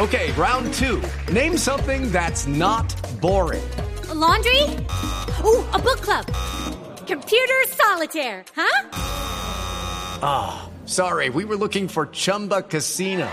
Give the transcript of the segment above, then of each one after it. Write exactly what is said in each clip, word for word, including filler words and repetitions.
Okay, round two. Name something that's not boring. A laundry? Ooh, a book club. Computer solitaire, huh? Ah, oh, sorry, we were looking for Chumba Casino.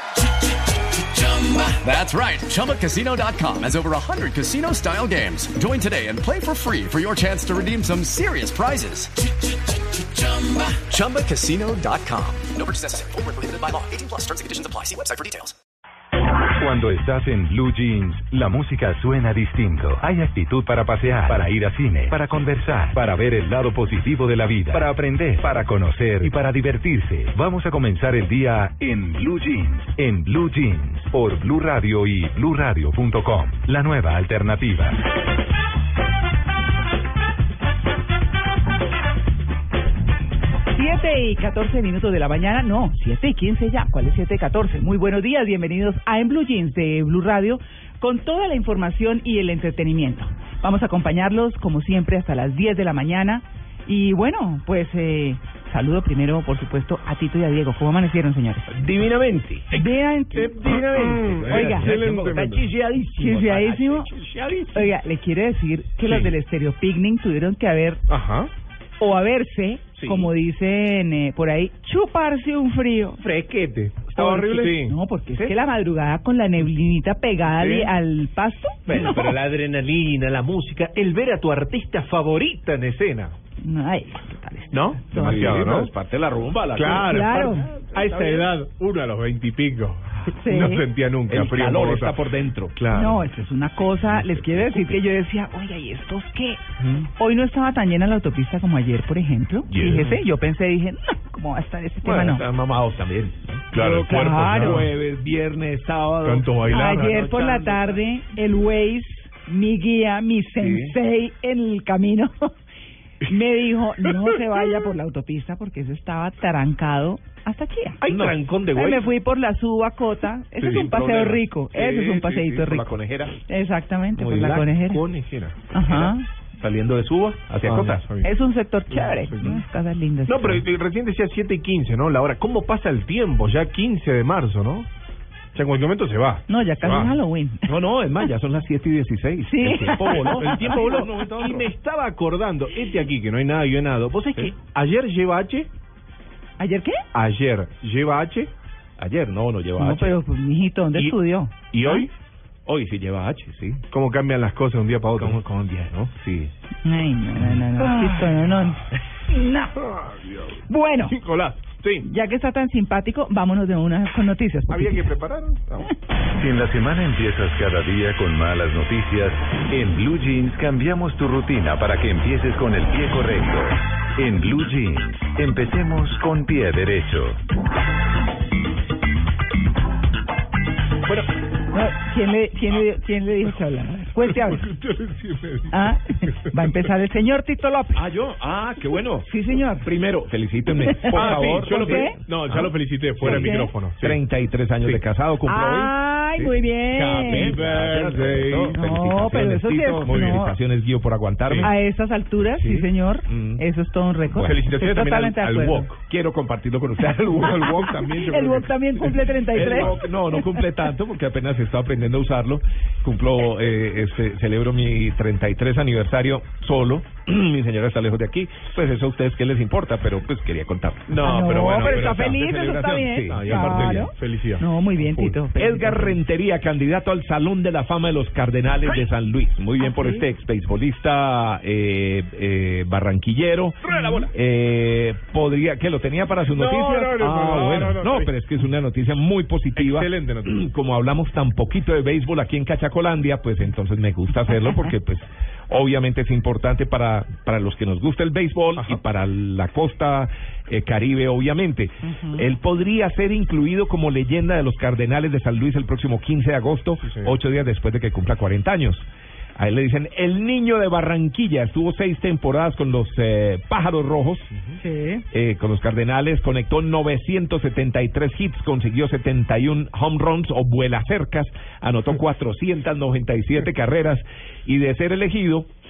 That's right, Chumba Casino dot com has over one hundred casino-style games. Join today and play for free for your chance to redeem some serious prizes. Chumba Casino dot com. No purchase necessary. Void where prohibited by law. eighteen plus terms and conditions apply. See website for details. Cuando estás en Blue Jeans, la música suena distinto. Hay actitud para pasear, para ir a cine, para conversar, para ver el lado positivo de la vida, para aprender, para conocer y para divertirse. Vamos a comenzar el día en Blue Jeans, en Blue Jeans, por Blue Radio y blue radio punto com, la nueva alternativa. siete y catorce minutos de la mañana, no, siete y quince ya, ¿cuál es siete y catorce? Muy buenos días, bienvenidos a En Blue Jeans de Blue Radio, con toda la información y el entretenimiento. Vamos a acompañarlos, como siempre, hasta las diez de la mañana, y bueno, pues, eh, saludo primero, por supuesto, a Tito y a Diego. ¿Cómo amanecieron, señores? Divinamente. Divinamente. Divinamente. Oiga, está chiseadísimo. chiseadísimo. Oiga, le quiere decir que sí. Los del Estéreo Picnic tuvieron que haber... Ajá. O a verse, sí. Como dicen eh, por ahí, chuparse un frío. Fresquete. ¿Estaba horrible? Sí. No, porque ¿sí? Es que la madrugada con la neblinita pegada ¿sí? al pasto. Bueno, no. Pero la adrenalina, la música, el ver a tu artista favorita en escena. Ay, ¿qué tal esto? ¿No? Demasiado, sí, ¿no? Es parte de la rumba. La claro, claro. A esa edad, uno a los veintipico, sí. No sentía nunca el frío. calor está por dentro. Claro. No, eso es una cosa. Les quiero decir que yo decía, oiga, ¿y estos qué? ¿Mm? Hoy no estaba tan llena la autopista como ayer, por ejemplo. Yeah. Fíjese, yo pensé, dije, no, ¿cómo va a estar ese bueno, tema? No. Están mamados también. Claro, Pero, claro. Jueves, viernes, sábado. Tanto bailar. Ayer por la tarde, el Waze, mi guía, mi sensei sí. En el camino... me dijo, no se vaya por la autopista porque eso estaba trancado hasta aquí. Hay no. trancón de güey. Me fui por la Subacota. Ese sí, es un paseo problema. Rico. Sí, ese es un paseíto sí, sí, rico. Por la Conejera. Exactamente, Muy por la, la Conejera. Conejera. Ajá. Saliendo de Suba hacia ah, Cota. Es un sector chévere. Sí, sí. ¿No? Casas lindas. No, pero recién decía siete y quince, ¿no? La hora. ¿Cómo pasa el tiempo? Ya quince de marzo, ¿no? O sea, en cualquier momento se va. No, ya casi es Halloween. No, no, es más, ya son las siete y dieciséis. Sí. El tiempo voló. El tiempo voló. Y me estaba acordando, este aquí, que no hay nada guionado. ¿Vos sabés sí. que ayer lleva H? ¿Ayer qué? Ayer lleva H. Ayer, no, no lleva no, H. No, pero, pues, mijito, ¿dónde y, estudió? ¿Y hoy? ¿Ah? Hoy sí lleva H, sí. ¿Cómo cambian las cosas de un día para otro? ¿Cómo, cómo un día, no? Sí. Ay, no, no, no, no. Ah. no, no, no. No. Bueno. Nicolás. Sí. Ya que está tan simpático, vámonos de una con noticias. ¿Había que preparar? No. Si en la semana empiezas cada día con malas noticias, en Blue Jeans cambiamos tu rutina para que empieces con el pie correcto. En Blue Jeans, empecemos con pie derecho. Bueno, no, ¿quién le, quién le, quién le dijo que hablara? Cuente ahora. Ah, va a empezar el señor Tito López. Ah, yo. Ah, qué bueno. Sí, señor. Primero, felicítenme, por ah, favor. Sí, yo lo ¿Qué? No, ya ah, lo felicité fuera del micrófono. Sí. treinta y tres años sí. de casado, cumplo hoy. Ay, sí. muy bien. Happy birthday. No, pero eso sí es... Muy bien, no. felicitaciones, Guío, por aguantarme. A estas alturas, sí, sí señor. Mm. Eso es todo un récord. Bueno, felicitaciones también al, al Wok. Quiero compartirlo con usted. El Wok también. El Wok también cumple treinta y tres. Wok, no, no cumple tanto porque apenas está aprendiendo a usarlo. Cumplo, eh, este, celebro mi treinta y tres aniversario solo. Mi señora está lejos de aquí. Pues eso a ustedes qué les importa, pero pues quería contar. No, ah, no pero bueno. Pero está feliz, eso está bien. Sí, no, y aparte bien. Felicidad. No, muy bien, Tito. Edgar Rentería, candidato al Salón de la Fama de los Cardenales de San Luis. Muy bien ¿Ah, por sí? este ex beisbolista eh, eh, barranquillero. Eh, podría, ¿qué lo tenía para su noticia? No, no, no, ah, no, bueno. no, no, no, no, pero es que es una noticia muy positiva. Excelente noticia. Como hablamos tan poquito de béisbol aquí en Cachacolandia, pues entonces me gusta hacerlo porque pues obviamente es importante para para los que nos gusta el béisbol. Ajá. Y para la costa eh, Caribe, obviamente. Uh-huh. Él podría ser incluido como leyenda de los Cardenales de San Luis el próximo quince de agosto, sí, ocho días después de que cumpla cuarenta años. A él le dicen el niño de Barranquilla. Estuvo seis temporadas con los eh, Pájaros Rojos, sí. eh, con los Cardenales. Conectó novecientos setenta y tres hits, consiguió setenta y uno home runs o vuelacercas, anotó cuatrocientas noventa y siete carreras y de ser elegido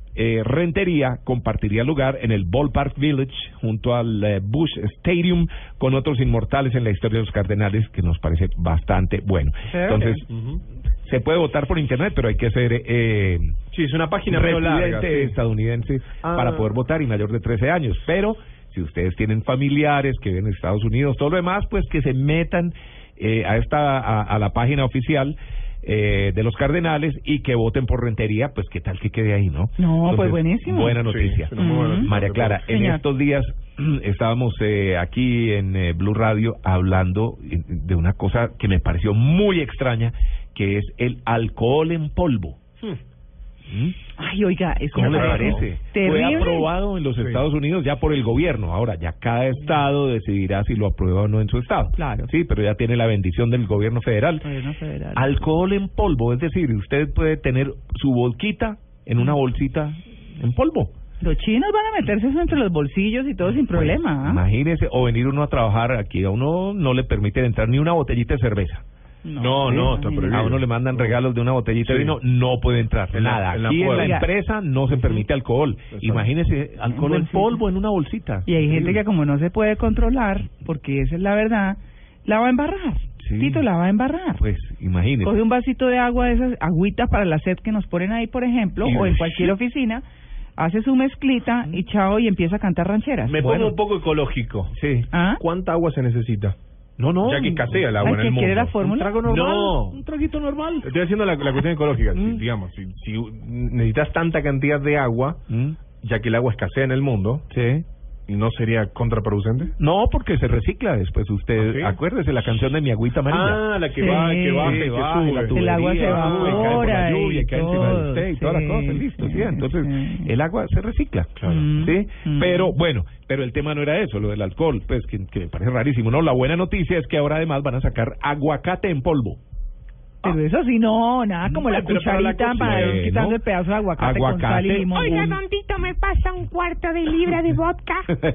eh, Rentería compartiría lugar en el Ballpark Village junto al eh, Busch Stadium con otros inmortales en la historia de los Cardenales, que nos parece bastante bueno. Entonces, uh-huh. se puede votar por internet, pero hay que ser eh, sí, es una página residente sí. estadounidense ah. para poder votar y mayor de trece años. Pero si ustedes tienen familiares que viven en Estados Unidos, todo lo demás, pues que se metan eh, a esta a, a la página oficial Eh, de los Cardenales y que voten por Rentería, pues qué tal que quede ahí, ¿no? No, Entonces, pues buenísimo. Buena noticia. Sí, uh-huh. María Clara, en Señor. estos días estábamos eh, aquí en eh, Blue Radio hablando de una cosa que me pareció muy extraña, que es el alcohol en polvo. Hmm. ¿Mm? Ay, oiga, eso ¿Cómo me le parece parece? terrible. Fue aprobado en los sí. Estados Unidos ya por el gobierno. Ahora, ya cada estado decidirá si lo aprueba o no en su estado. Claro. Sí, pero ya tiene la bendición del gobierno federal. Gobierno federal. Alcohol en polvo, es decir, usted puede tener su vodquita en una bolsita en polvo. Los chinos van a meterse eso entre los bolsillos y todo sin problema. Pues, ¿eh? Imagínese, o venir uno a trabajar aquí, a uno no le permiten entrar ni una botellita de cerveza. No, no, está prohibido. A uno le mandan regalos de una botellita Sí. de vino, no puede entrar. En la- Nada. en la Aquí en la puerta. empresa no se permite alcohol. Exacto. Imagínese, alcohol en bolsita. polvo en una bolsita. Y hay gente que como no se puede controlar, porque esa es la verdad, la va a embarrar. Sí. Tito, la va a embarrar. Pues imagínese. Coge un vasito de agua, de esas agüitas para la sed que nos ponen ahí, por ejemplo, Y- o en cualquier oficina, hace su mezclita y chao, y empieza a cantar rancheras. Me Bueno. pongo un poco ecológico. Sí. ¿Ah? ¿Cuánta agua se necesita? No, no. Ya que escasea el agua Ay, en ¿que el mundo. quiere la Un fórmula? trago normal. No. Un traguito normal. Estoy haciendo la, la cuestión ecológica. Si, Mm. digamos, si, si necesitas tanta cantidad de agua, ¿Mm? ya que el agua escasea en el mundo, Sí. ¿no sería contraproducente? No, porque se recicla después. Usted, ¿Ah, sí? acuérdese la canción de Mi Agüita Amarilla. Ah, la que Sí. va, que baja y Sí, que baja, y la sube. El agua se tubería, evapora sube, cae por la lluvia, y cae encima de todo, usted y toda la sí, cosa, listo, sí. sí, Entonces, sí. el agua se recicla, Claro. Mm. ¿sí? Mm. Pero, bueno, pero el tema no era eso, lo del alcohol, pues, que, que me parece rarísimo, ¿no? La buena noticia es que ahora además van a sacar aguacate en polvo. Pero eso sí, no, nada como No, la pero para la cucharita para cocina, ir quitando ¿no? el pedazo de aguacate, Aguacate. con sal y limón. Oiga, Un- Dondito, ¿me pasa un cuarto de libra de vodka?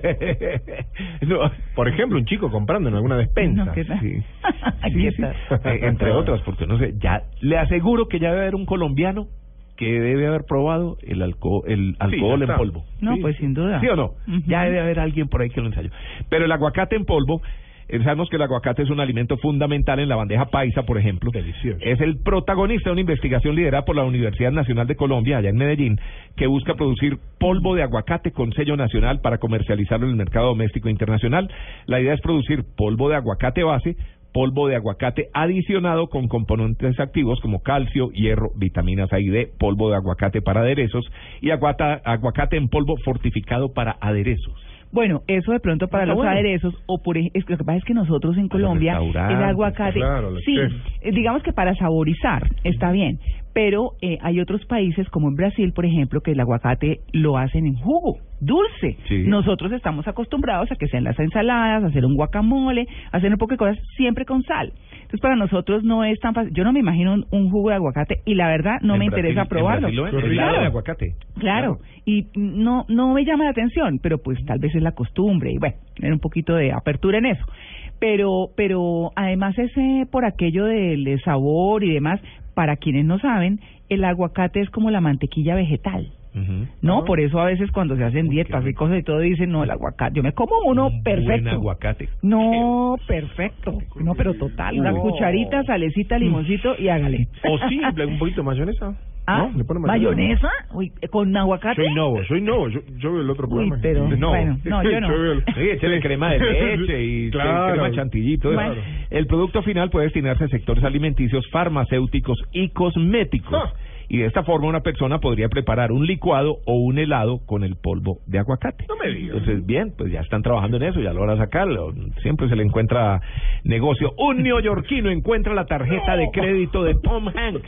No, Por ejemplo, un chico comprando en alguna despensa. No, ¿qué tal? Sí. ¿Qué Sí, sí. tal? Eh, entre otras, porque no sé, ya le aseguro que ya debe haber un colombiano que debe haber probado el alcohol, el alcohol ya en está. polvo. No, Sí. pues sin duda. ¿Sí o no? Ujú. Ya debe haber alguien por ahí que lo ensayó. Pero el aguacate en polvo, eh, sabemos que el aguacate es un alimento fundamental en la bandeja paisa, por ejemplo. Delicioso. Es el protagonista de una investigación liderada por la Universidad Nacional de Colombia, allá en Medellín, que busca producir polvo de aguacate con sello nacional para comercializarlo en el mercado doméstico e internacional. La idea es producir polvo de aguacate base, polvo de aguacate adicionado con componentes activos como calcio, hierro, vitaminas A y D, polvo de aguacate para aderezos y aguata, aguacate en polvo fortificado para aderezos. Bueno, eso de pronto para Está los bueno. aderezos, o por ej- es que lo que pasa es que nosotros en Colombia, restaurantes, el aguacate, claro, los sí, chefs. eh, digamos que para saborizar, está bien, pero eh, hay otros países como en Brasil, por ejemplo, que el aguacate lo hacen en jugo, dulce. Sí. Nosotros estamos acostumbrados a que sean las ensaladas, a hacer un guacamole, a hacer un poco de cosas siempre con sal. Entonces para nosotros no es tan fácil. Yo no me imagino un, un jugo de aguacate y la verdad no En me Brasil- interesa en probarlo. Brasil lo venden, Qué rico. helado de Claro. aguacate. Claro, y no no me llama la atención, pero pues tal vez es la costumbre y bueno, tener un poquito de apertura en eso. Pero pero además ese por aquello del de sabor y demás, para quienes no saben, el aguacate es como la mantequilla vegetal. Ujú. No, Ah. por eso a veces cuando se hacen dietas y cosas y todo dicen, no, el aguacate, yo me como uno Un perfecto. buen aguacate. No, perfecto. No, pero total, una No. cucharita, salecita, limoncito y hágale. O simple, un poquito de mayonesa. Ah, ¿No? ¿Le ponen mayonesa, uy, con aguacate. Soy nuevo, soy nuevo. Yo, yo veo el otro Uy, programa. pero, No. bueno, no, yo no. veo el- Sí, échale crema de leche y Claro. crema chantilly. Bueno. El producto final puede destinarse a sectores alimenticios, farmacéuticos y cosméticos. Ah. Y de esta forma una persona podría preparar un licuado o un helado con el polvo de aguacate. No me digas. Entonces, bien, pues ya están trabajando en eso, ya lo van a sacar. lo- Siempre se le encuentra negocio. Un neoyorquino encuentra la tarjeta de crédito de Tom Hanks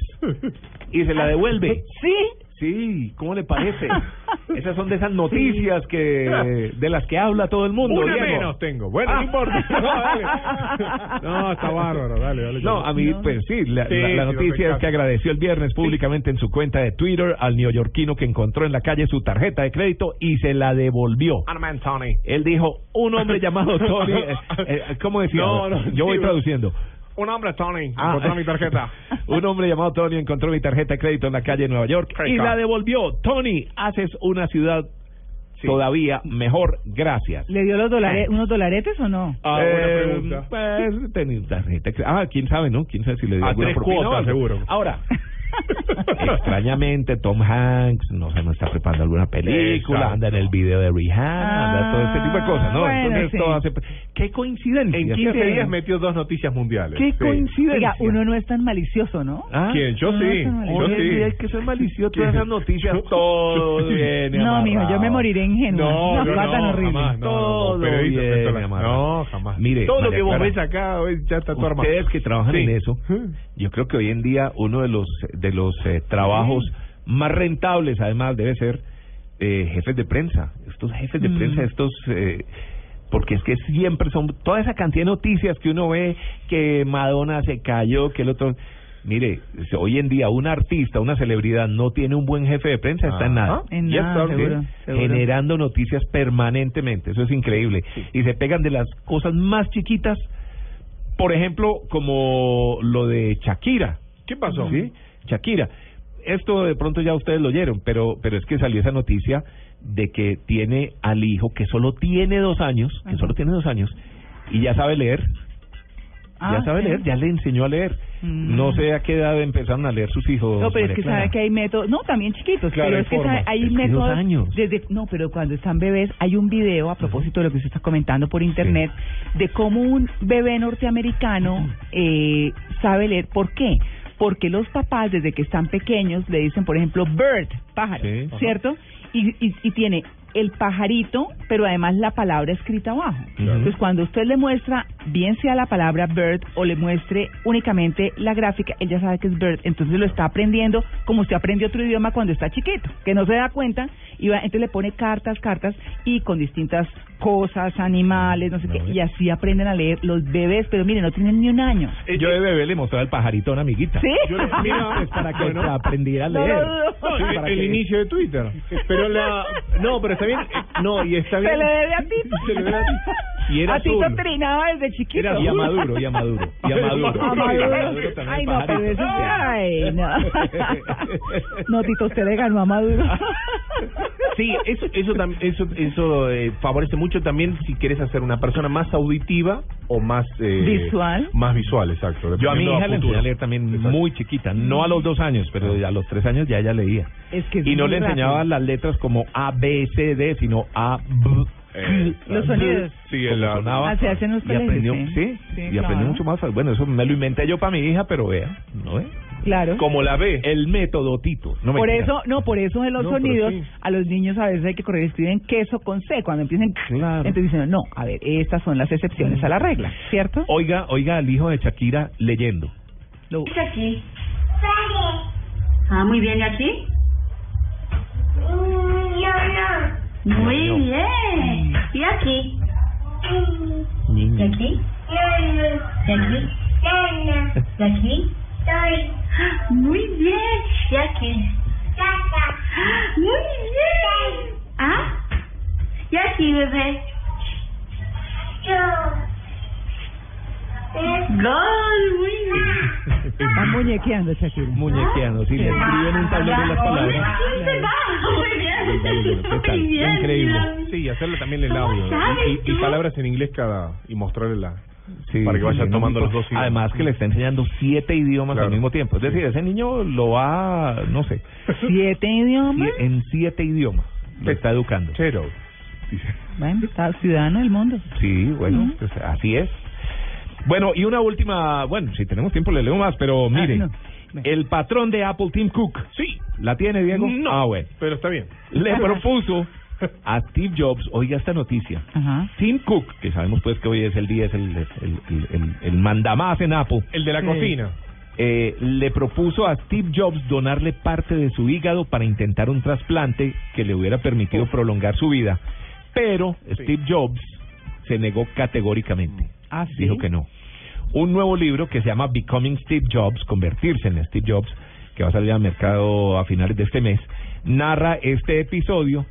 y se la devuelve. Sí. Sí, ¿cómo le parece? Esas son de esas noticias que de las que habla todo el mundo. Una Diego. menos tengo. Bueno, Ah. no importa. No, dale. No, está bárbaro. Dale, dale. No, a mí, No. pues sí, la, Sí, la- la sí, noticia es perfecto. que agradeció el viernes públicamente en su cuenta de Twitter al neoyorquino que encontró en la calle su tarjeta de crédito y se la devolvió. Arman Tony. Él dijo, un hombre llamado Tony, eh, eh, ¿cómo decía? No, no, Yo voy sí, traduciendo. Un hombre, Tony, Ah. encontró mi tarjeta. Un hombre llamado Tony encontró mi tarjeta de crédito en la calle de Nueva York y Credit la card. devolvió. Tony, haces una ciudad Sí. todavía mejor, gracias. ¿Le dio los dolares, unos dolaretes o no? Ah, buena Eh, pregunta. Pues tenía tarjeta. de cre- Ah, quién sabe, ¿no? Quién sabe si le dio A alguna tres propina o cuotas, algo. seguro. Ahora, extrañamente, Tom Hanks, no sé, no está preparando alguna película, Exacto. anda en el video de Rihanna, anda todo este tipo de cosas, ¿no? Bueno, Entonces, sí. todo hace... ¡Qué coincidencia! En quince Sí. días metió dos noticias mundiales. ¡Qué Sí. coincidencia! Oiga, uno no es tan malicioso, ¿no? ¿Ah? ¿Quién? Yo No, sí. eso no Yo Hoy en sí. día hay que ser malicioso, todas ¿Quién? esas noticias, todo viene No, amarrado. mijo, yo me moriré ingenua. No, Una yo cosa tan no, horrible. jamás, no, Todo no, periodistas, viene esto la- amarrado. no, jamás. Mire, todo lo María que vos Clara, ves acá hoy ya está todo armado. ustedes que trabajan Sí. en eso, yo creo que hoy en día uno de los de los eh, trabajos más rentables, además, debe ser eh, jefes de prensa. Estos jefes de Mm. prensa, estos... Eh, porque es que siempre son toda esa cantidad de noticias que uno ve, que Madonna se cayó, que el otro... Mire, hoy en día un artista, una celebridad no tiene un buen jefe de prensa, está en nada. Ajá. En Ya nada, está, seguro, sí. seguro. Generando noticias permanentemente, eso es increíble. Y se pegan de las cosas más chiquitas, por ejemplo, como lo de Shakira. ¿Qué pasó? ¿Sí? Shakira. Esto de pronto ya ustedes lo oyeron, pero pero es que salió esa noticia de que tiene al hijo que solo tiene dos años, que Ajá. solo tiene dos años, y ya sabe leer. Ah, ya sabe ¿sí? leer, ya le enseñó a leer. Mm. No sé a qué edad empezaron a leer sus hijos. No, pero es María que Clara. sabe que hay métodos, no, también chiquitos, Claro, pero hay es que formas. sabe, hay Es que métodos dos años. desde, no, pero cuando están bebés hay un video a propósito de lo que usted está comentando por internet de cómo un bebé norteamericano eh, sabe leer. ¿Por qué? Porque los papás desde que están pequeños le dicen, por ejemplo, bird, pájaro, Sí. ¿cierto? Y, y, y tiene el pajarito, pero además la palabra escrita abajo. Claro. Entonces, cuando usted le muestra, bien sea la palabra bird o le muestre únicamente la gráfica, él ya sabe que es bird. Entonces lo está aprendiendo como usted aprendió otro idioma cuando está chiquito, que no se da cuenta, y va, entonces le pone cartas, cartas, y con distintas cosas, animales, no sé No, qué, ¿eh? y así aprenden a leer los bebés, pero miren, no tienen ni un año. Yo de bebé le mostraba el pajarito a una amiguita. ¿Sí? Yo le- mira, Es para que bueno, aprendiera a No, leer. no, no, no. Sí, Sí, para el que- inicio de Twitter. Pero la... No, pero está bien. eh, No, y está bien. Se le debe a Tito. Se le debe a Tito. Y era a Tito azul. trinaba desde chiquito. Era y a Maduro, y a Maduro, y a Maduro. A Maduro. Y a Maduro también, Ay, el no, pero pajarito. eso ay, no. No, Tito, usted le ganó a Maduro. Sí, eso eso tam- eso eso eh, favorece mucho también si quieres hacer una persona más auditiva o más eh, Visual. Más visual, exacto. Yo a mi dependiendo hija le futuro. enseñé a leer también Exacto. muy chiquita, no a los dos años, pero a los tres años ya ella leía. Es que es Y no muy le enseñaba rápido. las letras como A, B, C, D, sino A, B, Eh, Los sonidos. Sí, como el, la- sonaba. Ah, se hacen los y aprendió, colegios, sí, sí. Sí, y claro. aprendió mucho más fácil. Bueno, eso me lo inventé yo para mi hija, pero vea, ¿no ve? Claro. como la ve. El método Tito. No Por mentira. eso, no, por eso en los No, pero sonidos sí. a los niños a veces hay que correr, escriben queso con C cuando empiecen. Claro. Entonces dicen, no, a ver, estas son las excepciones a la regla, ¿cierto? Oiga, oiga al hijo de Shakira leyendo. Lo- ¿Qué es aquí? Ah, muy bien, ¿y aquí? Muy No. bien. ¿Y aquí? ¿Y Niño. aquí? ¿Y aquí? ¿Y aquí? Muy bien. ¿Y aquí? Muy bien. ¿Ah? ¿Y aquí, bebé? Gol, muy bien. Están muñequeando, Shakira. Muñequeando, sí, le escriben un tablero en las palabras. Sí, se va. Muy bien. ¿Qué tal? Muy bien. Increíble. Sí, y hacerle también el ¿Cómo audio. sabes Y, y tú? palabras en inglés cada... Y mostrarle la... Sí, para que vaya sí, tomando no, los dos idiomas. Además que le está enseñando siete idiomas Claro. al mismo tiempo. Es decir, ese niño lo va, no sé, ¿Siete idiomas? sie- en siete idiomas lo está educando. Chero. Dice. Bueno, está ciudadano del mundo. Sí, bueno, Ujú. pues así es. Bueno, y una última, bueno, si tenemos tiempo le leo más, pero mire, no. el patrón de Apple, Tim Cook, Sí. ¿la tiene, Diego? No. Ah, bueno. Pero está bien. Le propuso a Steve Jobs, oiga esta noticia, Ajá. Tim Cook, que sabemos pues que hoy es el día, es el, el, el, el, el mandamás en Apple, El de la Sí. cocina. eh, le propuso a Steve Jobs donarle parte de su hígado para intentar un trasplante que le hubiera permitido prolongar su vida, pero Sí. Steve Jobs se negó categóricamente. Ah, sí. Dijo que no. Un nuevo libro que se llama Becoming Steve Jobs, convertirse en Steve Jobs, que va a salir al mercado a finales de este mes, narra este episodio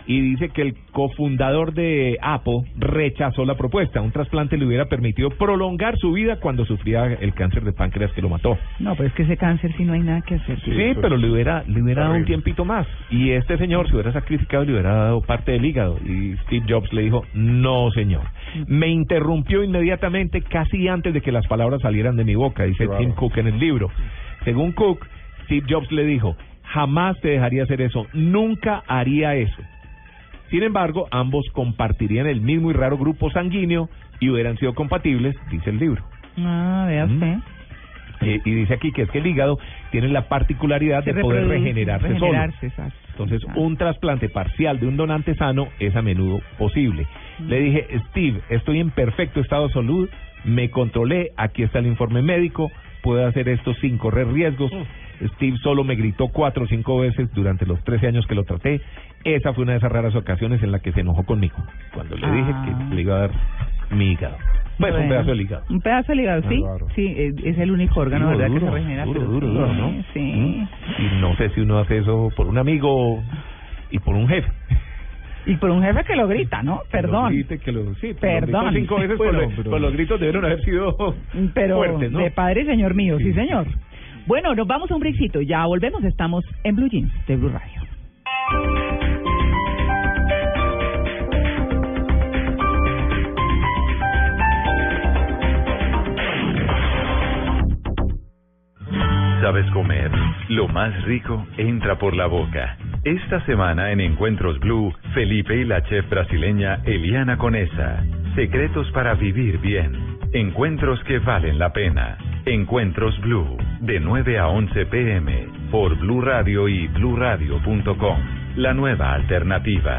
y dice que el cofundador de Apple rechazó la propuesta. Un trasplante le hubiera permitido prolongar su vida cuando sufría el cáncer de páncreas que lo mató. No, pero es que ese cáncer sí no hay nada que hacer. Sí, sí pero le hubiera, le hubiera dado un tiempito más. Y este señor se hubiera sacrificado y le hubiera dado parte del hígado. Y Steve Jobs le dijo, no señor. Me interrumpió inmediatamente, casi antes de que las palabras salieran de mi boca, dice Tim Cook en el libro. Según Cook, Steve Jobs le dijo, jamás te dejaría hacer eso, nunca haría eso. Sin embargo, ambos compartirían el mismo y raro grupo sanguíneo y hubieran sido compatibles, dice el libro. Ah, vea usted. ¿Mm? Eh, y dice aquí que es que el hígado tiene la particularidad Se de poder regenerarse, regenerarse solo. Exacto. Entonces, exacto. un trasplante parcial de un donante sano es a menudo posible. Mm. Le dije, Steve, estoy en perfecto estado de salud, me controlé, aquí está el informe médico, puedo hacer esto sin correr riesgos. Mm. Steve solo me gritó cuatro o cinco veces durante los trece años que lo traté. Esa fue una de esas raras ocasiones en la que se enojó conmigo, cuando le ah. dije que le iba a dar mi hígado. Pues bueno, un pedazo de hígado. Un pedazo de hígado, sí. Claro. Sí, es el único órgano, duro, ¿verdad? Duro, que se regenera. Duro, duro, duro, ¿no? Sí. Y no sé si uno hace eso por un amigo y por un jefe. Y por un jefe que lo grita, ¿no? Que Perdón. Lo grite, que lo, sí, Perdón. Cinco veces bueno, por, pero... por los gritos debieron haber sido pero fuertes, ¿no? De padre, señor mío, sí, sí señor. Bueno, nos vamos a un breakcito. Ya volvemos. Estamos en Blue Jeans de Blue Radio. ¿Sabes comer? Lo más rico entra por la boca. Esta semana en Encuentros Blue, Felipe y la chef brasileña Eliana Conesa. Secretos para vivir bien. Encuentros que valen la pena. Encuentros Blue, de nueve a once pm, por Blue Radio y blue radio punto com. La nueva alternativa.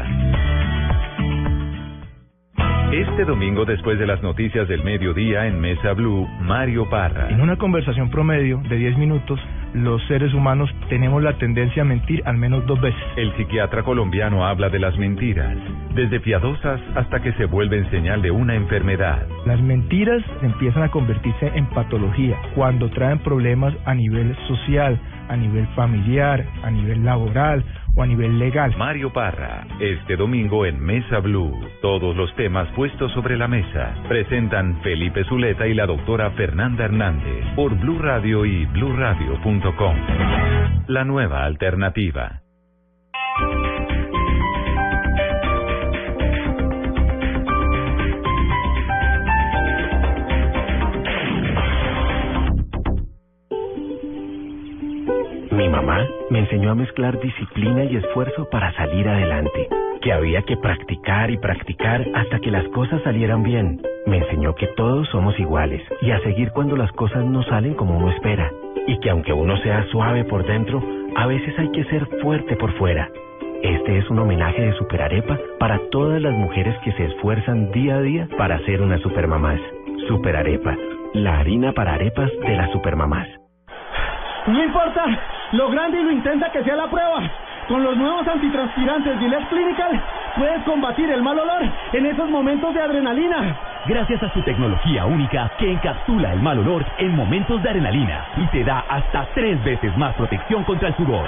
Este domingo, después de las noticias del mediodía en Mesa Blue, Mario Parra. En una conversación promedio de diez minutos, los seres humanos tenemos la tendencia a mentir al menos dos veces. El psiquiatra colombiano habla de las mentiras, desde piadosas hasta que se vuelven señal de una enfermedad. Las mentiras empiezan a convertirse en patología cuando traen problemas a nivel social, a nivel familiar, a nivel laboral o a nivel legal. Mario Parra, este domingo en Mesa Blue. Todos los temas puestos sobre la mesa. Presentan Felipe Zuleta y la doctora Fernanda Hernández por Blue Radio y blue radio punto com. La nueva alternativa. Mi mamá me enseñó a mezclar disciplina y esfuerzo para salir adelante, que había que practicar y practicar hasta que las cosas salieran bien. Me enseñó que todos somos iguales y a seguir cuando las cosas no salen como uno espera, y que aunque uno sea suave por dentro, a veces hay que ser fuerte por fuera. Este es un homenaje de Superarepa para todas las mujeres que se esfuerzan día a día para ser unas supermamás. Superarepa, la harina para arepas de las supermamás. No importa lo grande y lo intensa que sea la prueba, con los nuevos antitranspirantes Gillette Clinical puedes combatir el mal olor en esos momentos de adrenalina. Gracias a su tecnología única que encapsula el mal olor en momentos de adrenalina y te da hasta tres veces más protección contra el sudor.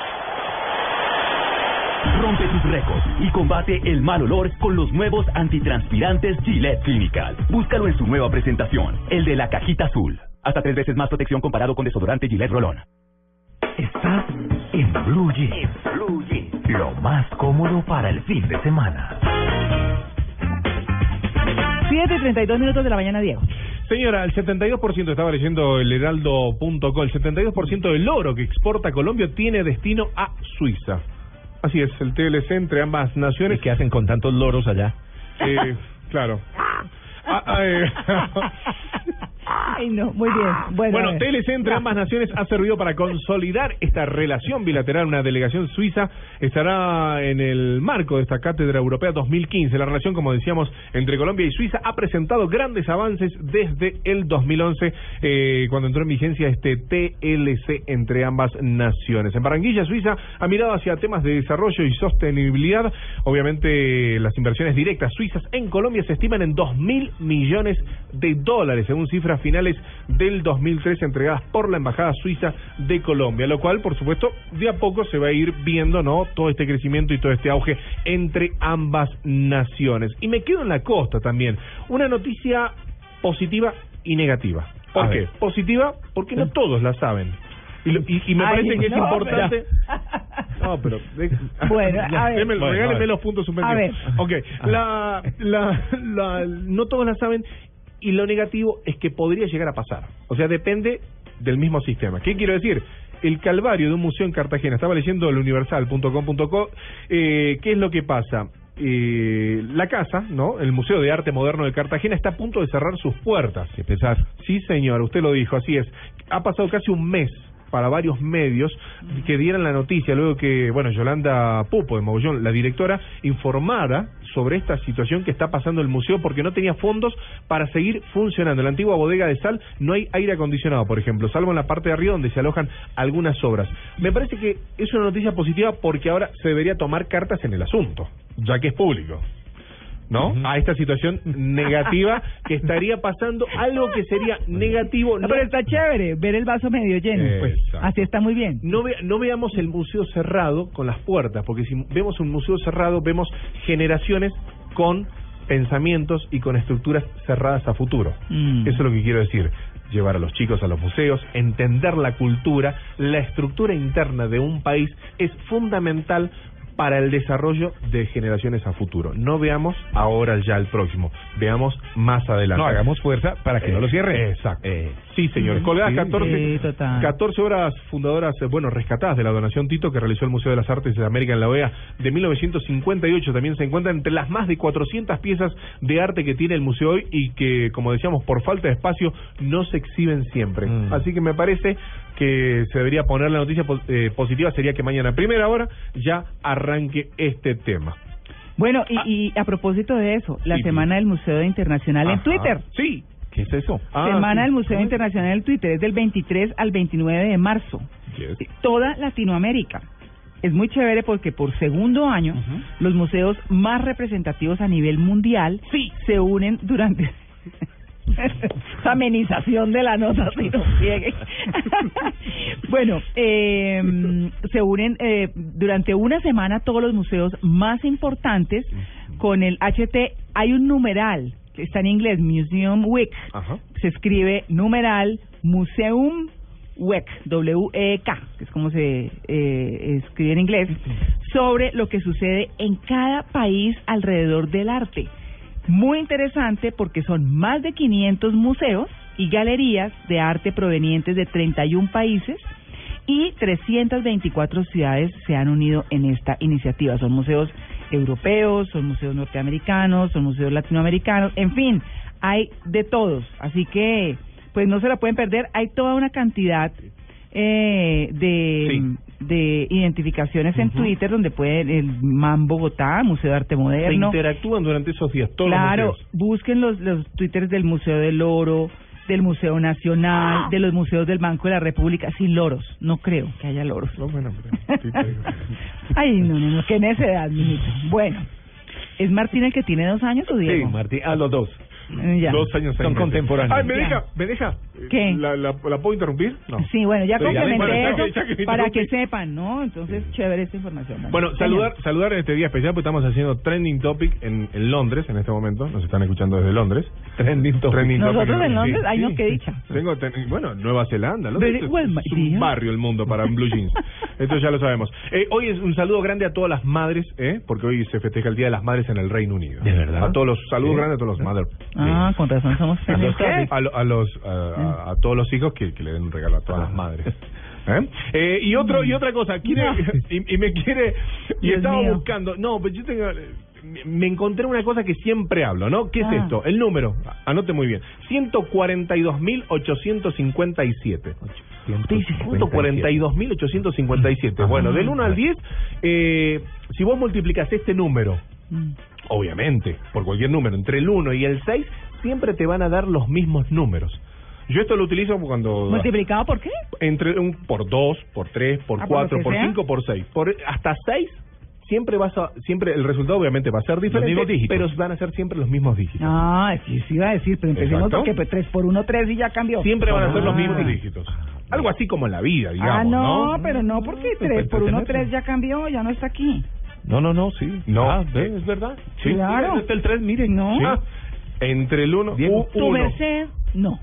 Rompe tus récords y combate el mal olor con los nuevos antitranspirantes Gillette Clinical. Búscalo en su nueva presentación, el de la cajita azul. Hasta tres veces más protección comparado con desodorante Gillette Rolón. Estás en Blue Jeans. Blue Jeans. Lo más cómodo para el fin de semana. siete y treinta y dos minutos de la mañana, Diego. Señora, el setenta y dos por ciento, estaba leyendo el heraldo punto com, el setenta y dos por ciento del oro que exporta Colombia tiene destino a Suiza. Así es, el T L C entre ambas naciones. ¿Y qué hacen con tantos loros allá? Eh, claro. Ah, ah, eh. Ay, no, muy bien. Bueno, bueno T L C entre ambas naciones ha servido para consolidar esta relación bilateral. Una delegación suiza estará en el marco de esta Cátedra Europea dos mil quince. La relación, como decíamos, entre Colombia y Suiza ha presentado grandes avances desde el dos mil once, eh, cuando entró en vigencia este T L C entre ambas naciones. En Barranquilla, Suiza ha mirado hacia temas de desarrollo y sostenibilidad. Obviamente, las inversiones directas suizas en Colombia se estiman en dos mil millones de dólares, según cifras finales del dos mil trece entregadas por la Embajada Suiza de Colombia, lo cual, por supuesto, de a poco se va a ir viendo, ¿no?, todo este crecimiento y todo este auge entre ambas naciones. Y me quedo en la costa también. Una noticia positiva y negativa. ¿Por A qué? ver. Positiva porque no todos la saben. Y, lo- y, y me Ay, parece que no, es importante... pero- No, pero... de- Bueno, a ver. Deme- Bueno, regálenme a ver. los puntos suspensivos. A ver. Ok, la, la, la, no todos la saben y lo negativo es que podría llegar a pasar. O sea, depende del mismo sistema. ¿Qué quiero decir? El calvario de un museo en Cartagena. Estaba leyendo el universal punto com punto co. Eh, ¿Qué es lo que pasa? Eh, la casa, ¿no? El Museo de Arte Moderno de Cartagena está a punto de cerrar sus puertas. Qué pesar. Sí, señor, usted lo dijo, así es. Ha pasado casi un mes para varios medios que dieran la noticia luego que, bueno, Yolanda Pupo de Mogollón, la directora, informara sobre esta situación que está pasando el museo porque no tenía fondos para seguir funcionando. En la antigua bodega de sal no hay aire acondicionado, por ejemplo, salvo en la parte de arriba donde se alojan algunas obras. Me parece que es una noticia positiva porque ahora se debería tomar cartas en el asunto, ya que es público, ¿no? Uh-huh. A esta situación negativa que estaría pasando, algo que sería negativo. No, No, pero está chévere ver el vaso medio lleno. Pues, así está muy bien. no, ve, no veamos el museo cerrado con las puertas, porque si vemos un museo cerrado, vemos generaciones con pensamientos y con estructuras cerradas a futuro. Mm. Eso es lo que quiero decir. Llevar a los chicos a los museos, entender la cultura, la estructura interna de un país es fundamental para el desarrollo de generaciones a futuro. No veamos ahora ya el próximo, veamos más adelante. No, hagamos fuerza para que Eh, no lo cierren. Exacto. Eh, Sí, señor. sí, Colgadas sí, catorce, sí, total. catorce obras fundadoras, eh, bueno, rescatadas de la donación Tito que realizó el Museo de las Artes de América en la O E A de mil novecientos cincuenta y ocho. También se encuentran entre las más de cuatrocientas piezas de arte que tiene el museo hoy y que, como decíamos, por falta de espacio no se exhiben siempre. Mm. Así que me parece que se debería poner la noticia po- eh, positiva, sería que mañana a primera hora ya arranque este tema. Bueno, y, y a propósito de eso, la Sí, Semana del Museo Internacional en Ajá. Twitter. Sí. ¿Qué es eso? Ah, Semana sí. del Museo Internacional en Twitter es del veintitrés al veintinueve de marzo. Yes. Toda Latinoamérica. Es muy chévere porque por segundo año los museos más representativos a nivel mundial se unen durante esa amenización de la nota, si no friegue. Bueno, eh, se unen eh, durante una semana todos los museos más importantes con el H T. Hay un numeral que está en inglés, Museum Week. Ajá. Se escribe numeral Museum Week, W E K, que es como se eh, escribe en inglés, sobre lo que sucede en cada país alrededor del arte. Muy interesante porque son más de quinientos museos y galerías de arte provenientes de treinta y un países y trescientas veinticuatro ciudades se han unido en esta iniciativa. Son museos europeos, son museos norteamericanos, son museos latinoamericanos, en fin, hay de todos. Así que, pues no se la pueden perder. Hay toda una cantidad eh, de... Sí. de identificaciones en Ujú. Twitter donde pueden el M A M Bogotá, Museo de Arte Se Moderno. interactúan durante esos días todos Claro, los museos. busquen los los twitters del Museo del Oro, del Museo Nacional, de los museos del Banco de la República, sin loros, no creo que haya loros. No, bueno, pero- sí, te digo. Ay, no, no, no, qué necedad, mijito. Bueno, ¿es Martín el que tiene dos años o Diego? Sí, Martín, a los dos. Eh, ya. Dos años Son seis meses. contemporáneos. Ay, me Ya. deja, me deja. ¿Qué? ¿La, la, ¿La puedo interrumpir? No. Sí, bueno, ya Sí, ya complementé ven, bueno, ya eso que- ya que me para interrumpí. que sepan, ¿no? Entonces, chévere esta información. Bueno, saludar saludar en este día especial porque estamos haciendo Trending Topic en, en Londres en este momento. Nos están escuchando desde Londres. Trending Topic. Trending Nosotros Topic, en Londres, sí, ay, no, sí. qué dicha. Tengo, ten- bueno, Nueva Zelanda, Londres Very es, well, es my un dear. barrio el mundo para Blue Jeans. Esto ya lo sabemos. Eh, hoy es un saludo grande a todas las madres, ¿eh? Porque hoy se festeja el Día de las Madres en el Reino Unido. ¿De verdad? A todos los saludos Sí. grandes a todos los madres. Ah, con razón somos ¿A los qué? trending topic. A, lo- a los a, a- a todos los hijos que, que le den un regalo a todas las madres. ¿Eh? Eh, y otro y otra cosa, quiere No. y, y me quiere y Dios estaba mío. buscando, no, pero yo tengo me- me encontré una cosa que siempre hablo, ¿no? ¿Qué es Ah. esto? El número, anote muy bien. ciento cuarenta y dos mil ochocientos cincuenta y siete. ciento cuarenta y dos mil ochocientos cincuenta y siete. Bueno, del uno al diez, eh, si vos multiplicas este número, Mm. obviamente, por cualquier número, entre el uno y el seis, siempre te van a dar los mismos números. Yo esto lo utilizo cuando... ¿Multiplicado por qué? Entre un por dos, por tres, por Ah, por cuatro, lo que por sea. cinco, por seis. Por hasta seis siempre vas a, siempre el resultado obviamente va a ser diferente, mismos dígitos. pero van a ser siempre los mismos dígitos. Ah, sí, sí iba a decir, pero empecemos Exacto. porque pues, tres por uno, tres y ya cambió. Siempre van a ser los Ah. mismos dígitos. Algo así como en la vida, digamos, Ah, no, ¿no? pero no, porque pues, tres por uno, entretenerse. tres ya cambió, ya no está aquí. No, no, no, sí. No. Ah, ¿ve? Es verdad. Sí. Claro. Está el tres, miren. No. Sí. Entre el uno, Diego, u- Tu uno. merced, no.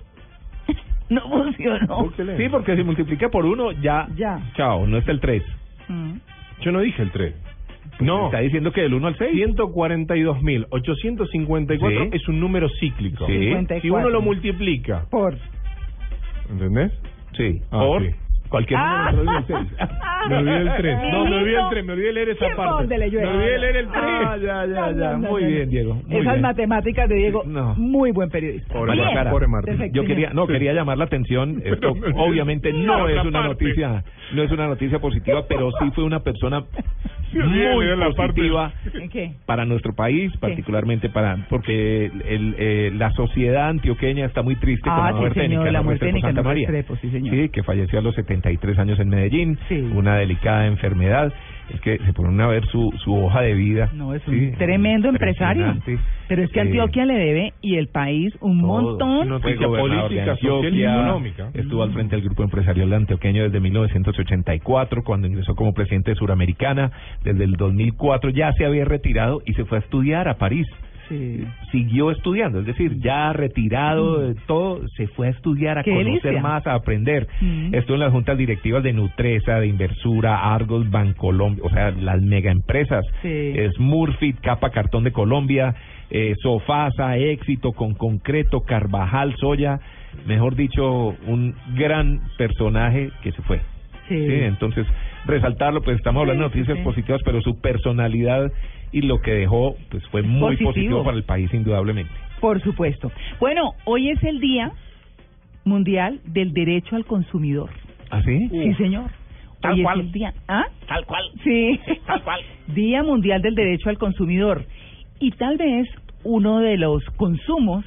No funcionó. Búsquele. Sí, porque si multiplica por uno, ya. Ya. Chao, no está el tres. Mm. Yo no dije el tres. No. Está diciendo que del uno al seis. ciento cuarenta y dos mil ochocientos cincuenta y cuatro Sí. es un número cíclico. Sí. cincuenta y Si uno cuatro. lo multiplica, Por. ¿entendés? Sí. Ah, por sí. cualquier Ah. número del seis. Me olvidé el tres. No, me olvidé el Listo. tres, me olvidé leer esa ¿Quién parte. dónde leyó Me eso? olvidé leer el tres. Ah, ya, ya, ya. No, no, Muy no, bien, no. Diego. Muy Esas bien. matemáticas de Diego, No. muy buen periodista. Pobre Bien. Marta, pobre Marta. Perfecto, Yo señor. quería, no, Sí. quería llamar la atención. Esto Pero me- obviamente la no otra es una parte. noticia, no es una noticia positiva, pero sí fue una persona Sí, olvidé muy leer la parte. positiva ¿En qué? para nuestro país, particularmente para porque el, eh, la sociedad antioqueña está muy triste con Ah, la sí, muerte de señor, Nicanor la muerte de Restrepo Santa Nicanor María. Restrepo, sí, señor. Sí, que falleció a los setenta y tres años en Medellín, Sí. una delicada enfermedad. Es que se ponen a ver su, su hoja de vida. No, es un Sí, tremendo empresario. impresionante. Pero es que Eh, Antioquia le debe y el país un todo. montón. Noticia Fue gobernador política, de social y Antioquia, económica. estuvo al frente del grupo empresarial antioqueño desde mil novecientos ochenta y cuatro, cuando ingresó como presidente de Suramericana. Desde el dos mil cuatro ya se había retirado y se fue a estudiar a París. Sí. Siguió estudiando, es decir, ya retirado de todo, se fue a estudiar, a ¡Qué conocer delicia! más, a aprender. Mm. Estuvo en las juntas directivas de Nutresa, de Inversura, Argos, Bancolombia, o sea, las megaempresas. Sí. Smurfit, Capa Cartón de Colombia, eh, Sofasa, Éxito, Con Concreto, Carvajal, Soya, mejor dicho, un gran personaje que se fue. Sí. Sí, entonces, resaltarlo, pues estamos hablando de Sí, sí, noticias sí. positivas, pero su personalidad y lo que dejó, pues fue muy Positivo. positivo para el país, indudablemente. Por supuesto. Bueno, hoy es el Día Mundial del Derecho al Consumidor. ¿Ah, sí? Sí, señor. Tal Hoy cual. es el día. ¿Ah? Tal cual. Sí. Tal cual. Día Mundial del Derecho al Consumidor. Y tal vez uno de los consumos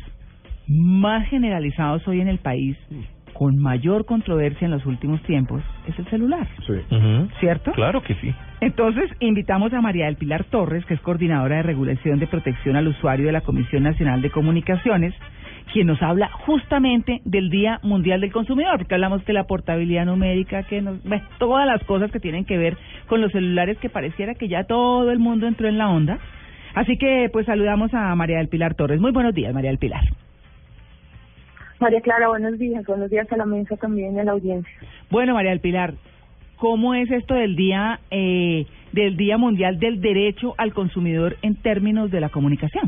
más generalizados hoy en el país, con mayor controversia en los últimos tiempos, es el celular. Sí. Ujú. ¿Cierto? Claro que sí. Entonces, invitamos a María del Pilar Torres, que es coordinadora de regulación de protección al usuario de la Comisión Nacional de Comunicaciones, quien nos habla justamente del Día Mundial del Consumidor, porque hablamos que la portabilidad numérica, que nos, bueno, todas las cosas que tienen que ver con los celulares, que pareciera que ya todo el mundo entró en la onda. Así que, pues, saludamos a María del Pilar Torres. Muy buenos días, María del Pilar. María Clara, buenos días. Buenos días a la mesa también y a la audiencia. Bueno, María del Pilar, ¿cómo es esto del Día eh, del Día Mundial del Derecho al Consumidor en términos de la comunicación?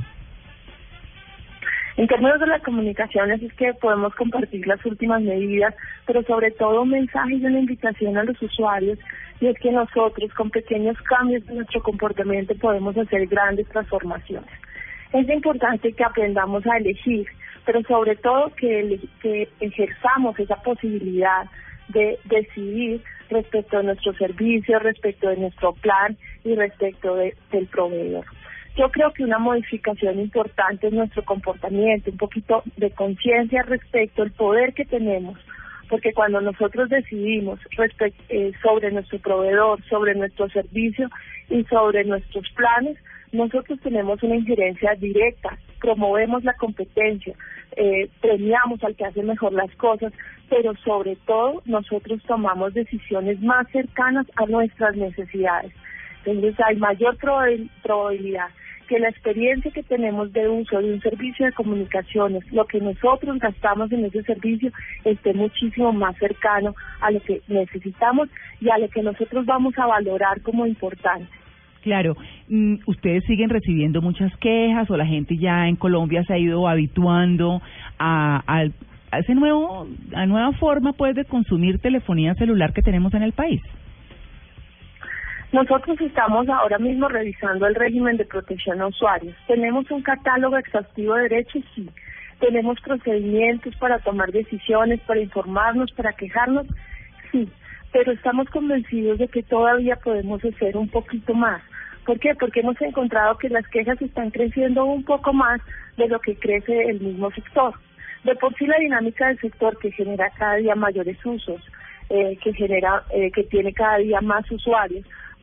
En términos de las comunicaciones es que podemos compartir las últimas medidas, pero sobre todo un mensaje y una invitación a los usuarios, y es que nosotros con pequeños cambios en nuestro comportamiento podemos hacer grandes transformaciones. Es importante que aprendamos a elegir, pero sobre todo que, ele- que ejerzamos esa posibilidad de decidir respecto de nuestro servicio, respecto de nuestro plan y respecto de, del proveedor. Yo creo que una modificación importante en nuestro comportamiento, un poquito de conciencia respecto al poder que tenemos, porque cuando nosotros decidimos respect, eh, sobre nuestro proveedor, sobre nuestro servicio y sobre nuestros planes, nosotros tenemos una injerencia directa, promovemos la competencia, eh, premiamos al que hace mejor las cosas, pero sobre todo nosotros tomamos decisiones más cercanas a nuestras necesidades. Entonces hay mayor probabil- probabilidad que la experiencia que tenemos de uso de un servicio de comunicaciones, lo que nosotros gastamos en ese servicio, esté muchísimo más cercano a lo que necesitamos y a lo que nosotros vamos a valorar como importante. Claro, mm, ¿ustedes siguen recibiendo muchas quejas o la gente ya en Colombia se ha ido habituando a, a, a ese nuevo, a nueva forma pues de consumir telefonía celular que tenemos en el país? Nosotros estamos ahora mismo revisando el régimen de protección a usuarios. ¿Tenemos un catálogo exhaustivo de derechos? Sí. ¿Tenemos procedimientos para tomar decisiones, para informarnos, para quejarnos? Sí. Pero estamos convencidos de que todavía podemos hacer un poquito más. ¿Por qué? Porque hemos encontrado que las quejas están creciendo un poco más de lo que crece el mismo sector. De por sí la dinámica del sector, que genera cada día mayores usos, eh, que genera, eh, que tiene cada día más usuarios,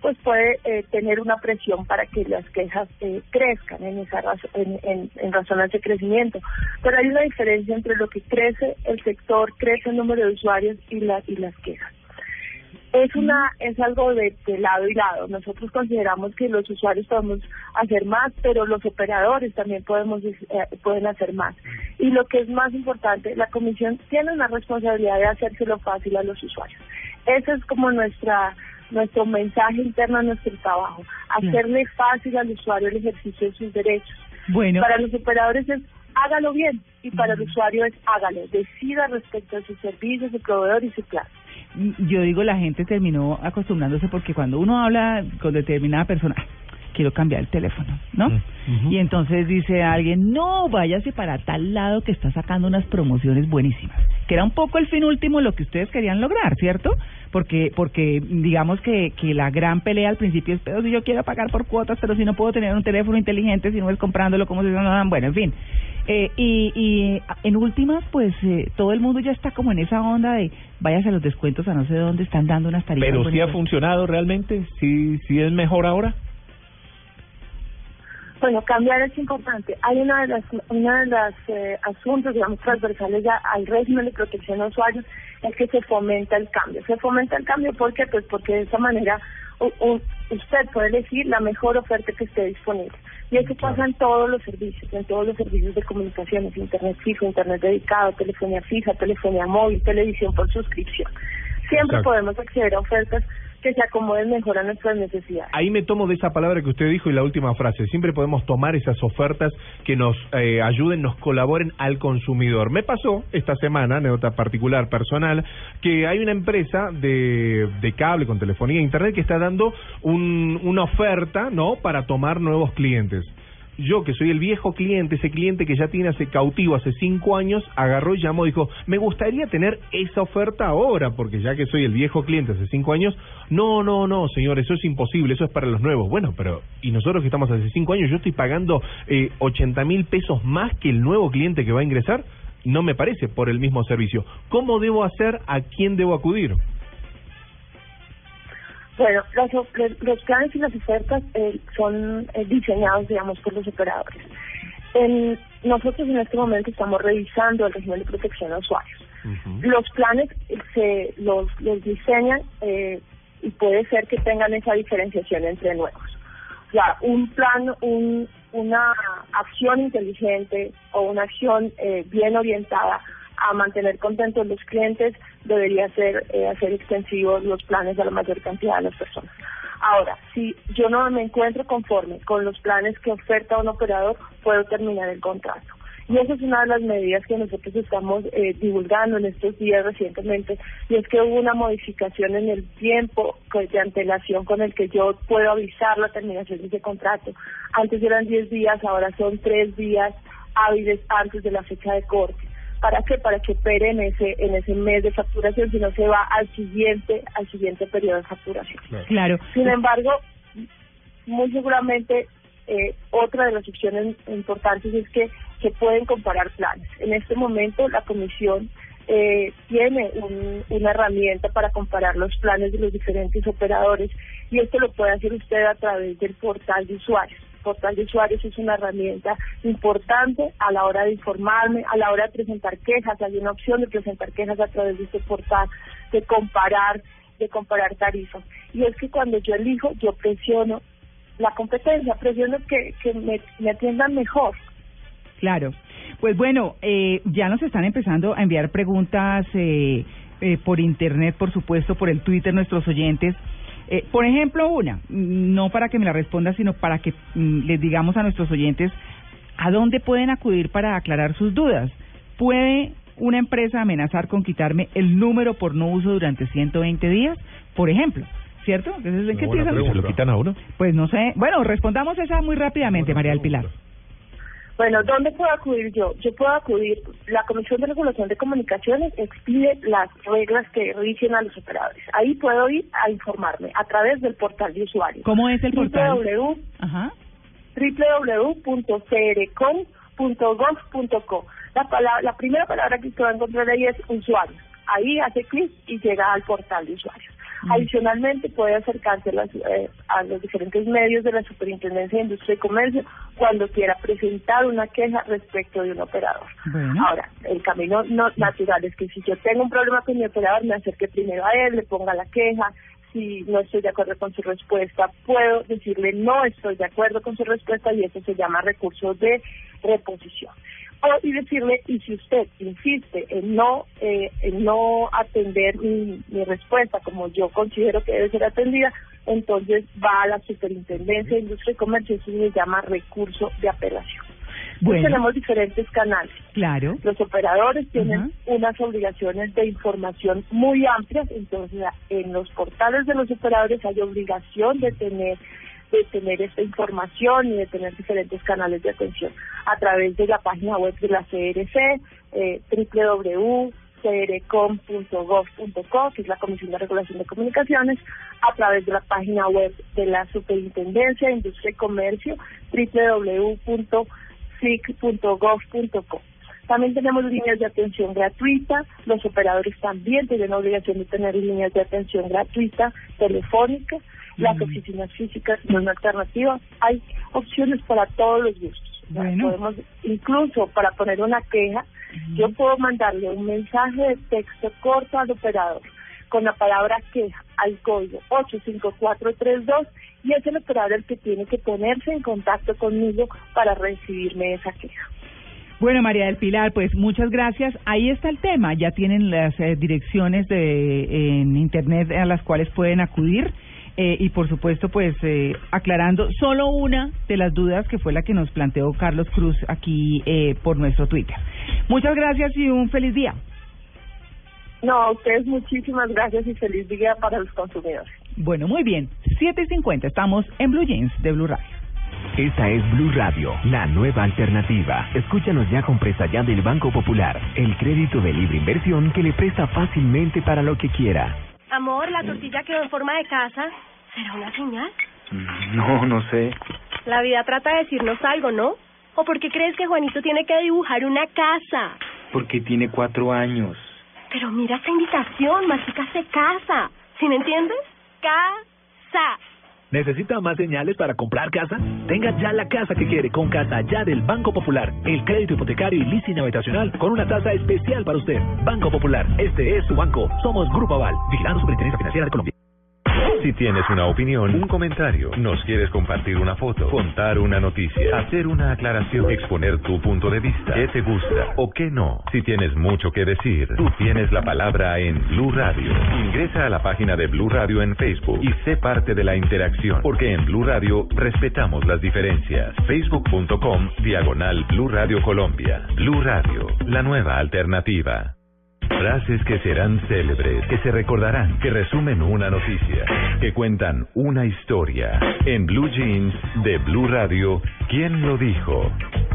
pues puede eh, tener una presión para que las quejas eh, crezcan en esa razo- en, en, en razón a ese crecimiento. Pero hay una diferencia entre lo que crece el sector, crece el número de usuarios y, la, y las quejas. Es una es algo de, de lado y lado. Nosotros consideramos que los usuarios podemos hacer más, pero los operadores también podemos eh, pueden hacer más. Y lo que es más importante, la comisión tiene una responsabilidad de hacérselo fácil a los usuarios. Ese es como nuestra nuestro mensaje interno a nuestro trabajo, hacerle fácil al usuario el ejercicio de sus derechos. Bueno. Para los operadores es hágalo bien y para el usuario es hágalo, decida respecto a sus servicios, su proveedor y su plan. Yo digo, la gente terminó acostumbrándose porque cuando uno habla con determinada persona, "Ah, quiero cambiar el teléfono", ¿no? Uh-huh. Y entonces dice alguien, no, váyase para tal lado que está sacando unas promociones buenísimas. Que era un poco el fin último lo que ustedes querían lograr, ¿cierto? Porque porque digamos que que la gran pelea al principio es, pero si yo quiero pagar por cuotas, pero si no puedo tener un teléfono inteligente, si no es comprándolo, como se llama, bueno, en fin. Eh, y, y en últimas, pues eh, todo el mundo ya está como en esa onda de váyase a los descuentos a no sé dónde, están dando unas tarifas. Pero bonitas. sí ha funcionado realmente, sí, sí es mejor ahora. Bueno, cambiar es importante. Hay una de las una de las eh, asuntos, digamos, transversales ya al régimen de protección a usuarios, es que se fomenta el cambio. Se fomenta el cambio, ¿por qué? Pues porque de esa manera u, u, usted puede elegir la mejor oferta que esté disponible. Y eso pasa en todos los servicios, en todos los servicios de comunicaciones, internet fijo, internet dedicado, telefonía fija, telefonía móvil, televisión por suscripción. Siempre Exacto. podemos acceder a ofertas que se acomoden mejor a nuestras necesidades. Ahí me tomo de esa palabra que usted dijo y la última frase. Siempre podemos tomar esas ofertas que nos eh, ayuden, nos colaboren al consumidor. Me pasó esta semana, anécdota particular, personal, que hay una empresa de, de cable con telefonía e internet que está dando un, una oferta, ¿no?, para tomar nuevos clientes. Yo, que soy el viejo cliente, ese cliente que ya tiene hace cautivo hace cinco años, agarró y llamó y dijo, me gustaría tener esa oferta ahora, porque ya que soy el viejo cliente hace cinco años, no, no, no, señor, eso es imposible, eso es para los nuevos. Bueno, pero, ¿y nosotros que estamos hace cinco años, yo estoy pagando eh, ochenta mil pesos más que el nuevo cliente que va a ingresar? No me parece, por el mismo servicio. ¿Cómo debo hacer? ¿A quién debo acudir? Bueno, los, los planes y las ofertas eh, son eh, diseñados, digamos, por los operadores. En, nosotros en este momento estamos revisando el régimen de protección a usuarios. Uh-huh. Los planes se los, los diseñan eh, y puede ser que tengan esa diferenciación entre nuevos. O sea, un plan, un, una acción inteligente o una acción eh, bien orientada a mantener contentos los clientes debería ser eh, hacer extensivos los planes a la mayor cantidad de las personas. Ahora, si yo no me encuentro conforme con los planes que oferta un operador, puedo terminar el contrato. Y esa es una de las medidas que nosotros estamos eh, divulgando en estos días recientemente, y es que hubo una modificación en el tiempo de antelación con el que yo puedo avisar la terminación de ese contrato. Antes eran diez días, ahora son tres días hábiles antes de la fecha de corte. ¿Para qué? Para que opere en ese en ese mes de facturación, si no se va al siguiente al siguiente periodo de facturación. Claro. Sin embargo, muy seguramente eh, otra de las opciones importantes es que se pueden comparar planes. En este momento la comisión eh, tiene un, una herramienta para comparar los planes de los diferentes operadores, y esto lo puede hacer usted a través del portal de usuarios. Portal de usuarios es una herramienta importante a la hora de informarme, a la hora de presentar quejas. Hay una opción de presentar quejas a través de este portal, de comparar, de comparar tarifas. Y es que cuando yo elijo, yo presiono la competencia, presiono que, que me, me atiendan mejor. Claro. Pues bueno, eh, ya nos están empezando a enviar preguntas eh, eh, por internet, por supuesto, por el Twitter, nuestros oyentes. Eh, por ejemplo, una, no para que me la responda, sino para que mm, les digamos a nuestros oyentes a dónde pueden acudir para aclarar sus dudas. ¿Puede una empresa amenazar con quitarme el número por no uso durante ciento veinte días? Por ejemplo, ¿cierto? Entonces, ¿en qué piensan? ¿Se lo quitan a uno? Pues no sé. Bueno, respondamos esa muy rápidamente, María del Pilar. Bueno, ¿dónde puedo acudir yo? Yo puedo acudir, la Comisión de Regulación de Comunicaciones expide las reglas que rigen a los operadores. Ahí puedo ir a informarme a través del portal de usuarios. ¿Cómo es el portal? w w w punto c r com punto gov punto co. La, palabra, la primera palabra que usted va a encontrar ahí es usuario. Ahí hace clic y llega al portal de usuarios. Mm. Adicionalmente, puede acercarse a, las, eh, a los diferentes medios de la Superintendencia de Industria y Comercio cuando quiera presentar una queja respecto de un operador. Bueno. Ahora, el camino no natural es que si yo tengo un problema con mi operador, me acerque primero a él, le ponga la queja. Si no estoy de acuerdo con su respuesta, puedo decirle no estoy de acuerdo con su respuesta y eso se llama recurso de reposición. O, y decirle, y si usted insiste en no eh, en no atender mi, mi respuesta como yo considero que debe ser atendida, entonces va a la Superintendencia de Industria y Comercio, eso se llama recurso de apelación. Bueno. Tenemos diferentes canales. Claro. Los operadores tienen uh-huh. unas obligaciones de información muy amplias, entonces en los portales de los operadores hay obligación de tener de tener esta información y de tener diferentes canales de atención a través de la página web de la C R C, eh, doble u doble u doble u punto c r com punto gov punto co, que es la Comisión de Regulación de Comunicaciones, a través de la página web de la Superintendencia de Industria y Comercio, doble u doble u doble u punto s i c punto gov punto co. También tenemos líneas de atención gratuita, los operadores también tienen obligación de tener líneas de atención gratuita, telefónica, las mm. oficinas físicas son una alternativa, hay opciones para todos los gustos. Bueno. Podemos, incluso para poner una queja, mm. yo puedo mandarle un mensaje de texto corto al operador con la palabra queja al código ocho cinco cuatro tres dos y es el operador el que tiene que ponerse en contacto conmigo para recibirme esa queja. Bueno, María del Pilar, pues muchas gracias. Ahí está el tema. Ya tienen las eh, direcciones de en internet a las cuales pueden acudir eh, y, por supuesto, pues eh, aclarando solo una de las dudas que fue la que nos planteó Carlos Cruz aquí eh, por nuestro Twitter. Muchas gracias y un feliz día. No, a ustedes muchísimas gracias y feliz día para los consumidores. Bueno, muy bien. siete y cincuenta, estamos en Blue Jeans de Blue Radio. Esta es Blue Radio, la nueva alternativa. Escúchanos ya con Presta Ya del Banco Popular, el crédito de libre inversión que le presta fácilmente para lo que quiera. Amor, la tortilla quedó en forma de casa. ¿Será una señal? No, no sé. La vida trata de decirnos algo, ¿no? ¿O por qué crees que Juanito tiene que dibujar una casa? Porque tiene cuatro años. Pero mira esta invitación, Mágica se casa. ¿Sí me entiendes? Casa. ¿Necesita más señales para comprar casa? Tenga ya la casa que quiere con Casa Ya del Banco Popular. El crédito hipotecario y leasing habitacional con una tasa especial para usted. Banco Popular, este es su banco. Somos Grupo Aval, vigilando Superintendencia Financiera de Colombia. Si tienes una opinión, un comentario, nos quieres compartir una foto, contar una noticia, hacer una aclaración, exponer tu punto de vista, qué te gusta o qué no. Si tienes mucho que decir, tú tienes la palabra en Blue Radio. Ingresa a la página de Blue Radio en Facebook y sé parte de la interacción, porque en Blue Radio respetamos las diferencias. Facebook punto com diagonal Blue Radio Colombia. Blue Radio, la nueva alternativa. Frases que serán célebres, que se recordarán, que resumen una noticia, que cuentan una historia. En Blue Jeans de Blue Radio, ¿quién lo dijo?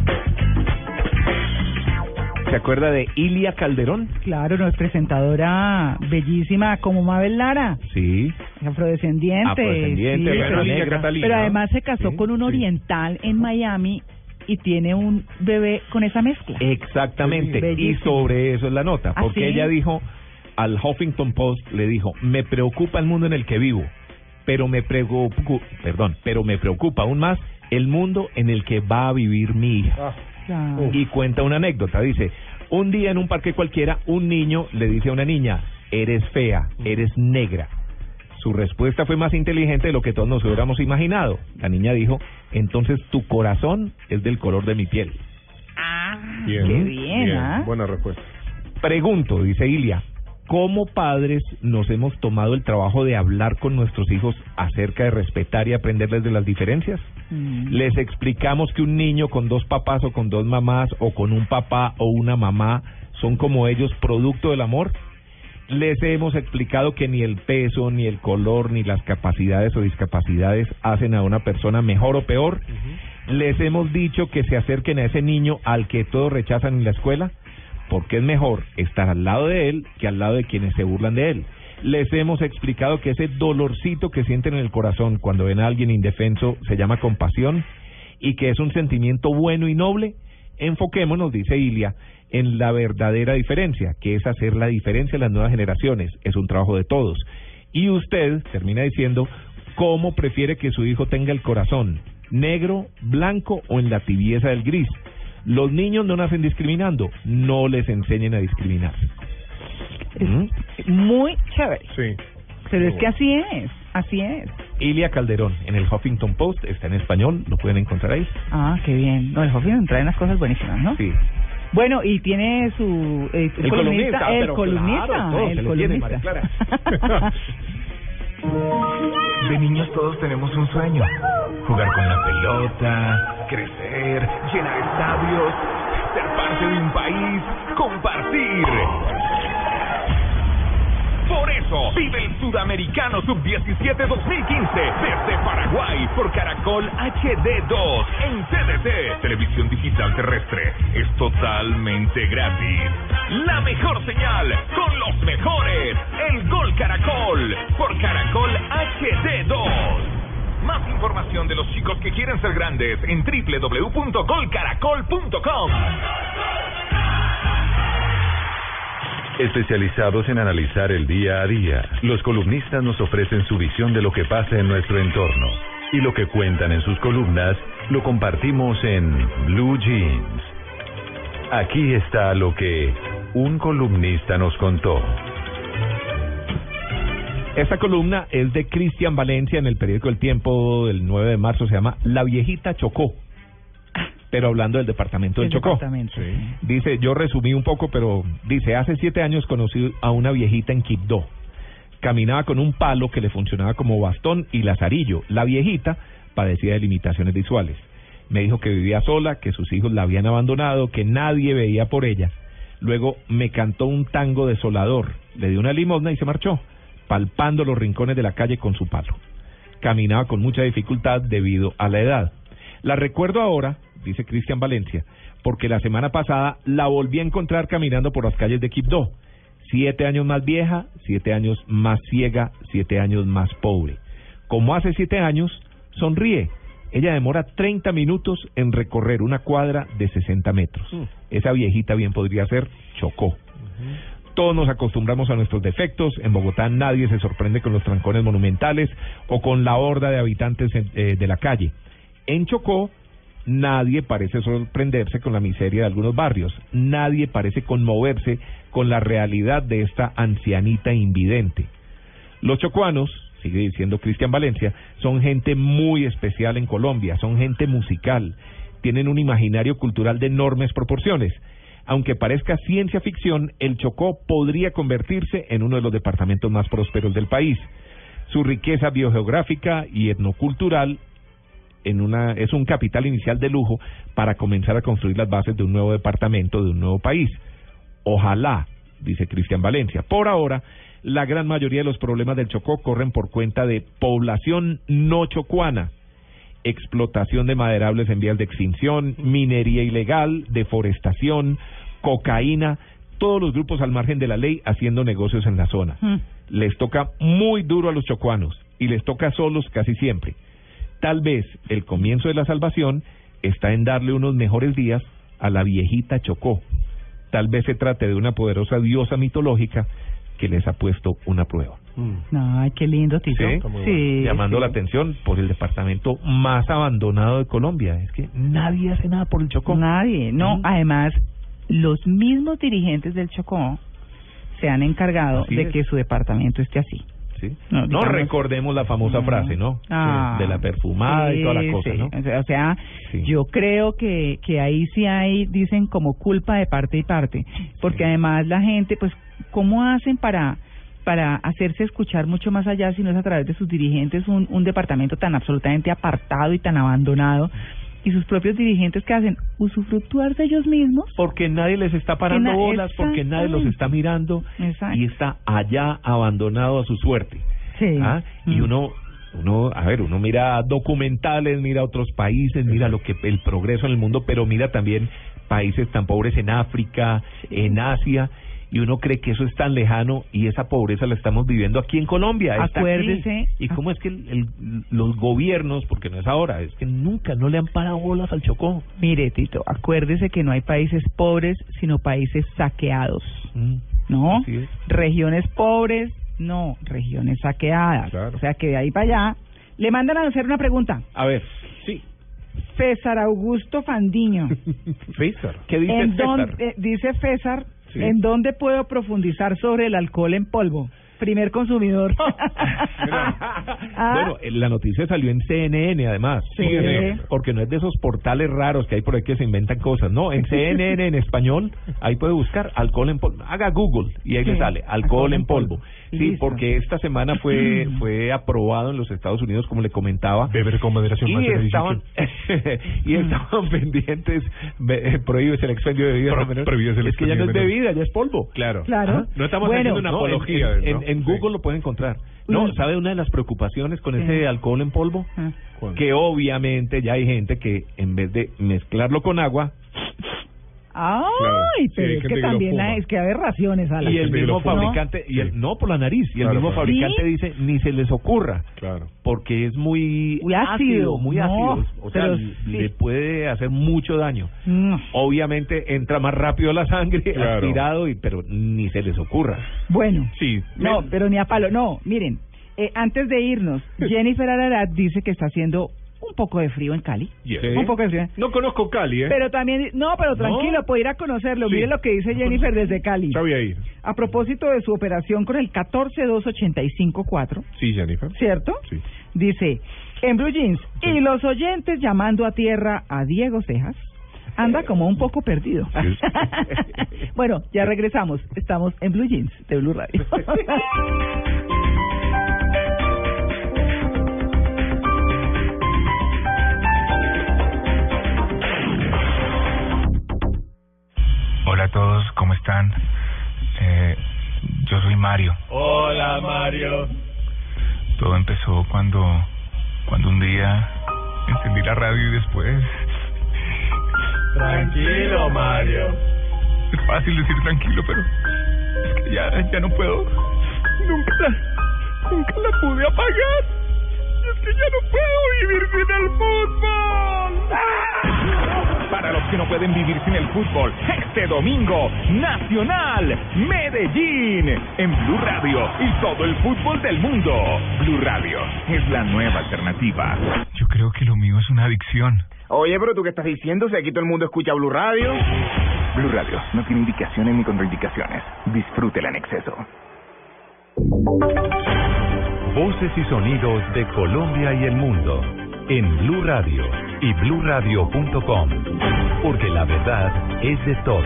¿Se acuerda de Ilia Calderón? Claro, nuestra presentadora bellísima como Mabel Lara. Sí. Afrodescendiente. Afrodescendiente, sí, pero, negra. Catalina, pero además se casó sí, con un sí. oriental en Miami y tiene un bebé con esa mezcla. Exactamente, sí, y sobre eso es la nota, ¿Ah, porque sí? ella dijo, al Huffington Post le dijo, me preocupa el mundo en el que vivo, pero me preocupa, perdón, pero me preocupa aún más el mundo en el que va a vivir mi hija. Ah, claro. Y cuenta una anécdota, dice, un día en un parque cualquiera, un niño le dice a una niña, eres fea, eres negra. Su respuesta fue más inteligente de lo que todos nos hubiéramos imaginado. La niña dijo, entonces tu corazón es del color de mi piel. Ah, bien, qué bien, bien. ¿ah? Buena respuesta. Pregunto, dice Ilia, ¿cómo padres nos hemos tomado el trabajo de hablar con nuestros hijos acerca de respetar y aprenderles de las diferencias? Mm. ¿Les explicamos que un niño con dos papás o con dos mamás o con un papá o una mamá son como ellos producto del amor? Les hemos explicado que ni el peso, ni el color, ni las capacidades o discapacidades hacen a una persona mejor o peor. Uh-huh. Les hemos dicho que se acerquen a ese niño al que todos rechazan en la escuela, porque es mejor estar al lado de él que al lado de quienes se burlan de él. Les hemos explicado que ese dolorcito que sienten en el corazón cuando ven a alguien indefenso se llama compasión y que es un sentimiento bueno y noble. Enfoquémonos, dice Ilia, en la verdadera diferencia, que es hacer la diferencia en las nuevas generaciones. Es un trabajo de todos. Y usted termina diciendo cómo prefiere que su hijo tenga el corazón, negro, blanco o en la tibieza del gris. Los niños no nacen discriminando, no les enseñen a discriminar. Es muy chévere. Sí. Pero Muy es que bueno. así es, así es. Ilia Calderón, en el Huffington Post, está en español, lo pueden encontrar ahí. Ah, qué bien. No, el Huffington trae unas cosas buenísimas, ¿no? Sí. Bueno, y tiene su eh, El columnista, el pero columnista, claro, todo el se le tiene, columnista. María Clara. De niños todos tenemos un sueño. Jugar con la pelota, crecer, llenar estadios, ser parte de un país, compartir. Por eso, vive el Sudamericano sub diecisiete dos mil quince desde Paraguay por Caracol H D dos en T D T, televisión digital terrestre. Es totalmente gratis. La mejor señal con los mejores. El Gol Caracol por Caracol H D dos. Más información de los chicos que quieren ser grandes en doble u doble u doble u punto gol caracol punto com. Especializados en analizar el día a día, los columnistas nos ofrecen su visión de lo que pasa en nuestro entorno. Y lo que cuentan en sus columnas, lo compartimos en Blue Jeans. Aquí está lo que un columnista nos contó. Esta columna es de Cristian Valencia en el periódico El Tiempo del nueve de marzo, se llama La viejita Chocó, pero hablando del departamento del El Chocó. departamento, sí. Dice, yo resumí un poco, pero dice, hace siete años conocí a una viejita en Quibdó. Caminaba con un palo que le funcionaba como bastón y lazarillo. La viejita padecía de limitaciones visuales. Me dijo que vivía sola, que sus hijos la habían abandonado, que nadie veía por ella. Luego me cantó un tango desolador, le dio una limosna y se marchó, palpando los rincones de la calle con su palo. Caminaba con mucha dificultad debido a la edad. La recuerdo ahora, dice Cristian Valencia, porque la semana pasada la volví a encontrar caminando por las calles de Quibdó. Siete años más vieja, siete años más ciega, siete años más pobre. Como hace siete años, sonríe. Ella demora treinta minutos en recorrer una cuadra de sesenta metros. Mm. Esa viejita bien podría ser Chocó. Uh-huh. Todos nos acostumbramos a nuestros defectos. En Bogotá nadie se sorprende con los trancones monumentales o con la horda de habitantes en, eh, de la calle. En Chocó, nadie parece sorprenderse con la miseria de algunos barrios. Nadie parece conmoverse con la realidad de esta ancianita invidente. Los chocuanos, sigue diciendo Cristian Valencia, son gente muy especial en Colombia, son gente musical, tienen un imaginario cultural de enormes proporciones. Aunque parezca ciencia ficción, el Chocó podría convertirse en uno de los departamentos más prósperos del país. Su riqueza biogeográfica y etnocultural en una, es un capital inicial de lujo para comenzar a construir las bases de un nuevo departamento, de un nuevo país. Ojalá, dice Cristian Valencia. Por ahora, la gran mayoría de los problemas del Chocó corren por cuenta de población no chocuana, explotación de maderables en vías de extinción, minería ilegal, deforestación, cocaína, todos los grupos al margen de la ley haciendo negocios en la zona. Mm. Les toca muy duro a los chocuanos y les toca solos casi siempre. Tal vez el comienzo de la salvación está en darle unos mejores días a la viejita Chocó. Tal vez se trate de una poderosa diosa mitológica que les ha puesto una prueba. Ay, qué lindo, Tito. Sí, sí, llamando sí. la atención por el departamento más abandonado de Colombia. Es que nadie hace nada por el Chocó. Nadie, no. ¿Mm? Además, los mismos dirigentes del Chocó se han encargado Así de es. que su departamento esté así. Sí. No, No, digamos, recordemos la famosa no. frase, ¿no? Ah, de la perfumada sí, y toda la cosa, sí. ¿no? O sea, Sí. yo creo que que ahí sí hay, dicen, como culpa de parte y parte, porque sí. Además la gente, pues, ¿cómo hacen para para hacerse escuchar mucho más allá si no es a través de sus dirigentes un, un departamento tan absolutamente apartado y tan abandonado? Y sus propios dirigentes, ¿qué hacen? Usufructuar de ellos mismos. Porque nadie les está parando na- bolas, porque nadie los está mirando Exacto. y está allá abandonado a su suerte. Sí. ¿Ah? Y Mm. uno, uno, a ver, uno mira documentales, mira otros países, mira lo que el progreso en el mundo, pero mira también países tan pobres en África, en Asia, y uno cree que eso es tan lejano y esa pobreza la estamos viviendo aquí en Colombia. Está Acuérdese. aquí. ¿Y cómo es que el, el, los gobiernos, porque no es ahora, es que nunca no le han parado bolas al Chocó? Mire, Tito, acuérdese que no hay países pobres, sino países saqueados. Mm. ¿No? Así es. Regiones pobres, No, regiones saqueadas. Claro. O sea que de ahí para allá le mandan a hacer una pregunta. A ver, sí. César Augusto Fandiño. César. ¿Qué dice ¿En César? dónde, eh, dice César, Sí. ¿en dónde puedo profundizar sobre el alcohol en polvo? Primer consumidor. Ah. Bueno, eh, la noticia salió en C N N además, Sí. porque, porque no es de esos portales raros que hay por ahí que se inventan cosas, no, en C N N en español, ahí puede buscar alcohol en polvo, haga Google y ahí Sí. le sale alcohol en polvo. Sí, Listo. porque esta semana fue fue aprobado en los Estados Unidos, como le comentaba. Beber con moderación más Y de estaban, y estaban pendientes, be- eh, prohíbes el expendio de bebidas. Pro- a menores. prohíbes el Es que ya no es expendio de bebida, ya es polvo. Claro. Claro. Ajá. No estamos Bueno, haciendo una No, en- apología. En, ¿no? en, en Sí. Google lo pueden encontrar. No, Mm. ¿sabe una de las preocupaciones con Sí. ese alcohol en polvo? Ah. Que obviamente ya hay gente que en vez de mezclarlo con agua, Ay, Claro. Sí, pero hay es gente que que lo también fuma. la, es que hay aberraciones, Alan. y el que mismo lo fuma. fabricante, y el, Sí. no por la nariz, y el Claro, mismo claro. fabricante ¿Sí? dice, ni se les ocurra, Claro. porque es muy, Muy ácido. muy No, ácido, o sea, pero le sí. puede hacer mucho daño. No. Obviamente entra más rápido la sangre, Claro. aspirado, y pero ni se les ocurra. Bueno, Sí. no, Me- pero ni a palo. No, miren, eh, antes de irnos, Jennifer Ararat dice que está haciendo un poco de frío en Cali. Yes. Un poco de frío. No conozco Cali, ¿eh? Pero también, no, pero tranquilo, ¿No? puede ir a conocerlo. Sí. Miren lo que dice Jennifer desde Cali. Ya voy a ir. A propósito de su operación con el catorce dos ochenta y cinco cuatro, Sí, Jennifer. ¿cierto? Sí. Dice, en Blue Jeans, y los oyentes llamando a tierra a Diego Cejas, anda como un poco perdido. Bueno, ya regresamos. Estamos en Blue Jeans de Blue Radio. Hola a todos, ¿cómo están? Eh, yo soy Mario. Hola, Mario. Todo empezó cuando, cuando un día encendí la radio y después... Tranquilo, Mario. Es fácil decir tranquilo, pero es que ya, ya no puedo. Nunca la, nunca la pude apagar. Y es que ya no puedo vivir sin el fútbol. Para los que no pueden vivir sin el fútbol, este domingo, Nacional Medellín, en Blue Radio y todo el fútbol del mundo. Blue Radio es la nueva alternativa. Yo creo que lo mío es una adicción. Oye, pero ¿tú qué estás diciendo? Si aquí todo el mundo escucha Blue Radio. Blue Radio no tiene indicaciones ni contraindicaciones. Disfrútela en exceso. Voces y sonidos de Colombia y el mundo en Blue Radio y blue radio punto com, porque la verdad es de todos.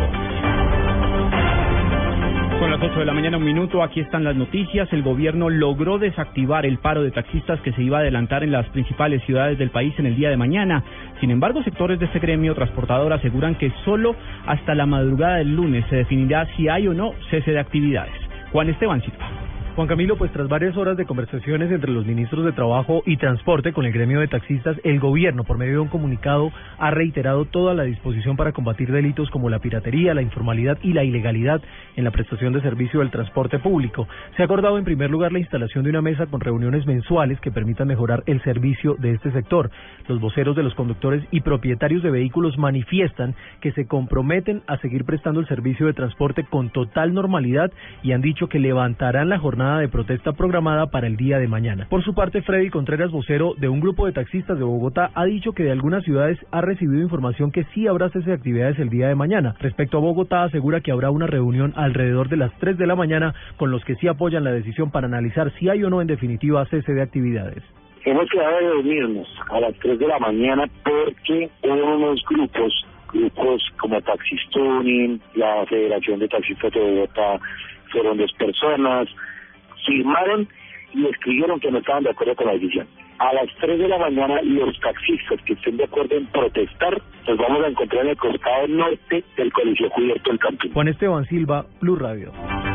Con las ocho de la mañana, un minuto, aquí están las noticias. El gobierno logró desactivar el paro de taxistas que se iba a adelantar en las principales ciudades del país en el día de mañana. Sin embargo, sectores de este gremio transportador aseguran que solo hasta la madrugada del lunes se definirá si hay o no cese de actividades. Juan Esteban Silva. Juan Camilo, pues tras varias horas de conversaciones entre los ministros de Trabajo y Transporte con el gremio de taxistas, el gobierno, por medio de un comunicado, ha reiterado toda la disposición para combatir delitos como la piratería, la informalidad y la ilegalidad en la prestación de servicio del transporte público. Se ha acordado en primer lugar la instalación de una mesa con reuniones mensuales que permitan mejorar el servicio de este sector. Los voceros de los conductores y propietarios de vehículos manifiestan que se comprometen a seguir prestando el servicio de transporte con total normalidad y han dicho que levantarán la jornada de protesta programada para el día de mañana. Por su parte, Freddy Contreras, vocero de un grupo de taxistas de Bogotá, ha dicho que de algunas ciudades ha recibido información que sí habrá cese de actividades el día de mañana. Respecto a Bogotá, asegura que habrá una reunión alrededor de las tres de la mañana con los que sí apoyan la decisión para analizar si hay o no en definitiva cese de actividades. Hemos quedado de reunirnos a las tres de la mañana porque hubo unos grupos, grupos como Taxis Tuning, la Federación de Taxistas de Bogotá, fueron dos personas, firmaron y escribieron que no estaban de acuerdo con la decisión. A las tres de la mañana, los taxistas que estén de acuerdo en protestar, nos vamos a encontrar en el costado norte del Coliseo Cubierto del Campín. Juan Esteban Silva, Blue Radio.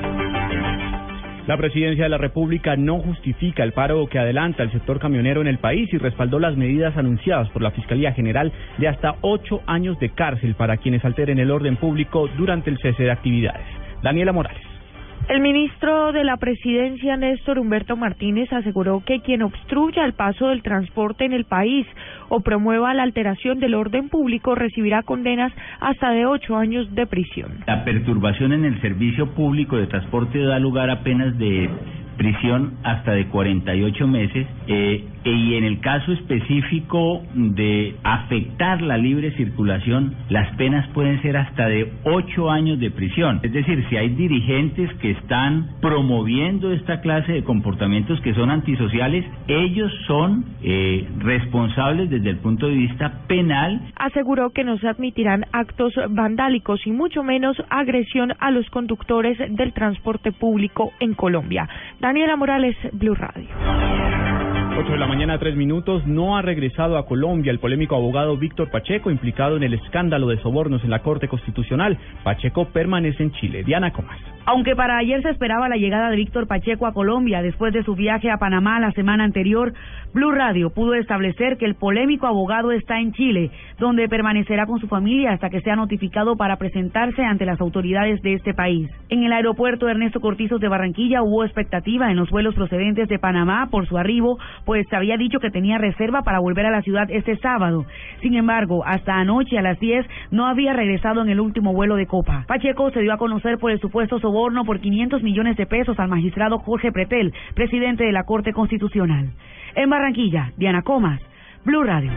La Presidencia de la República no justifica el paro que adelanta el sector camionero en el país y respaldó las medidas anunciadas por la Fiscalía General de hasta ocho años de cárcel para quienes alteren el orden público durante el cese de actividades. Daniela Morales. El ministro de la Presidencia, Néstor Humberto Martínez, aseguró que quien obstruya el paso del transporte en el país o promueva la alteración del orden público recibirá condenas hasta de ocho años de prisión. La perturbación en el servicio público de transporte da lugar a penas de prisión hasta de cuarenta y ocho meses, eh, y en el caso específico de afectar la libre circulación, las penas pueden ser hasta de ocho años de prisión. Es decir, si hay dirigentes que están promoviendo esta clase de comportamientos que son antisociales, ellos son eh, responsables desde el punto de vista penal. Aseguró que no se admitirán actos vandálicos y mucho menos agresión a los conductores del transporte público en Colombia. Daniela Morales, Blue Radio. ocho de la mañana, tres minutos. No ha regresado a Colombia el polémico abogado Víctor Pacheco, implicado en el escándalo de sobornos en la Corte Constitucional. Pacheco permanece en Chile. Diana Comas. Aunque para ayer se esperaba la llegada de Víctor Pacheco a Colombia después de su viaje a Panamá la semana anterior, Blue Radio pudo establecer que el polémico abogado está en Chile, donde permanecerá con su familia hasta que sea notificado para presentarse ante las autoridades de este país. En el aeropuerto Ernesto Cortizos de Barranquilla hubo expectativa en los vuelos procedentes de Panamá por su arribo, pues se había dicho que tenía reserva para volver a la ciudad este sábado. Sin embargo, hasta anoche a las diez no había regresado en el último vuelo de Copa. Pacheco se dio a conocer por el supuesto soborno por quinientos millones de pesos al magistrado Jorge Pretel, presidente de la Corte Constitucional. En Barranquilla, Diana Comas, Blue Radio.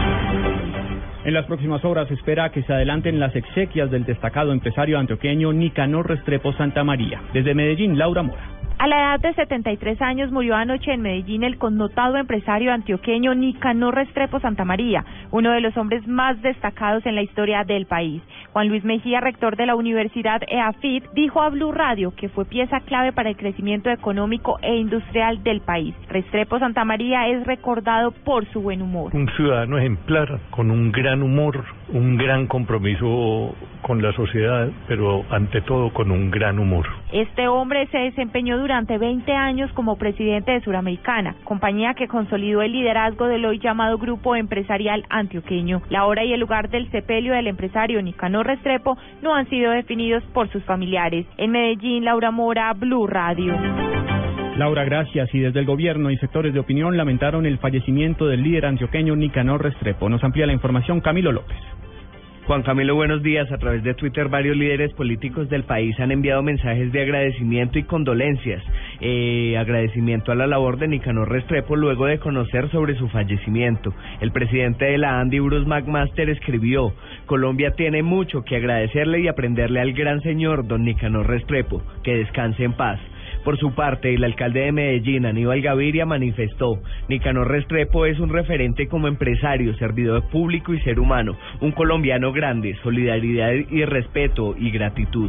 En las próximas horas se espera que se adelanten las exequias del destacado empresario antioqueño Nicanor Restrepo Santamaría. Desde Medellín, Laura Mora. A la edad de setenta y tres años murió anoche en Medellín el connotado empresario antioqueño Nicanor Restrepo Santamaría, uno de los hombres más destacados en la historia del país. Juan Luis Mejía, rector de la Universidad EAFIT, dijo a Blue Radio que fue pieza clave para el crecimiento económico e industrial del país. Restrepo Santamaría es recordado por su buen humor. Un ciudadano ejemplar, con un gran humor, un gran compromiso con la sociedad, pero ante todo con un gran humor. Este hombre se desempeñó durante veinte años como presidente de Suramericana, compañía que consolidó el liderazgo del hoy llamado Grupo Empresarial Antioqueño. La hora y el lugar del sepelio del empresario Nicanor Restrepo no han sido definidos por sus familiares. En Medellín, Laura Mora, Blue Radio. Laura, gracias. Y desde el gobierno y sectores de opinión lamentaron el fallecimiento del líder antioqueño Nicanor Restrepo. Nos amplía la información Camilo López. Juan Camilo, buenos días. A través de Twitter, varios líderes políticos del país han enviado mensajes de agradecimiento y condolencias. Eh, agradecimiento a la labor de Nicanor Restrepo luego de conocer sobre su fallecimiento. El presidente de la ANDI, Bruce McMaster, escribió: Colombia tiene mucho que agradecerle y aprenderle al gran señor don Nicanor Restrepo. Que descanse en paz. Por su parte, el alcalde de Medellín, Aníbal Gaviria, manifestó: Nicanor Restrepo es un referente como empresario, servidor público y ser humano, un colombiano grande, solidaridad y respeto y gratitud.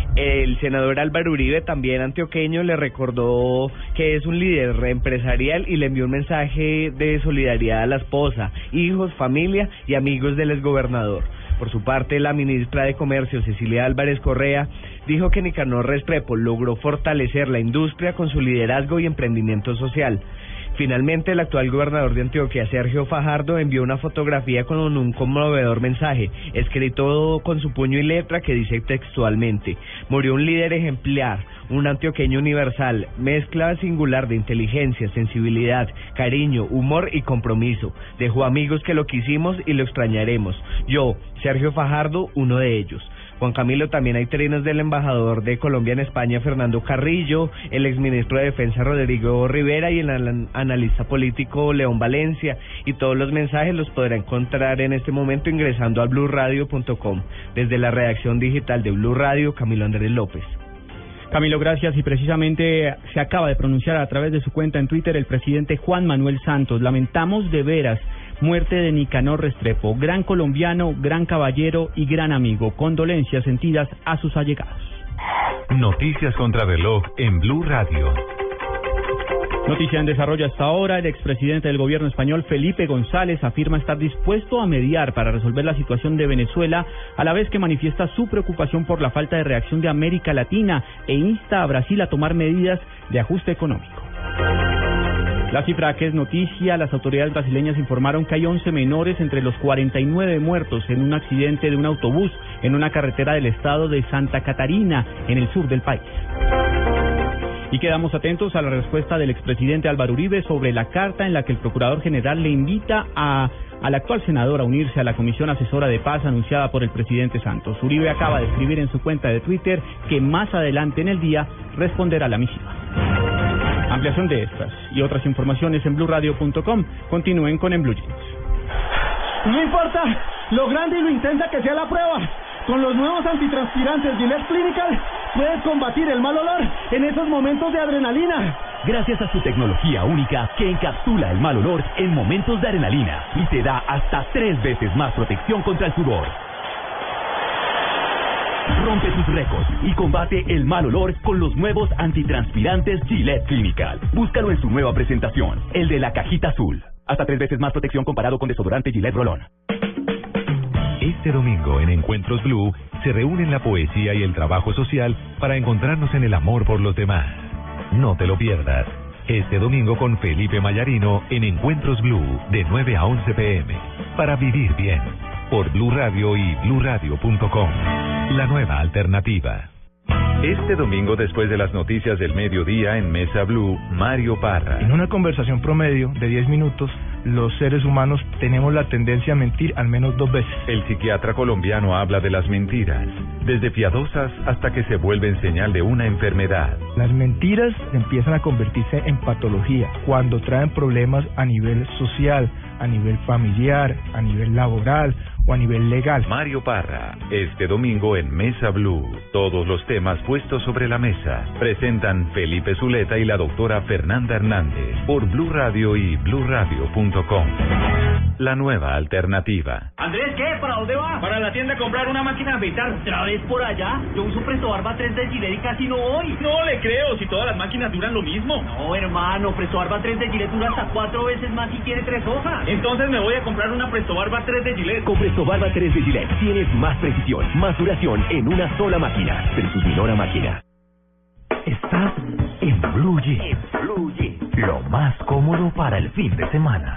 El senador Álvaro Uribe, también antioqueño, le recordó que es un líder empresarial y le envió un mensaje de solidaridad a la esposa, hijos, familia y amigos del exgobernador. Por su parte, la ministra de Comercio, Cecilia Álvarez Correa, dijo que Nicanor Restrepo logró fortalecer la industria con su liderazgo y emprendimiento social. Finalmente, el actual gobernador de Antioquia, Sergio Fajardo, envió una fotografía con un conmovedor mensaje, escrito con su puño y letra, que dice textualmente: murió un líder ejemplar, un antioqueño universal, mezcla singular de inteligencia, sensibilidad, cariño, humor y compromiso. Dejó amigos que lo quisimos y lo extrañaremos. Yo, Sergio Fajardo, uno de ellos. Juan Camilo, también hay trinos del embajador de Colombia en España, Fernando Carrillo, el exministro de Defensa, Rodrigo Rivera, y el analista político, León Valencia, y todos los mensajes los podrá encontrar en este momento ingresando a blue radio punto com. Desde la redacción digital de Blue Radio, Camilo Andrés López. Camilo, gracias. Y precisamente se acaba de pronunciar a través de su cuenta en Twitter el presidente Juan Manuel Santos: lamentamos de veras muerte de Nicanor Restrepo, gran colombiano, gran caballero y gran amigo. Condolencias sentidas a sus allegados. Noticias contra reloj en Blue Radio. Noticia en desarrollo hasta ahora. El expresidente del gobierno español, Felipe González, afirma estar dispuesto a mediar para resolver la situación de Venezuela, a la vez que manifiesta su preocupación por la falta de reacción de América Latina e insta a Brasil a tomar medidas de ajuste económico. La cifra que es noticia: las autoridades brasileñas informaron que hay once menores entre los cuarenta y nueve muertos en un accidente de un autobús en una carretera del estado de Santa Catarina, en el sur del país. Y quedamos atentos a la respuesta del expresidente Álvaro Uribe sobre la carta en la que el procurador general le invita a al actual senador a unirse a la comisión asesora de paz anunciada por el presidente Santos. Uribe acaba de escribir en su cuenta de Twitter que más adelante en el día responderá la misiva. Ampliación de estas y otras informaciones en blue radio punto com. Continúen con En Blue Jeans. No importa lo grande y lo intensa que sea la prueba, con los nuevos antitranspirantes Gillette Clinical puedes combatir el mal olor en esos momentos de adrenalina. Gracias a su tecnología única que encapsula el mal olor en momentos de adrenalina y te da hasta tres veces más protección contra el sudor. Rompe tus récords y combate el mal olor con los nuevos antitranspirantes Gillette Clinical. Búscalo en su nueva presentación, el de la cajita azul. Hasta tres veces más protección comparado con desodorante Gillette Roll-On. Este domingo en Encuentros Blue se reúnen la poesía y el trabajo social para encontrarnos en el amor por los demás. No te lo pierdas. Este domingo con Felipe Mayarino en Encuentros Blue de nueve a once pe eme. Para vivir bien. Por Blue Radio y blue radio punto com. La nueva alternativa. Este domingo, después de las noticias del mediodía en Mesa Blue, Mario Parra. En una conversación promedio de diez minutos, los seres humanos tenemos la tendencia a mentir al menos dos veces. El psiquiatra colombiano habla de las mentiras, desde piadosas hasta que se vuelven señal de una enfermedad. Las mentiras empiezan a convertirse en patología cuando traen problemas a nivel social, a nivel familiar, a nivel laboral o a nivel legal. Mario Parra, este domingo en Mesa Blue. Todos los temas puestos sobre la mesa. Presentan Felipe Zuleta y la doctora Fernanda Hernández por Blue Radio y blue radio punto com. La nueva alternativa. Andrés, ¿qué? ¿Para dónde va? Para la tienda a comprar una máquina de afeitar. ¿Otra vez por allá? Yo uso Presto Barba tres de Gillette y casi no voy. No le creo, si todas las máquinas duran lo mismo. No, hermano, Presto Barba tres de Gillette dura hasta cuatro veces más y tiene tres hojas. Entonces me voy a comprar una Presto Barba tres de Gillette. Con Presto Barba tres de Gillette tienes más precisión, más duración en una sola máquina. Versus Minora Máquina. Estás en Blue Jeans. En Blue Jeans. Lo más cómodo para el fin de semana.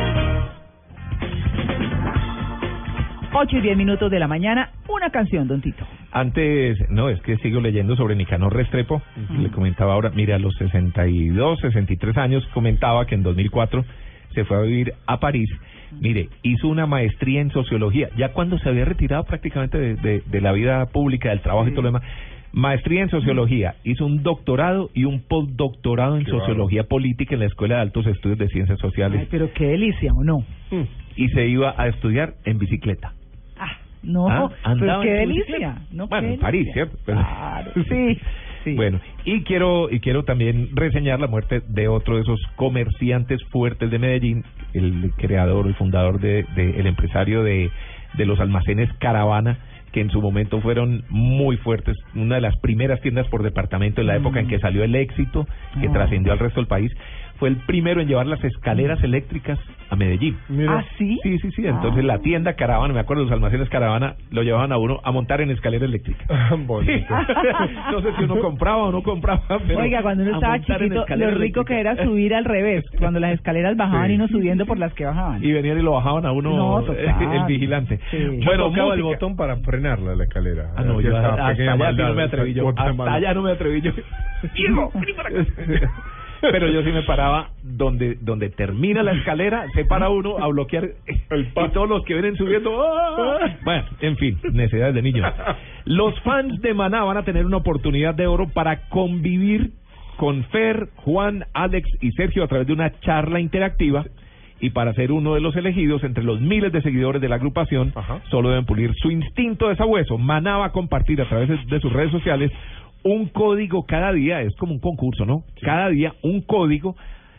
Ocho y diez minutos de la mañana, una canción, don Tito. Antes, no, es que sigo leyendo sobre Nicanor Restrepo, uh-huh. Le comentaba ahora, mira, a los sesenta y dos, sesenta y tres años, comentaba que en dos mil cuatro se fue a vivir a París. Mire, hizo una maestría en sociología, ya cuando se había retirado prácticamente de, de, de la vida pública, del trabajo sí. y todo lo demás. Maestría en sociología, hizo un doctorado y un postdoctorado en qué sociología bueno. política en la Escuela de Altos Estudios de Ciencias Sociales. Ay, pero qué delicia, ¿o no? Mm. Y se iba a estudiar en bicicleta. Ah, no, ¿Ah? pero qué delicia. No, bueno, qué en París, delicia. ¿cierto? Claro, sí. Sí. Bueno, y quiero y quiero también reseñar la muerte de otro de esos comerciantes fuertes de Medellín, el creador, el fundador de, de el empresario de, de los almacenes Caravana, que en su momento fueron muy fuertes, una de las primeras tiendas por departamento en la mm. época en que salió el éxito, que oh. trascendió al resto del país. Fue el primero en llevar las escaleras eléctricas a Medellín. ¿Ah, sí? Sí, sí, sí. Entonces ah. la tienda Caravana, me acuerdo, los almacenes Caravana lo llevaban a uno a montar en escalera eléctrica. Bonito. No sé si uno compraba o no compraba. Pero oiga, cuando uno estaba chiquito, lo rico que era subir al revés, cuando las escaleras bajaban sí. y uno subiendo por las que bajaban. Y venían y lo bajaban a uno no, total. el vigilante. Sí. Bueno, tocaba el botón para frenarla la escalera. Ah, no, yo hasta, hasta allá no me atreví yo. Hasta allá no me atreví yo. Diego, vení para acá. Pero yo sí me paraba donde donde termina la escalera, se para uno a bloquear el y todos los que vienen subiendo. ¡Oh! Bueno, en fin, necesidades de niños. Los fans de Maná van a tener una oportunidad de oro para convivir con Fer, Juan, Alex y Sergio a través de una charla interactiva. Y para ser uno de los elegidos entre los miles de seguidores de la agrupación, Ajá. solo deben pulir su instinto de sabueso. Maná va a compartir a través de sus redes sociales un código cada día, es como un concurso, ¿no? Sí. Cada día un código,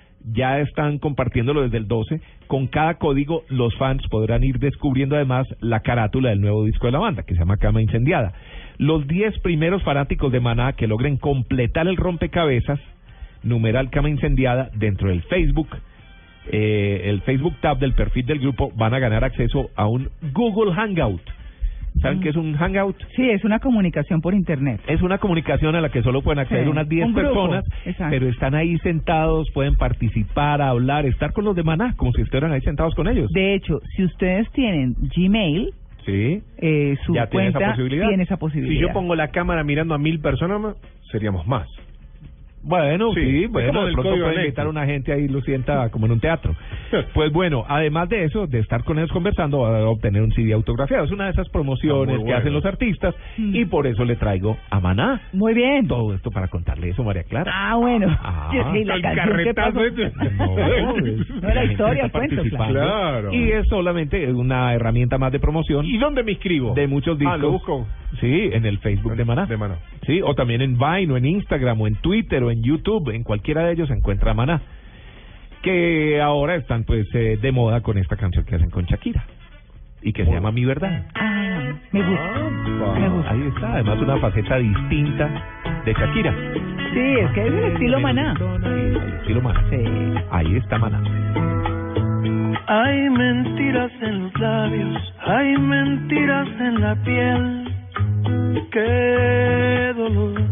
ya están compartiéndolo desde el doce, con cada código los fans podrán ir descubriendo además la carátula del nuevo disco de la banda, que se llama Cama Incendiada. Los diez primeros fanáticos de Maná que logren completar el rompecabezas, numeral Cama Incendiada, dentro del Facebook, eh, el Facebook tab del perfil del grupo, van a ganar acceso a un Google Hangout. ¿Saben mm. qué es un hangout? Sí, es una comunicación por internet. Es una comunicación a la que solo pueden acceder sí, unas diez un personas, exacto. pero están ahí sentados, pueden participar, hablar, estar con los de Maná, como si estuvieran ahí sentados con ellos. De hecho, si ustedes tienen Gmail, sí, eh, su ya cuenta tiene esa posibilidad. tiene esa posibilidad. Si yo pongo la cámara mirando a mil personas, seríamos más. Bueno, sí, Sí, bueno, como de del pronto código puede anexo. invitar a una gente ahí lo sienta como en un teatro. Pues bueno, además de eso, de estar con ellos conversando, va a obtener un C D autografiado. Es una de esas promociones Ah, muy que hacen bueno. los artistas y por eso le traigo a Maná. Muy bien. Todo esto para contarle eso, María Clara. Ah, bueno. Ah, Yo sí, la el canción que carretazo pasó. este. No, es- No, la gente historia, está el cuento, participando. claro. Y es solamente una herramienta más de promoción ¿Y dónde me inscribo? de muchos discos. Ah, lo busco. Sí, en el Facebook de Maná. De Maná. Sí, o también en Vine, o en Instagram, o en Twitter, o en YouTube, en cualquiera de ellos se encuentra Maná. Que ahora están pues eh, de moda con esta canción que hacen con Shakira. Y que se llama Mi Verdad. Ah, me gusta. Ah, Me gusta. Ahí está, además una faceta distinta de Shakira. Sí, es que es el estilo Maná. El estilo Maná. Sí. Ahí está Maná. Hay mentiras en los labios, hay mentiras en la piel. Qué dolor.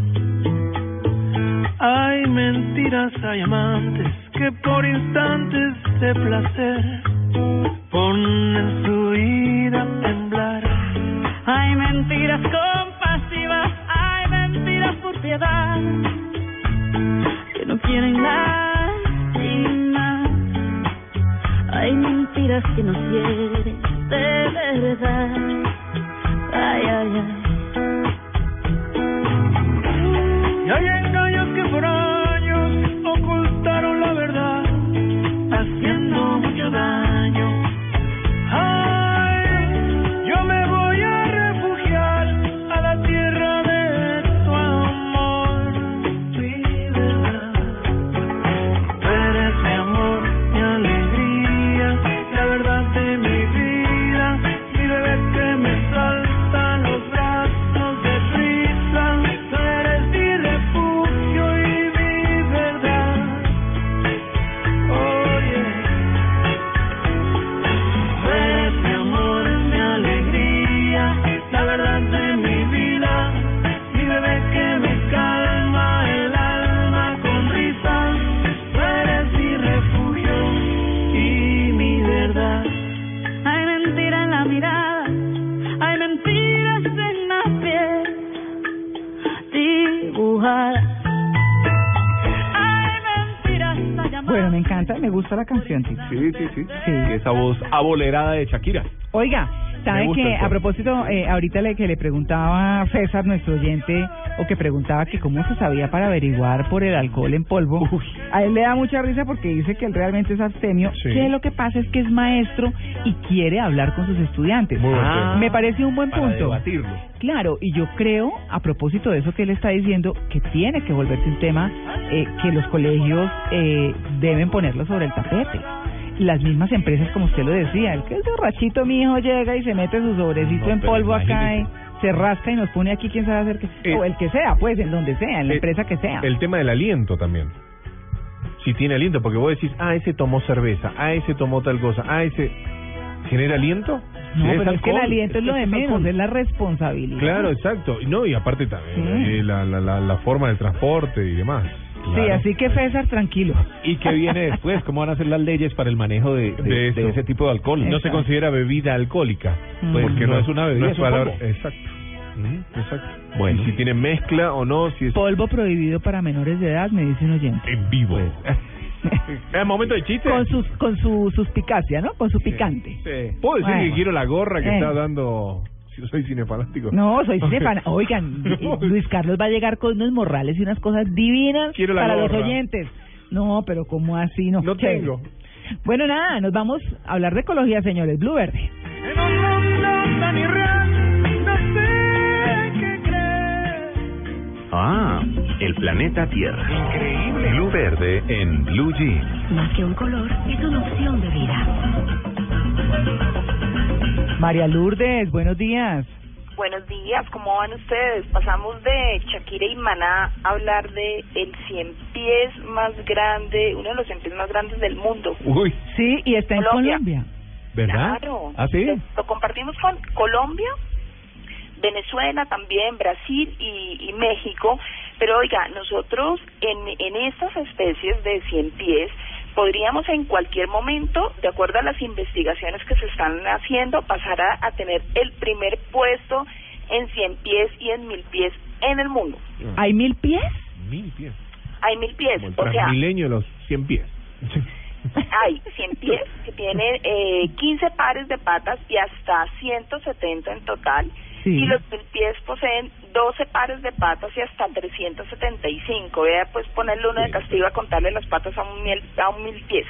Hay mentiras, hay amantes que por instantes de placer ponen su vida a temblar. Hay mentiras compasivas, hay mentiras por piedad, que no quieren lastimar. Hay mentiras que nos hieren de verdad. Ay, ay, ay. Y hay engaños que por años ocultaron la verdad, haciendo mucho daño. Ay, yo me voy a refugiar a la tierra de tu amor, mi verdad. Tú eres mi amor, mi alegría, la verdad de mi vida, mi bebé que me salta en los brazos de prisa. Tú eres mi refugio y mi verdad. Oye, tú eres mi amor, mi alegría, la verdad de mi vida, mi bebé que me calma el alma con risa. Tú eres mi refugio y mi verdad. Hay mentira en la mirada, hay mentiras en la piel dibujada. Hay mentiras a llamar. Bueno, me encanta, me gusta la canción, Tito. Sí, sí, sí. Sí. Esa voz abolerada de Shakira. Oiga, Me ¿sabe gusta que el a tono. propósito, eh, ahorita le, que le preguntaba a César, nuestro oyente, o que preguntaba que cómo se sabía para averiguar por el alcohol en polvo, a él le da mucha risa porque dice que él realmente es abstemio, Sí. que lo que pasa es que es maestro y quiere hablar con sus estudiantes. Muy buen Ah, tema. Me parece un buen para punto. debatirlo. Claro, y yo creo, a propósito de eso que él está diciendo, que tiene que volverse un tema eh, que los colegios eh, deben ponerlo sobre el tapete. Las mismas empresas, como usted lo decía, el que es borrachito, mi hijo llega y se mete su sobrecito No, en pero polvo acá, imagínese. eh, se rasca y nos pone aquí, quién sabe hacer qué, Eh, o el que sea, pues, en donde sea, en la eh, empresa que sea. El tema del aliento también. Si tiene aliento, porque vos decís, ah, ese tomó cerveza, ah, ese tomó tal cosa, ah, ese... ¿Genera aliento? No, Sí, pero es que el alcohol, aliento es lo de es menos, alcohol. es la responsabilidad. Claro, exacto. Y No, y aparte también Sí. eh, la, la, la, la forma del transporte y demás. Sí, Claro. así que César, tranquilo. ¿Y qué viene después? ¿Cómo van a ser las leyes para el manejo de, de, De de eso. ese tipo de alcohol? No se Exacto. considera bebida alcohólica. Pues porque no es una bebida, no es un valor. polvo. Exacto. Ujú, exacto. Bueno. Y si tiene mezcla o no, si es Polvo prohibido para menores de edad, me dice un oyente. en vivo. Pues. ¿Es momento de chiste? Con sus, con su suspicacia, ¿no? Con su picante. Sí. ¿Puedo decir Bueno. que quiero la gorra que Eh. está dando... Si soy cinefanático. No, soy cinefana. Oigan, No. Luis Carlos va a llegar con unos morrales y unas cosas divinas Quiero la para los gorra. oyentes. No, pero ¿cómo así? No, No Chévere. tengo. Bueno, nada, nos vamos a hablar de ecología, señores. Blue Verde. En un mundo tan irreal, no sé qué creer. Ah, el planeta Tierra. Increíble. Blue Verde en Blue Jeans. Más que un color, es una opción de vida. María Lourdes, buenos días. Buenos días, ¿cómo van ustedes? Pasamos de Shakira y Maná a hablar de el cien pies más grande, uno de los cien pies más grandes del mundo. Uy, Sí, y está en Colombia. Colombia. ¿verdad? Claro. ¿Ah, sí? Lo compartimos con Colombia, Venezuela también, Brasil y, y México. Pero oiga, nosotros en, en estas especies de cien pies podríamos en cualquier momento, de acuerdo a las investigaciones que se están haciendo, pasar a, a tener el primer puesto en cien pies y en mil pies en el mundo. ¿Hay mil pies? Mil pies. Hay mil pies, Como el o sea, Transmilenio de los cien pies. hay cien pies que tienen eh, quince pares de patas y hasta ciento setenta en total. Sí. Y los mil pies poseen doce pares de patas y hasta trescientos setenta y cinco. Voy a pues ponerle uno de castigo a contarle las patas a un mil, a un mil pies.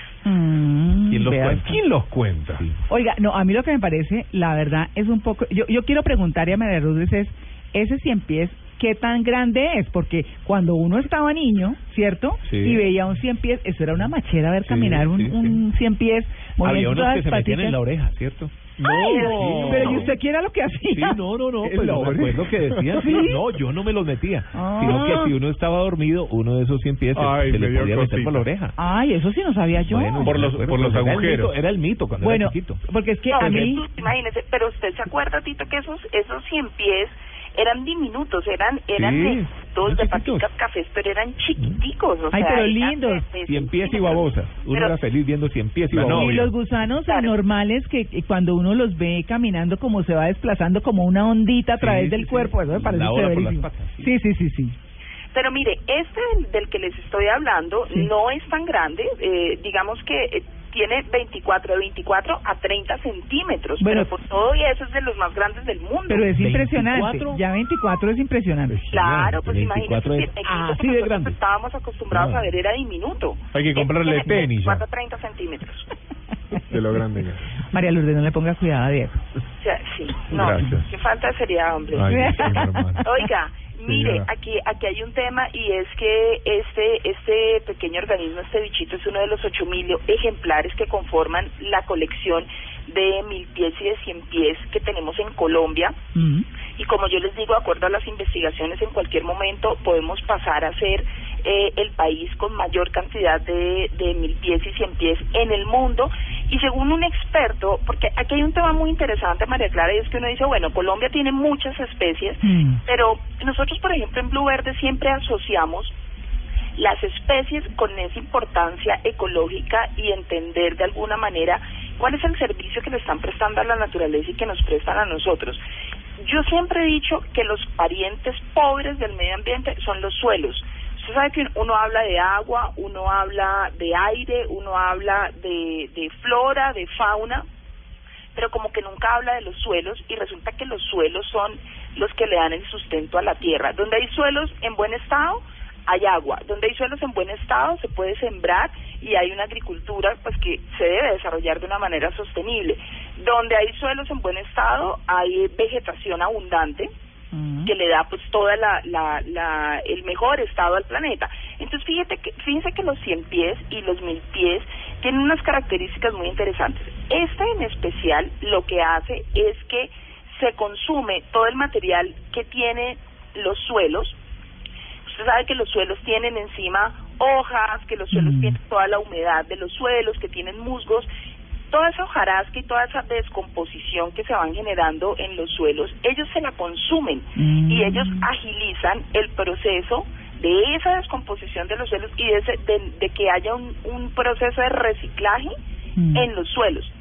Mm, ¿Quién los vea. cuenta? ¿Quién los cuenta? Oiga, no, a mí lo que me parece, la verdad, es un poco... Yo, yo quiero preguntarle a María Lourdes es, ese cien pies, ¿qué tan grande es? Porque cuando uno estaba niño, ¿cierto? Sí. Y veía un cien pies, eso era una machera ver Sí, caminar un, sí, sí. un cien pies. Había moviendo unos todas que se las metían en paticas. la oreja, ¿cierto? No, sí, pero no. ¿y usted qué era lo que hacía? Sí, no, no, no, En pues la no oreja. recuerdo que decían, ¿Sí? no, yo no me los metía, Ah. sino que si uno estaba dormido, uno de esos cien pies se- Ay, se me le dio podía meter cosita. por la oreja. Ay, eso sí no sabía yo. Bueno, Por los- bueno, por los pues era el agujeros. mito, era el mito cuando Bueno, era chiquito. porque es que No, a mí... imagínese, pero usted se acuerda, Tito, que esos esos cien pies eran diminutos, eran eran Sí, lentos, de paticas cafés, pero eran chiquiticos, o Ay, sea, pero eran lindos. de- de Cien pies y centímetros. babosas. Uno Pero- era feliz viendo cien pies y La babosas. Y los gusanos normales que, que cuando uno los ve caminando como se va desplazando como una ondita a Sí, través sí, del sí. cuerpo, eso me parece La ola por las chéverísimo. patas, sí. Sí, sí, sí, sí. Pero mire, este del, del que les estoy hablando Sí. no es tan grande, eh, digamos que eh, tiene veinticuatro, de veinticuatro a treinta centímetros, Bueno, pero por todo y eso es de los más grandes del mundo. Pero es impresionante. veinticuatro. Ya veinticuatro es impresionante. Claro, pues veinticuatro imagínate es que el equipo así que de nosotros grande. estábamos acostumbrados Ah. a ver era diminuto. Hay que Este comprarle tiene tenis ya. veinticuatro a treinta centímetros. De lo grande que es. María Lourdes, no le ponga cuidado a Diego. O sea, sí, no, Gracias. qué falta de seriedad, hombre. Ay, sí, mi hermano. Oiga, mire, Señora. aquí aquí hay un tema y es que este este pequeño organismo, este bichito, es uno de los ocho mil ejemplares que conforman la colección de mil pies y de cien pies que tenemos en Colombia. Mm. Y como yo les digo, de acuerdo a las investigaciones, en cualquier momento podemos pasar a ser eh, el país con mayor cantidad de, de mil pies y cien pies en el mundo. Y según un experto, porque aquí hay un tema muy interesante, María Clara, y es que uno dice, bueno, Colombia tiene muchas especies, Mm. pero nosotros, por ejemplo, en Blue Verde siempre asociamos las especies con esa importancia ecológica y entender de alguna manera cuál es el servicio que le están prestando a la naturaleza y que nos prestan a nosotros. Yo siempre he dicho que los parientes pobres del medio ambiente son los suelos. Usted sabe que uno habla de agua, uno habla de aire, uno habla de, de flora, de fauna, pero como que nunca habla de los suelos, y resulta que los suelos son los que le dan el sustento a la tierra. Donde hay suelos en buen estado, hay agua. Donde hay suelos en buen estado, se puede sembrar y hay una agricultura pues que se debe desarrollar de una manera sostenible. Donde hay suelos en buen estado, hay vegetación abundante que le da pues toda la, la, la el mejor estado al planeta. Entonces fíjate que fíjense que los cien pies y los mil pies tienen unas características muy interesantes. Este en especial lo que hace es que se consume todo el material que tiene los suelos. Usted sabe que los suelos tienen encima hojas, que los suelos Mm. tienen toda la humedad de los suelos, que tienen musgos. Toda esa hojarasca y toda esa descomposición que se van generando en los suelos, ellos se la consumen Mm. y ellos agilizan el proceso de esa descomposición de los suelos y de, ese, de, de que haya un, un proceso de reciclaje Mm. en los suelos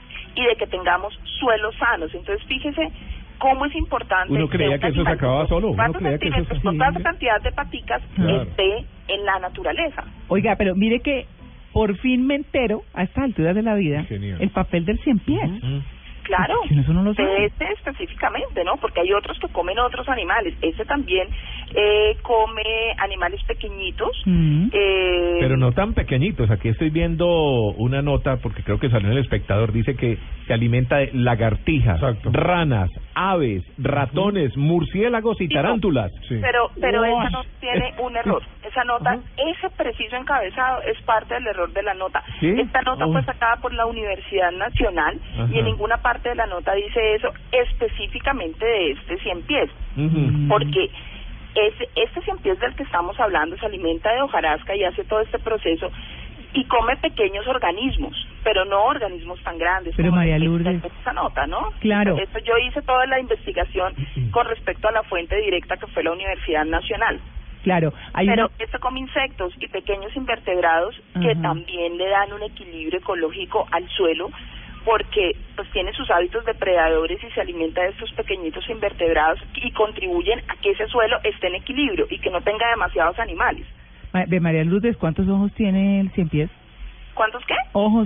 y de que tengamos suelos sanos. Entonces fíjese cómo es importante. Uno creía un que eso se animal acababa con solo, uno cuatro creía que eso centímetros, se- con tanta cantidad de paticas Claro. esté en la naturaleza. Oiga, pero mire que por fin me entero, a estas alturas de la vida, Genial. el papel del cien pies. Claro, Que eso no lo sabe. de este específicamente, ¿no? Porque hay otros que comen otros animales. Este también eh, come animales pequeñitos. Mm. Eh, Pero no tan pequeñitos. Aquí estoy viendo una nota, porque creo que salió en El Espectador, dice que se alimenta de lagartijas, ranas, aves, ratones, murciélagos y tarántulas. Pero, pero Uy. esa nota tiene un error. Esa nota, ese preciso encabezado es parte del error de la nota. ¿Sí? Esta nota Oh. fue sacada por la Universidad Nacional Ajá. y en ninguna parte de la nota dice eso específicamente de este cien pies. Ujú. Porque ese, este cien pies del que estamos hablando se alimenta de hojarasca y hace todo este proceso y come pequeños organismos, pero no organismos tan grandes. Pero como María dice Lourdes. esta nota, ¿no? Claro. Esto yo hice toda la investigación con respecto a la fuente directa que fue la Universidad Nacional. Claro, hay Pero una... esto come insectos y pequeños invertebrados que Ajá. también le dan un equilibrio ecológico al suelo, porque pues tiene sus hábitos depredadores y se alimenta de estos pequeñitos invertebrados y contribuyen a que ese suelo esté en equilibrio y que no tenga demasiados animales. Ma- De María Lourdes, ¿cuántos ojos tiene el cien pies? ¿Cuántos qué? Ojos.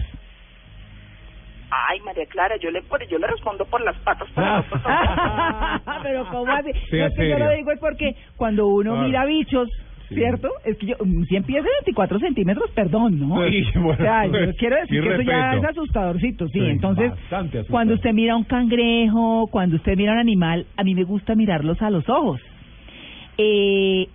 Ay, María Clara, yo le por, yo le respondo por las patas. Por las patas. Pero ¿cómo así? Sea No, es que yo serio. lo digo es porque cuando uno Claro. mira bichos, Sí. ¿cierto? Es que yo, cien pies de veinticuatro centímetros, perdón, ¿no? Sí, bueno, o sea, yo pues, quiero decir mi que eso ya respeto. es asustadorcito, sí. Sí, Entonces, bastante asustador. cuando usted mira un cangrejo, cuando usted mira un animal, a mí me gusta mirarlos a los ojos. Eh,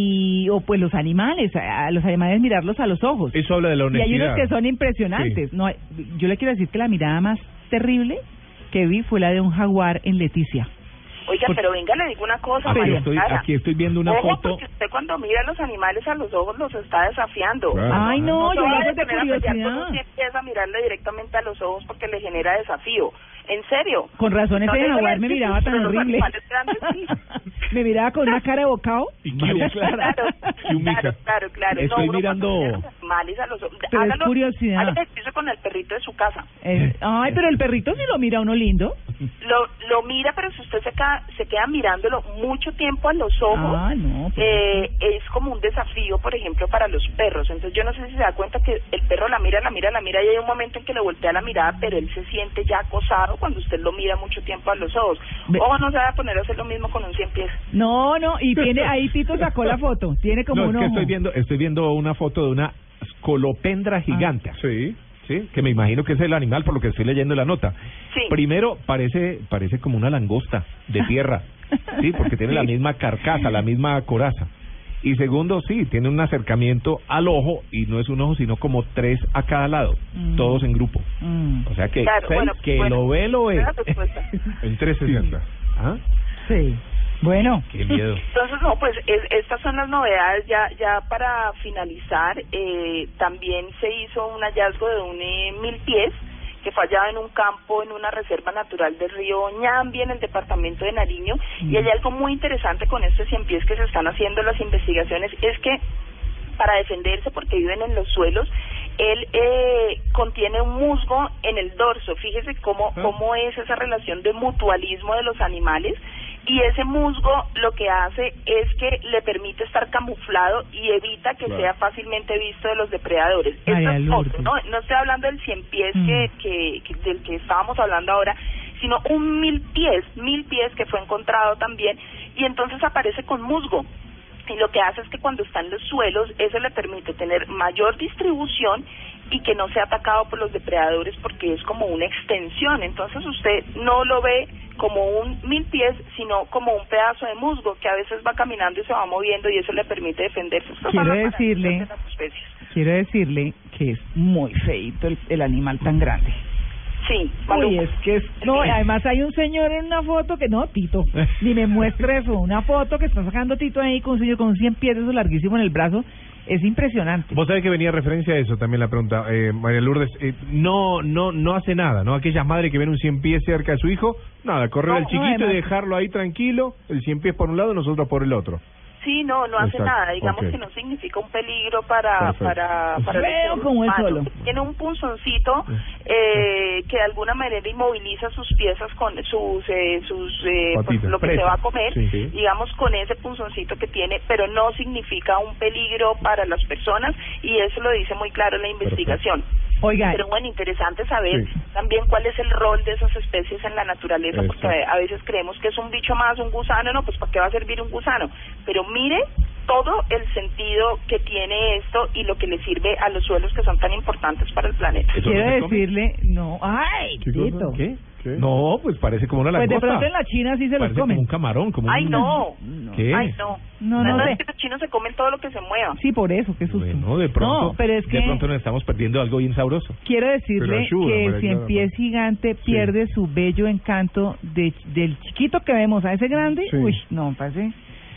y o pues los animales, a a los animales mirarlos a los ojos. Eso habla de la Y honestidad. hay unos que son impresionantes. Sí. No, yo le quiero decir que la mirada más terrible que vi fue la de un jaguar en Leticia. Oiga, Por- pero venga, le digo una cosa, Aquí María estoy, Clara. aquí estoy viendo una Ojo, foto. porque usted cuando mira a los animales a los ojos los está desafiando. Claro. Ay, no, se yo lo vaya hago a de poner a pelear con curiosidad. un cien pies a mirarle directamente a los ojos porque le genera desafío. En serio. Con razón ese Entonces, jaguar me sí, miraba tan pero los horrible. animales grandes, sí. Me miraba con una cara de bocado. María Clara. Claro, Y un claro, mica. claro, claro. Estoy no, uno mirando- cuando mira a los animales a los ojos. Pero es hágalo- curiosidad. hágalo ejercicio con el perrito de su casa. Eh, ay, pero el perrito sí lo mira uno lindo. Lo, lo mira, pero si usted se queda, se queda mirándolo mucho tiempo a los ojos, Ah, no, pues eh, es como un desafío, por ejemplo, para los perros. Entonces yo no sé si se da cuenta que el perro la mira, la mira, la mira y hay un momento en que le voltea la mirada, pero él se siente ya acosado cuando usted lo mira mucho tiempo a los ojos. O no se va a poner a hacer lo mismo con un cien pies. No, no, y tiene ahí Tito sacó la foto. Tiene como No, un es que ojo. estoy viendo, estoy viendo una foto de una scolopendra gigante. Sí. Sí, que me imagino que es el animal por lo que estoy leyendo en la nota. Sí. Primero, parece parece como una langosta de tierra. Sí, porque tiene la misma carcasa, la misma coraza. Y segundo, sí, tiene un acercamiento al ojo y no es un ojo, sino como tres a cada lado, Mm. todos en grupo. Mm. O sea que, Claro, seis, bueno, que bueno, lo ve, lo ve. esa es la respuesta. En trescientos sesenta. ¿Ah? Sí. Bueno. Qué miedo. Entonces, no, pues es, estas son las novedades. Ya ya para finalizar, eh, también se hizo un hallazgo de un eh, mil pies que fue hallado en un campo, en una reserva natural del río Ñambi, en el departamento de Nariño. Y hay algo muy interesante con estos cien pies que se están haciendo las investigaciones, es que para defenderse, porque viven en los suelos, él eh, contiene un musgo en el dorso. Fíjese cómo, cómo es esa relación de mutualismo de los animales. Y ese musgo lo que hace es que le permite estar camuflado y evita que Claro. sea fácilmente visto de los depredadores. Ay, Esto es Lourdes. otro, no, no estoy hablando del cien pies Mm. que, que, que del que estábamos hablando ahora, sino un mil pies, mil pies que fue encontrado también y entonces aparece con musgo. Y lo que hace es que cuando está en los suelos, eso le permite tener mayor distribución y que no sea atacado por los depredadores porque es como una extensión. Entonces usted no lo ve como un mil pies, sino como un pedazo de musgo que a veces va caminando y se va moviendo y eso le permite defenderse. Estas son Quiero las maravillas decirle- de las especies. Quiero decirle que es muy feito el, el animal tan grande. Sí, Uy, es que es... No, además hay un señor en una foto que... No, Tito, ni me muestre eso. Una foto que está sacando Tito ahí con un señor con un cien pies de eso larguísimo en el brazo. Es impresionante. Vos sabés que venía referencia a eso también la pregunta, eh, María Lourdes. Eh, no no no hace nada, ¿no? Aquellas madres que ven un cien pies cerca de su hijo, nada, correr No, al no, chiquito además- y dejarlo ahí tranquilo, el cien pies por un lado, nosotros por el otro. Sí, no, no hace Exacto, nada. Digamos ok. que no significa un peligro para Perfecto. para para el Feo ser como es humano. solo. Tiene un punzoncito eh, que de alguna manera inmoviliza sus piezas con sus eh, sus eh, pues, Patitas, lo que se presa. va a comer, Sí, sí. digamos con ese punzoncito que tiene, pero no significa un peligro para las personas y eso lo dice muy claro la investigación. Oiga, Pero bueno, interesante saber Sí. también cuál es el rol de esas especies en la naturaleza, Exacto. porque a a veces creemos que es un bicho más, un gusano, no, pues ¿para qué va a servir un gusano? Pero mire todo el sentido que tiene esto y lo que le sirve a los suelos que son tan importantes para el planeta. quiero decirle... No, ay, ¿Qué cosa? Tito. ¿Qué? No, pues parece como una Pues de langosta. pronto en la China sí se los Parece comen. como un camarón, como Ay, un... no. ¿Qué? Ay, no. No, La no verdad sé. es que los chinos se comen todo lo que se mueva. Sí, por eso, qué susto. Bueno, de pronto, No, pero es que... de pronto nos estamos perdiendo algo bien sabroso. Quiero Pero decirle ayuda, que el María cien Clara, pies ¿no? gigante pierde su bello encanto de, del chiquito que vemos a ese grande. Sí. Uy, no, parece...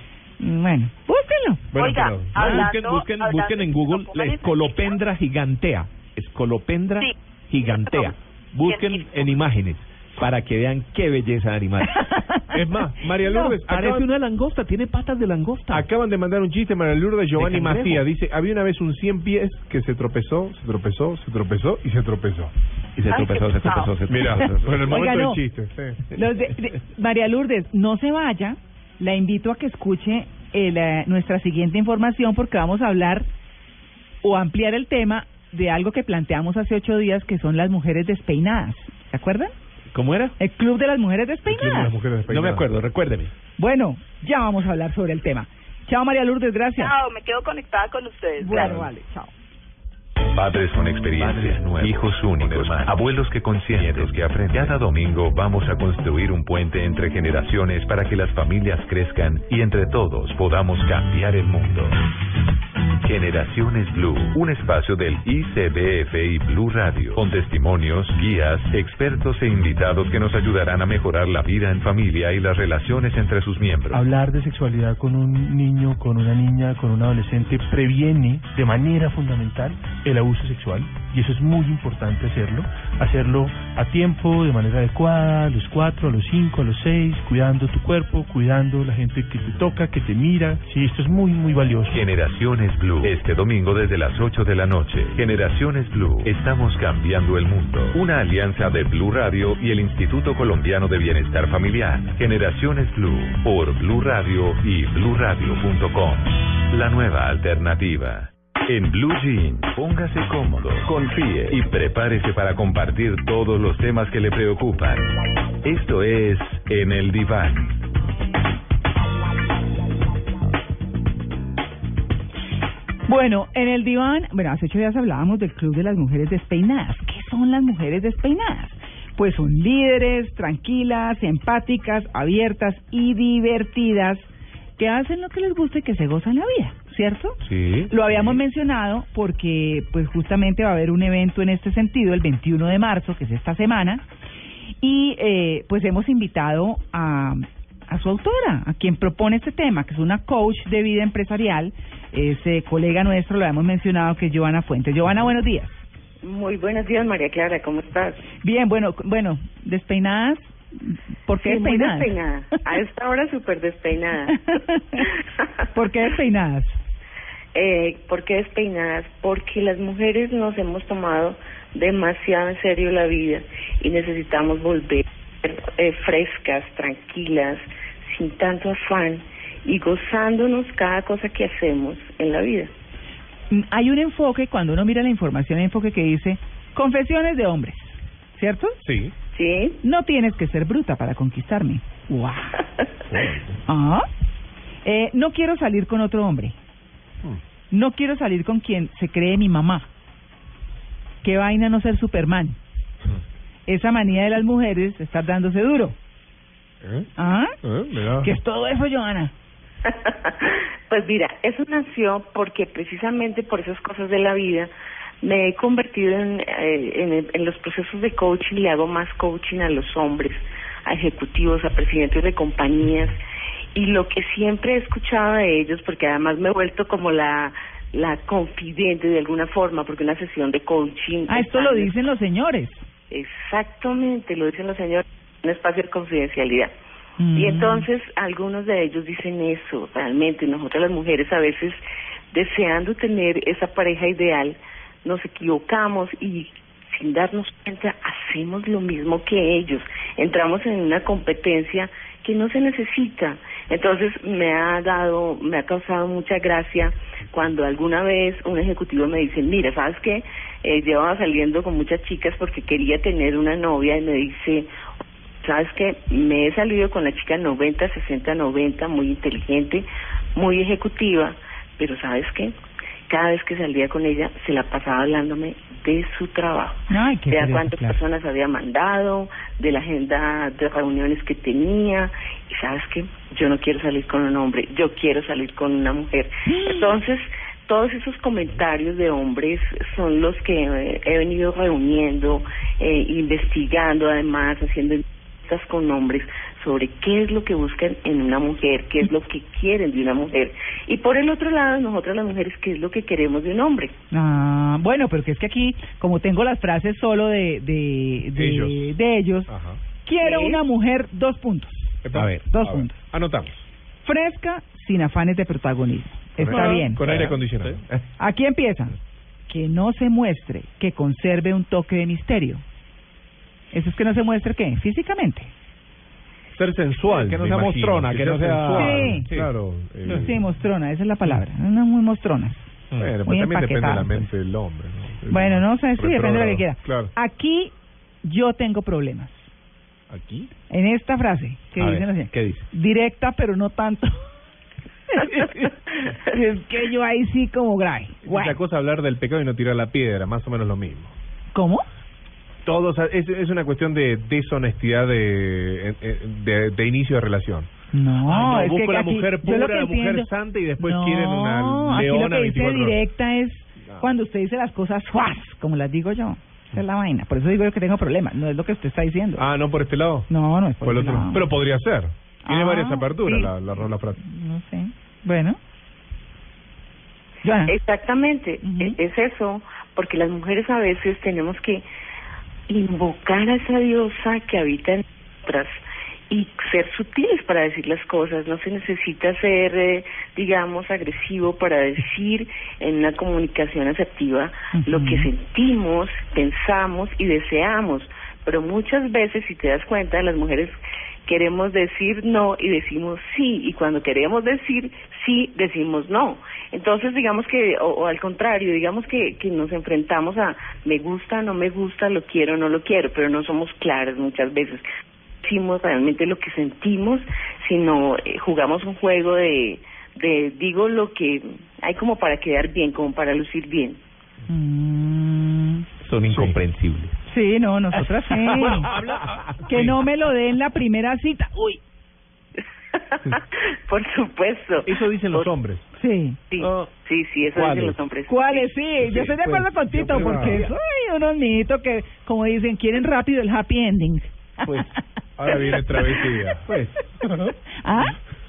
Bueno, búsquenlo. Bueno, Oiga, pero- No, hablando- busquen, busquen, hablando busquen en de Google eso, la póngale escolopendra gigantea. Escolopendra Sí. gigantea. Busquen Científico. en imágenes para que vean qué belleza de animal. Es más, María No, Lourdes, parece acaban, una langosta, tiene patas de langosta. acaban de mandar un chiste, María Lourdes, Giovanni De cangrejo. Macía. Dice, había una vez un cien pies que se tropezó, se tropezó, se tropezó y se tropezó. Y se Ay, tropezó, qué se tropezó, se tropezó. Mira, se tropezó. por el momento Oiga, del no. chiste. Sí. Los de- de- María Lourdes, no se vaya. La invito a que escuche el, eh, nuestra siguiente información porque vamos a hablar o ampliar el tema de algo que planteamos hace ocho días, que son las mujeres despeinadas. ¿Se acuerdan? ¿Cómo era? El Club de las Mujeres El Club de Despeinadas. las Mujeres Despeinadas. No me acuerdo, recuérdeme. Bueno, ya vamos a hablar sobre el tema. Chao, María Lourdes, gracias. Chao, me quedo conectada con ustedes. Bueno, vale, chao. Padres con experiencia, hijos únicos, abuelos que consienten, que aprenden. Cada domingo vamos a construir un puente entre generaciones para que las familias crezcan y entre todos podamos cambiar el mundo. Generaciones Blue, un espacio del I C B F y Blue Radio, con testimonios, guías, expertos e invitados que nos ayudarán a mejorar la vida en familia y las relaciones entre sus miembros. Hablar de sexualidad con un niño, con una niña, con un adolescente previene de manera fundamental el abuso sexual, y eso es muy importante hacerlo, hacerlo a tiempo, de manera adecuada, a los cuatro, a los cinco, a los seis, cuidando tu cuerpo, cuidando la gente que te toca, que te mira. Sí, esto es muy, muy valioso. Generaciones Blue, este domingo desde las ocho de la noche. Generaciones Blue, estamos cambiando el mundo. Una alianza de Blue Radio y el Instituto Colombiano de Bienestar Familiar. Generaciones Blue, por Blue Radio y blue radio punto com. La nueva alternativa. En Blue Jeans, póngase cómodo, confíe y prepárese para compartir todos los temas que le preocupan. Esto es En el Diván. Bueno, en el diván, bueno, hace ocho días hablábamos del Club de las Mujeres Despeinadas. ¿Qué son las mujeres despeinadas? Pues son líderes, tranquilas, empáticas, abiertas y divertidas, que hacen lo que les gusta y que se gozan la vida, ¿cierto? Sí. Lo habíamos mencionado porque pues justamente va a haber un evento en este sentido el veintiuno de marzo, que es esta semana, y eh, pues hemos invitado a, a su autora, a quien propone este tema, que es una coach de vida empresarial, ese colega nuestro, lo hemos mencionado, que es Joana Fuentes. Joana, buenos días. Muy buenos días, María Clara, ¿cómo estás? Bien, bueno, bueno, despeinadas. ¿Por qué sí, despeinadas? Muy despeinada. A esta hora súper despeinada. ¿Por qué despeinadas? Eh, ¿Por qué despeinadas? Porque las mujeres nos hemos tomado demasiado en serio la vida y necesitamos volver eh, frescas, tranquilas, sin tanto afán y gozándonos cada cosa que hacemos en la vida. Hay un enfoque, cuando uno mira la información, hay un enfoque que dice confesiones de hombres, ¿cierto? Sí. Sí. No tienes que ser bruta para conquistarme. ¡Wow! ¿Ah? Eh, no quiero salir con otro hombre. No quiero salir con quien se cree mi mamá. Qué vaina no ser Superman. Esa manía de las mujeres de estar dándose duro. ¿Eh? ¿Ah? ¿Eh? ¿Qué es todo eso, Joana? Pues mira, eso nació porque precisamente por esas cosas de la vida me he convertido en, eh, en, en los procesos de coaching. Le hago más coaching a los hombres, a ejecutivos, a presidentes de compañías, y lo que siempre he escuchado de ellos, porque además me he vuelto como la la confidente de alguna forma, porque una sesión de coaching... Ah, esto lo dicen los señores. Exactamente, lo dicen los señores, un espacio de confidencialidad. Mm. Y entonces algunos de ellos dicen eso, realmente, nosotras las mujeres a veces, deseando tener esa pareja ideal, nos equivocamos y sin darnos cuenta hacemos lo mismo que ellos. Entramos en una competencia que no se necesita. Entonces me ha dado, me ha causado mucha gracia cuando alguna vez un ejecutivo me dice, mira, ¿sabes qué? Eh, llevaba saliendo con muchas chicas porque quería tener una novia, y me dice, ¿sabes qué? Me he salido con la chica noventa, sesenta, noventa, muy inteligente, muy ejecutiva, pero ¿sabes qué? Cada vez que salía con ella se la pasaba hablándome de su trabajo, Ay, qué de a curioso, cuántas claro. personas había mandado, de la agenda de reuniones que tenía, y ¿sabes qué? Yo no quiero salir con un hombre, yo quiero salir con una mujer. Entonces, todos esos comentarios de hombres son los que eh, he venido reuniendo, eh, investigando, además, haciendo entrevistas con hombres sobre qué es lo que buscan en una mujer, qué es lo que quieren de una mujer. Y por el otro lado, nosotras las mujeres, qué es lo que queremos de un hombre. Ah, bueno, pero que es que aquí, como tengo las frases solo de de, de ellos, de ellos Ajá. quiero ¿Sí? una mujer, dos puntos. A ver, Dos a ver. puntos. Anotamos. Fresca, sin afanes de protagonismo. Está Con- bien. Con aire acondicionado. Aquí empieza. Que no se muestre, que conserve un toque de misterio. Eso es que no se muestre, ¿qué? Físicamente. Ser sensual. Que no me sea imagino, mostrona, que no sea- Sí. Sí. Claro. eh, Sí, mostrona, esa es la palabra. No muy mostronas. Bueno, Muy pues también depende de la empaquetadas. mente del hombre, ¿no? Bueno, no sé, sí, depende de lo que quiera. Claro. Aquí yo tengo problemas. ¿Aquí? En esta frase que A dicen ver, así. ¿qué dice? Directa, pero no tanto. Es que yo ahí sí como grave. Es la cosa hablar del pecado y no tirar la piedra, más o menos lo mismo. ¿Cómo? Todos, es, es una cuestión de deshonestidad de, de, de inicio de relación. No, Ay, no, es busco que la aquí- mujer yo pura, lo que la mujer entiendo- santa y después no, quieren una aquí lo leona que dice veinticuatro horas. directa es cuando usted dice las cosas suas, como las digo yo. Esa es la vaina. Por eso digo yo que tengo problemas. No es lo que usted está diciendo. Ah, ¿no por este lado? No, no es por Por el ese otro. lado. Pero podría ser. Tiene Ah, varias aperturas sí. la, la, la frase. No sé. Bueno. Joana. Exactamente, e- es eso, porque las mujeres a veces tenemos que invocar a esa diosa que habita en nosotras y ser sutiles para decir las cosas. No se necesita ser, eh, digamos, agresivo para decir en una comunicación asertiva lo que sentimos, pensamos y deseamos. Pero muchas veces, si te das cuenta, las mujeres queremos decir no y decimos sí, y cuando queremos decir sí, decimos no. Entonces, digamos que, o, o al contrario, digamos que, que nos enfrentamos a me gusta, no me gusta, lo quiero, no lo quiero, pero no somos claras muchas veces. Decimos realmente lo que sentimos, sino eh, jugamos un juego de, de, digo lo que hay como para quedar bien, como para lucir bien. Mm, Son incomprensibles. sí, no, nosotras sí. Bueno, habla- Que sí. no me lo dé en la primera cita. Uy. Por supuesto. Eso dicen los hombres. Sí. Sí, sí, sí, eso ¿cuáles? dicen los hombres. ¿Cuáles? Sí, Sí, yo estoy de acuerdo pues, con Tito, yo creo- porque soy unos niñitos que, como dicen, quieren rápido el happy ending. Pues, ahora viene travesía. Pues. ¿Ah?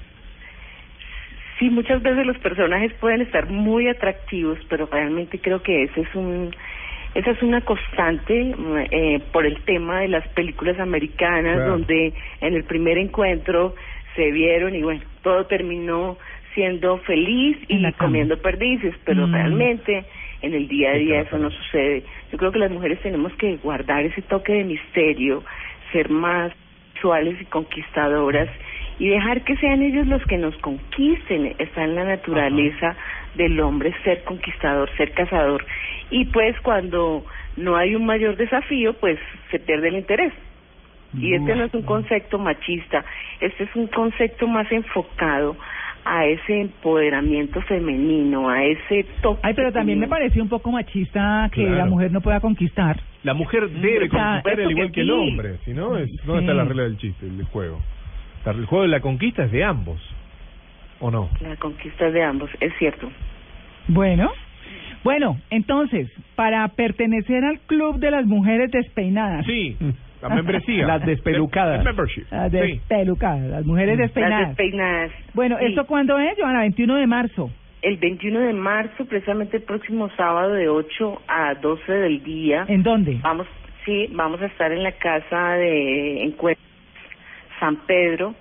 Sí, muchas veces los personajes pueden estar muy atractivos, pero realmente creo que ese es un, esa es una constante eh, por el tema de las películas americanas, Claro. donde en el primer encuentro se vieron y bueno, todo terminó siendo feliz y comiendo perdices, pero Mm. realmente en el día a día eso no sucede. Yo creo que las mujeres tenemos que guardar ese toque de misterio, ser más sexuales y conquistadoras y dejar que sean ellos los que nos conquisten. Está en la naturaleza del hombre ser conquistador, ser cazador. Y pues cuando no hay un mayor desafío, pues se pierde el interés. Y este no es un concepto machista, este es un concepto más enfocado a ese empoderamiento femenino, a ese toque. Ay, pero también me femenino. pareció un poco machista que Claro. la mujer no pueda conquistar. La mujer debe O sea, conquistar eso al igual que que el sí. hombre, si no, es, ¿dónde Sí. está la regla del chiste, del juego? La- El juego de la conquista es de ambos, ¿o no? La conquista de ambos, es cierto. Bueno, bueno, entonces, para pertenecer al club de las mujeres despeinadas. Sí, la membresía. Las despelucadas. El membership. Las Sí. despelucadas, las mujeres despeinadas. Las despeinadas. Bueno, Sí. ¿esto cuándo es, Joana? veintiuno de marzo. El veintiuno de marzo, precisamente el próximo sábado de ocho a doce del día. ¿En dónde? Vamos, sí, vamos a estar en la casa de Encuentros San Pedro,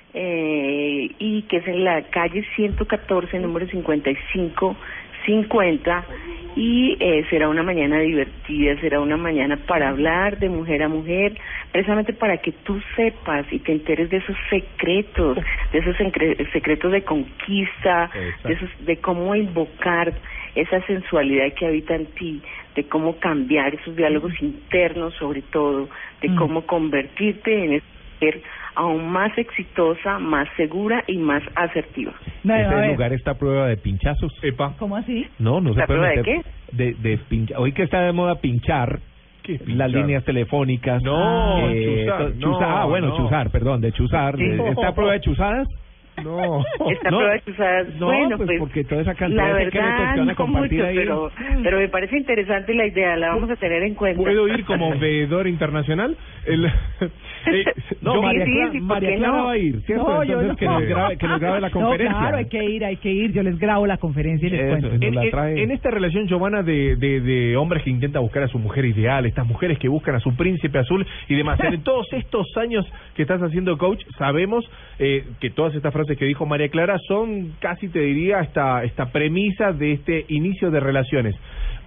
eh, y que es en la calle ciento catorce, número cincuenta y cinco cincuenta, y eh, será una mañana divertida, será una mañana para hablar de mujer a mujer, precisamente para que tú sepas y te enteres de esos secretos, de esos secre- secretos de conquista, de, esos, de cómo invocar esa sensualidad que habita en ti, de cómo cambiar esos diálogos internos, sobre todo, de Mm. cómo convertirte en esa mujer aún más exitosa, más segura y más asertiva. No, a Ese ver. lugar está a prueba de pinchazos. ¿Cómo así? No, no se ¿La puede prueba de meter. De, de pincha- Hoy que está de moda pinchar. Las líneas telefónicas. No, eh, chuzar, to- no, chuzar, ah, bueno, no. chuzar, perdón, de chuzar. Sí. de- ¿Está a prueba de chuzadas? No. Esta no, prueba de chuzadas, no, bueno, pues, pues, porque toda esa cantidad la de secretos verdad que van a no compartir mucho, ahí. pero, pero me parece interesante la idea, la vamos a tener en cuenta. ¿Puedo ir como veedor internacional? El, eh, No, yo- María, sí, Clara, sí, ¿por María qué Clara no? va a ir, ¿cierto? No, yo Entonces no. que, nos grabe, que nos grabe la No, conferencia. claro, hay que ir, hay que ir. Yo les grabo la conferencia y les Eso, cuento. nos en, la en- trae. en esta relación, Giovanna, de, de, de hombres que intentan buscar a su mujer ideal, estas mujeres que buscan a su príncipe azul y demás, en todos estos años que estás haciendo coach, sabemos eh, que todas estas frases que dijo María Clara son casi, te diría, esta, esta premisa de este inicio de relaciones.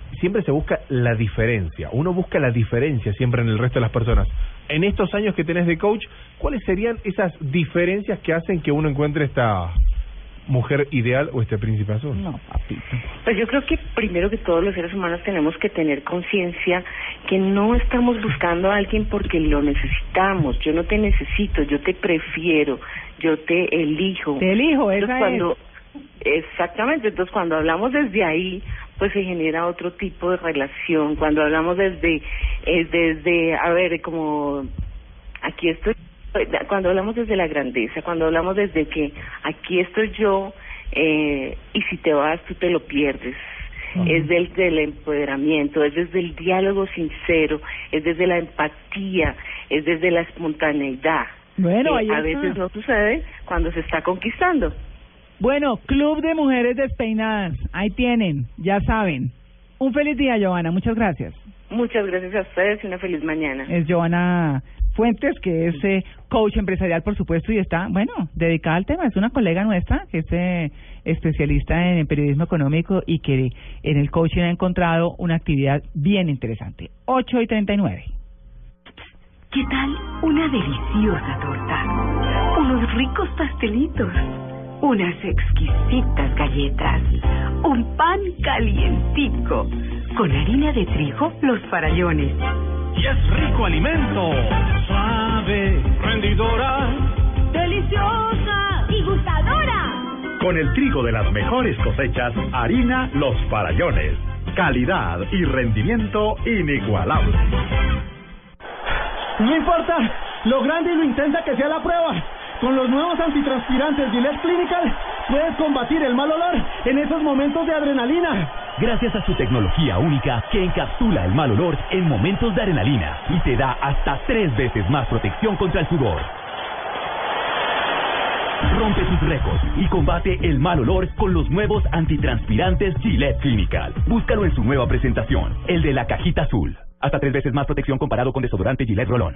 siempre se busca la diferencia. Uno busca la diferencia siempre en el resto de las personas. En estos años que tenés de coach, ¿cuáles serían esas diferencias que hacen que uno encuentre esta mujer ideal o este príncipe azul? No, papito. Pues yo creo que primero que todos los seres humanos tenemos que tener conciencia que no estamos buscando a alguien porque lo necesitamos. Yo no te necesito, yo te prefiero, yo te elijo. Te elijo, esa Entonces, cuando, es. Exactamente, entonces cuando hablamos desde ahí, pues se genera otro tipo de relación. Cuando hablamos desde, eh, desde, a ver, como aquí estoy, cuando hablamos desde la grandeza, cuando hablamos desde que aquí estoy yo, eh, y si te vas tú te lo pierdes. Uh-huh. Es del, del empoderamiento, es desde el diálogo sincero, es desde la empatía, es desde la espontaneidad. Bueno, ahí eh, a está. veces no sucede cuando se está conquistando. Bueno, Club de Mujeres Despeinadas, ahí tienen, ya saben. Un feliz día, Johanna, muchas gracias. Muchas gracias a ustedes y una feliz mañana. Es Johanna Fuentes, que es eh, coach empresarial, por supuesto, y está, bueno, dedicada al tema. Es una colega nuestra, que es eh, especialista en periodismo económico y que en el coaching ha encontrado una actividad bien interesante. ocho y treinta y nueve. ¿Qué tal una deliciosa torta? Unos ricos pastelitos, unas exquisitas galletas, un pan calientico, con harina de trigo, los farallones. Y es rico alimento, suave, rendidora, deliciosa y gustadora. Con el trigo de las mejores cosechas, harina Los Farallones. Calidad y rendimiento inigualable. No importa lo grande y lo intensa que sea la prueba. Con los nuevos antitranspirantes Gillette Clinical puedes combatir el mal olor en esos momentos de adrenalina. Gracias a su tecnología única que encapsula el mal olor en momentos de adrenalina y te da hasta tres veces más protección contra el sudor. Rompe tus récords y combate el mal olor con los nuevos antitranspirantes Gillette Clinical. Búscalo en su nueva presentación, el de la cajita azul. Hasta tres veces más protección comparado con desodorante Gillette Rolón.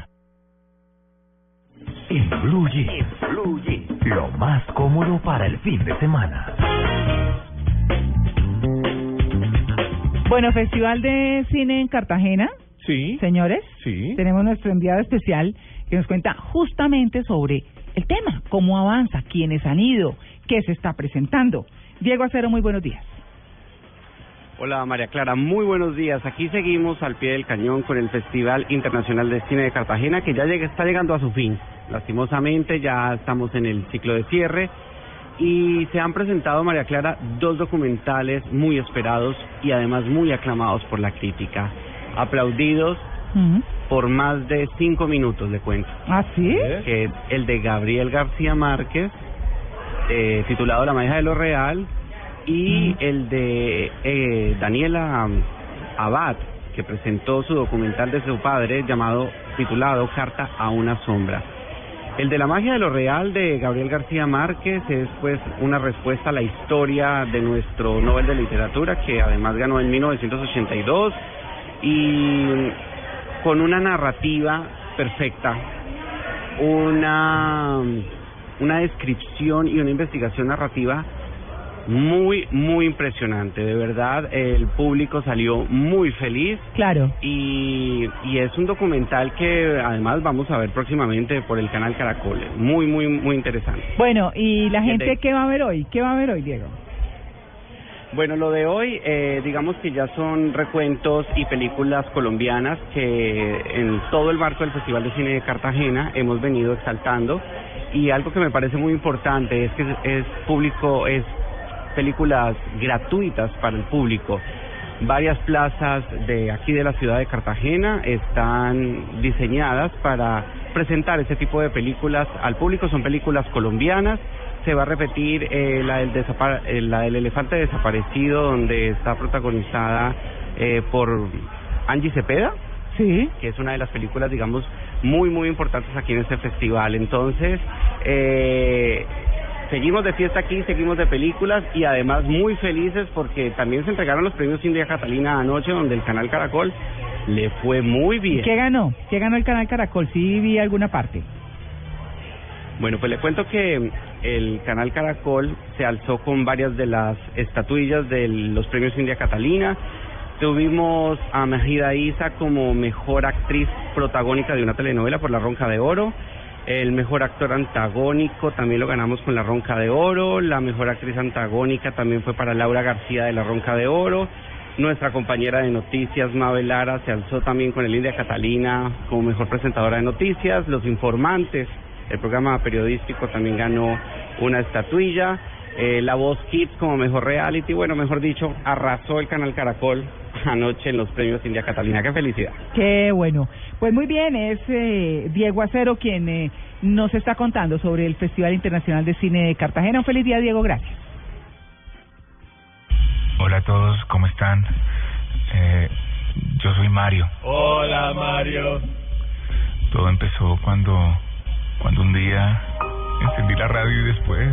En Blue Jeans, Blue Jeans, lo más cómodo para el fin de semana. Bueno, Festival de Cine en Cartagena. Sí. Señores. Sí. Tenemos nuestro enviado especial que nos cuenta justamente sobre el tema, cómo avanza, quiénes han ido, qué se está presentando. Diego Acero, muy buenos días. Hola María Clara, muy buenos días. Aquí seguimos al pie del cañón con el Festival Internacional de Cine de Cartagena, que ya llega, está llegando a su fin. Lastimosamente ya estamos en el ciclo de cierre y se han presentado, María Clara, dos documentales muy esperados y además muy aclamados por la crítica, aplaudidos uh-huh. por más de cinco minutos, le cuento. ¿Ah, sí? Que es el de Gabriel García Márquez, eh, titulado La magia de lo real, y uh-huh. el de eh, Daniela Abad, que presentó su documental de su padre llamado, titulado Carta a una sombra. El de La magia de lo real de Gabriel García Márquez es pues una respuesta a la historia de nuestro Nobel de Literatura, que además ganó en mil novecientos ochenta y dos, y con una narrativa perfecta, una, una descripción y una investigación narrativa muy, muy impresionante. De verdad, el público salió muy feliz. Claro. Y, y es un documental que además vamos a ver próximamente por el canal Caracol. Muy, muy, muy interesante. Bueno, ¿y la gente de... qué va a ver hoy? ¿Qué va a ver hoy, Diego? Bueno, lo de hoy, eh, digamos que ya son recuentos y películas colombianas que en todo el marco del Festival de Cine de Cartagena hemos venido exaltando. Y algo que me parece muy importante es que es, es público, es películas gratuitas para el público. Varias plazas de aquí de la ciudad de Cartagena están diseñadas para presentar ese tipo de películas al público. Son películas colombianas. Se va a repetir eh, la, del desapa- eh, la del elefante desaparecido, donde está protagonizada eh, por Angie Cepeda. Sí. Que es una de las películas, digamos, muy, muy importantes aquí en este festival. Entonces, eh... seguimos de fiesta aquí, seguimos de películas y además muy felices porque también se entregaron los premios India Catalina anoche, donde el canal Caracol le fue muy bien. ¿Qué ganó? ¿Qué ganó el canal Caracol? Sí vi alguna parte. Bueno, pues le cuento que el canal Caracol se alzó con varias de las estatuillas de los premios India Catalina, Tuvimos a Majida Isa como mejor actriz protagónica de una telenovela por La Ronca de Oro. El mejor actor antagónico también lo ganamos con La Ronca de Oro. La mejor actriz antagónica también fue para Laura García de La Ronca de Oro. Nuestra compañera de noticias, Mabel Lara, se alzó también con el India Catalina como mejor presentadora de noticias. Los Informantes, el programa periodístico, también ganó una estatuilla. Eh, La Voz Kids como mejor reality. Bueno, mejor dicho, arrasó el canal Caracol anoche en los premios India Catalina. ¡Qué felicidad! Qué bueno. Pues muy bien, es eh, Diego Acero quien eh, nos está contando sobre el Festival Internacional de Cine de Cartagena. Un feliz día, Diego, gracias. Hola a todos, ¿cómo están? Eh, yo soy Mario. Hola, Mario. Todo empezó cuando, cuando un día encendí la radio y después...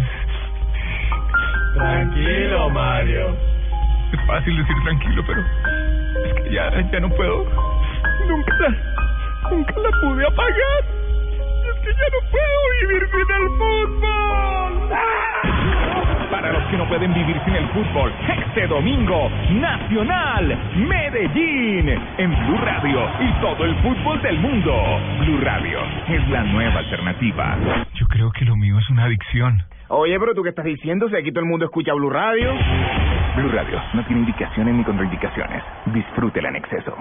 Tranquilo, Mario. Es fácil decir tranquilo, pero es que ya, ya no puedo. Nunca la, nunca la pude apagar. Es que ya no puedo vivir sin el fútbol. ¡Ah! Para los que no pueden vivir sin el fútbol, este domingo, Nacional Medellín, en Blue Radio y todo el fútbol del mundo. Blue Radio es la nueva alternativa. Yo creo que lo mío es una adicción. Oye, pero ¿tú qué estás diciendo? Si aquí todo el mundo escucha Blue Radio. Blue Radio no tiene indicaciones ni contraindicaciones. Disfrútela en exceso.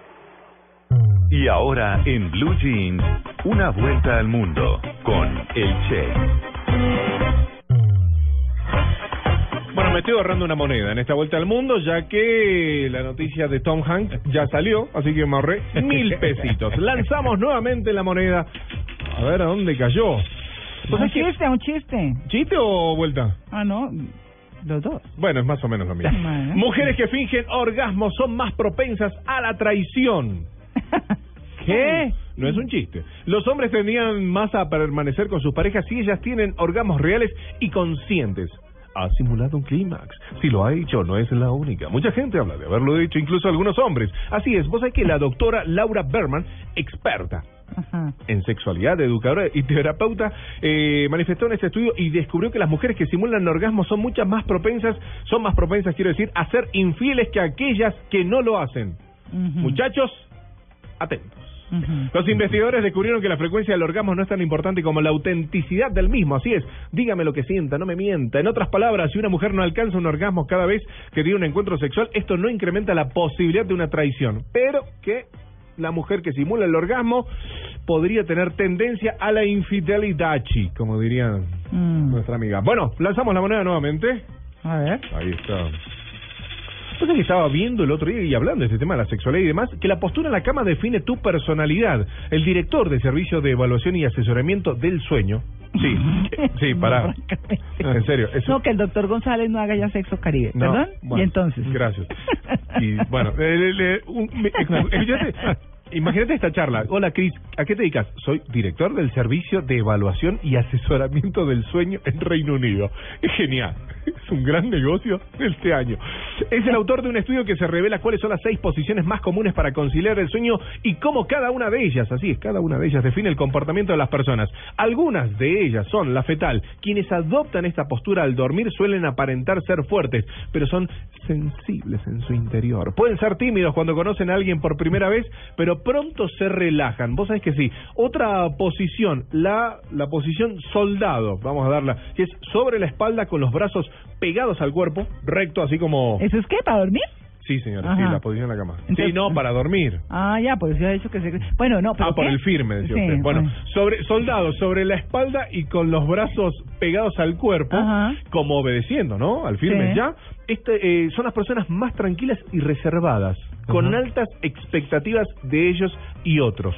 Y ahora en Blue Jeans, una vuelta al mundo con el Che. Bueno, me estoy ahorrando una moneda en esta vuelta al mundo, ya que la noticia de Tom Hanks ya salió, así que me ahorré mil pesitos. Lanzamos nuevamente la moneda. A ver a dónde cayó. Pues un chiste, un chiste. ¿Chiste o vuelta? Ah, no, los dos. Bueno, es más o menos lo mismo. Bueno. Mujeres que fingen orgasmo son más propensas a la traición. ¿Qué? No es un chiste. Los hombres tendrían más a permanecer con sus parejas si ellas tienen orgasmos reales y conscientes. Ha simulado un clímax. Si lo ha hecho, no es la única. Mucha gente habla de haberlo hecho, incluso algunos hombres. Así es, vos sabés que la doctora Laura Berman, experta Ajá. en sexualidad, educadora y terapeuta, eh, manifestó en este estudio y descubrió que las mujeres que simulan orgasmos son muchas más propensas, son más propensas, quiero decir, a ser infieles que aquellas que no lo hacen. Uh-huh. Muchachos, atentos. Uh-huh. Los investigadores descubrieron que la frecuencia del orgasmo no es tan importante como la autenticidad del mismo. Así es, dígame lo que sienta, no me mienta. En otras palabras, si una mujer no alcanza un orgasmo cada vez que tiene un encuentro sexual, esto no incrementa la posibilidad de una traición, pero que la mujer que simula el orgasmo podría tener tendencia a la infidelidad, como diría mm. nuestra amiga. Bueno, lanzamos la moneda nuevamente. A ver. Ahí está. Entonces que estaba viendo el otro día y hablando de este tema de la sexualidad y demás, que la postura en la cama define tu personalidad. El director de Servicio de Evaluación y Asesoramiento del Sueño. Sí, sí, para. No, en serio. Eso... No, que el doctor González no haga ya sexo Caribe. No, ¿Perdón? Bueno, y entonces. Gracias. Y bueno, eh, le, le, un, me, escuchate, imagínate esta charla. Hola, Cris, ¿a qué te dedicas? Soy director del Servicio de Evaluación y Asesoramiento del Sueño en Reino Unido. Es genial. Es un gran negocio este año. Es el autor de un estudio que se revela cuáles son las seis posiciones más comunes para conciliar el sueño y cómo cada una de ellas, así es, cada una de ellas define el comportamiento de las personas. Algunas de ellas son la fetal. Quienes adoptan esta postura al dormir suelen aparentar ser fuertes, pero son sensibles en su interior. Pueden ser tímidos cuando conocen a alguien por primera vez, pero pronto se relajan. Vos sabés que sí. Otra posición, la, la posición soldado, vamos a darla, que es sobre la espalda con los brazos pegados al cuerpo, recto, así como... ¿Eso es qué? ¿Para dormir? Sí, señora, Ajá. sí, la posición en la cama. Entonces, sí, no, para dormir. Ah, ya, pues yo he dicho que se... Bueno, no, pero Ah, por ¿qué? el firme, decía Sí, usted. Bueno, bueno. sobre soldado, sobre la espalda y con los brazos pegados al cuerpo, Ajá. como obedeciendo, ¿no? Al firme Sí. ya. Este, eh, son las personas más tranquilas y reservadas, con Ajá. altas expectativas de ellos y otros.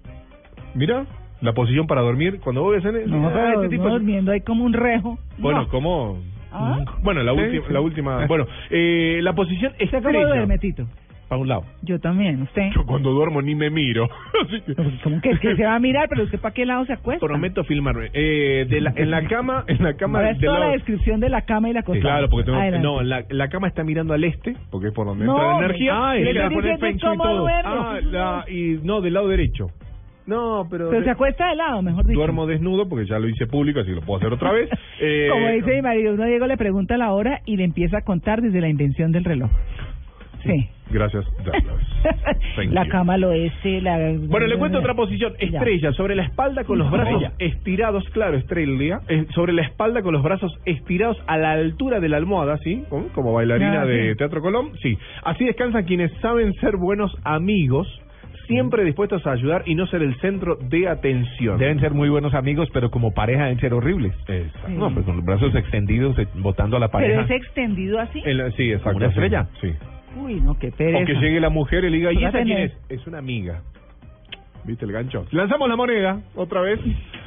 Mira, la posición para dormir, cuando vos ves en el... No, ah, pero este tipo no es- durmiendo hay como un rejo. Bueno, No. como... Ah. Bueno, la Sí, última, sí. la última... Bueno, eh, la posición ¿Usted cómo estrecha. duerme, Tito? Para un lado. Yo también, ¿usted? Yo cuando duermo ni me miro. Así que... ¿Cómo que, que se va a mirar? ¿Pero usted para qué lado se acuesta? Prometo filmarme. Eh, de la, en la cama, en la cama Ahora es del toda lado... la descripción de la cama y la Sí, cosa. claro, porque tengo, Adelante. no, la, la cama está mirando al este, porque es por donde No, entra la energía. ah, y le le estoy poner diciendo feng shui y cómo todo. duermo. Ah, la, y no, del lado derecho. No, pero... Pero de- se acuesta de lado, mejor dicho. duermo desnudo porque ya lo hice público, así que lo puedo hacer otra vez. Eh, Como dice mi marido, uno Diego le pregunta la hora y le empieza a contar desde la invención del reloj. Sí. Gracias, Dallas. La cama al oeste, la... Bueno, le cuento otra posición. Ya. Estrella, sobre la espalda con los brazos estirados, claro, estrella, eh, sobre la espalda con los brazos estirados a la altura de la almohada, ¿sí? Como, como bailarina Ah, de sí. Teatro Colón, sí. Así descansan quienes saben ser buenos amigos, siempre dispuestos a ayudar y no ser el centro de atención. Deben ser muy buenos amigos, pero como pareja deben ser horribles. Exacto. No, pues con los brazos extendidos, eh, botando a la ¿Pero pareja. es extendido así? El- sí, exacto. ¿Una estrella? Sí. Uy, no, qué pereza. O que llegue la mujer y le diga, ¿y Pues esa la quién tenés. es? Es una amiga. ¿Viste el gancho? Lanzamos la moneda, otra vez.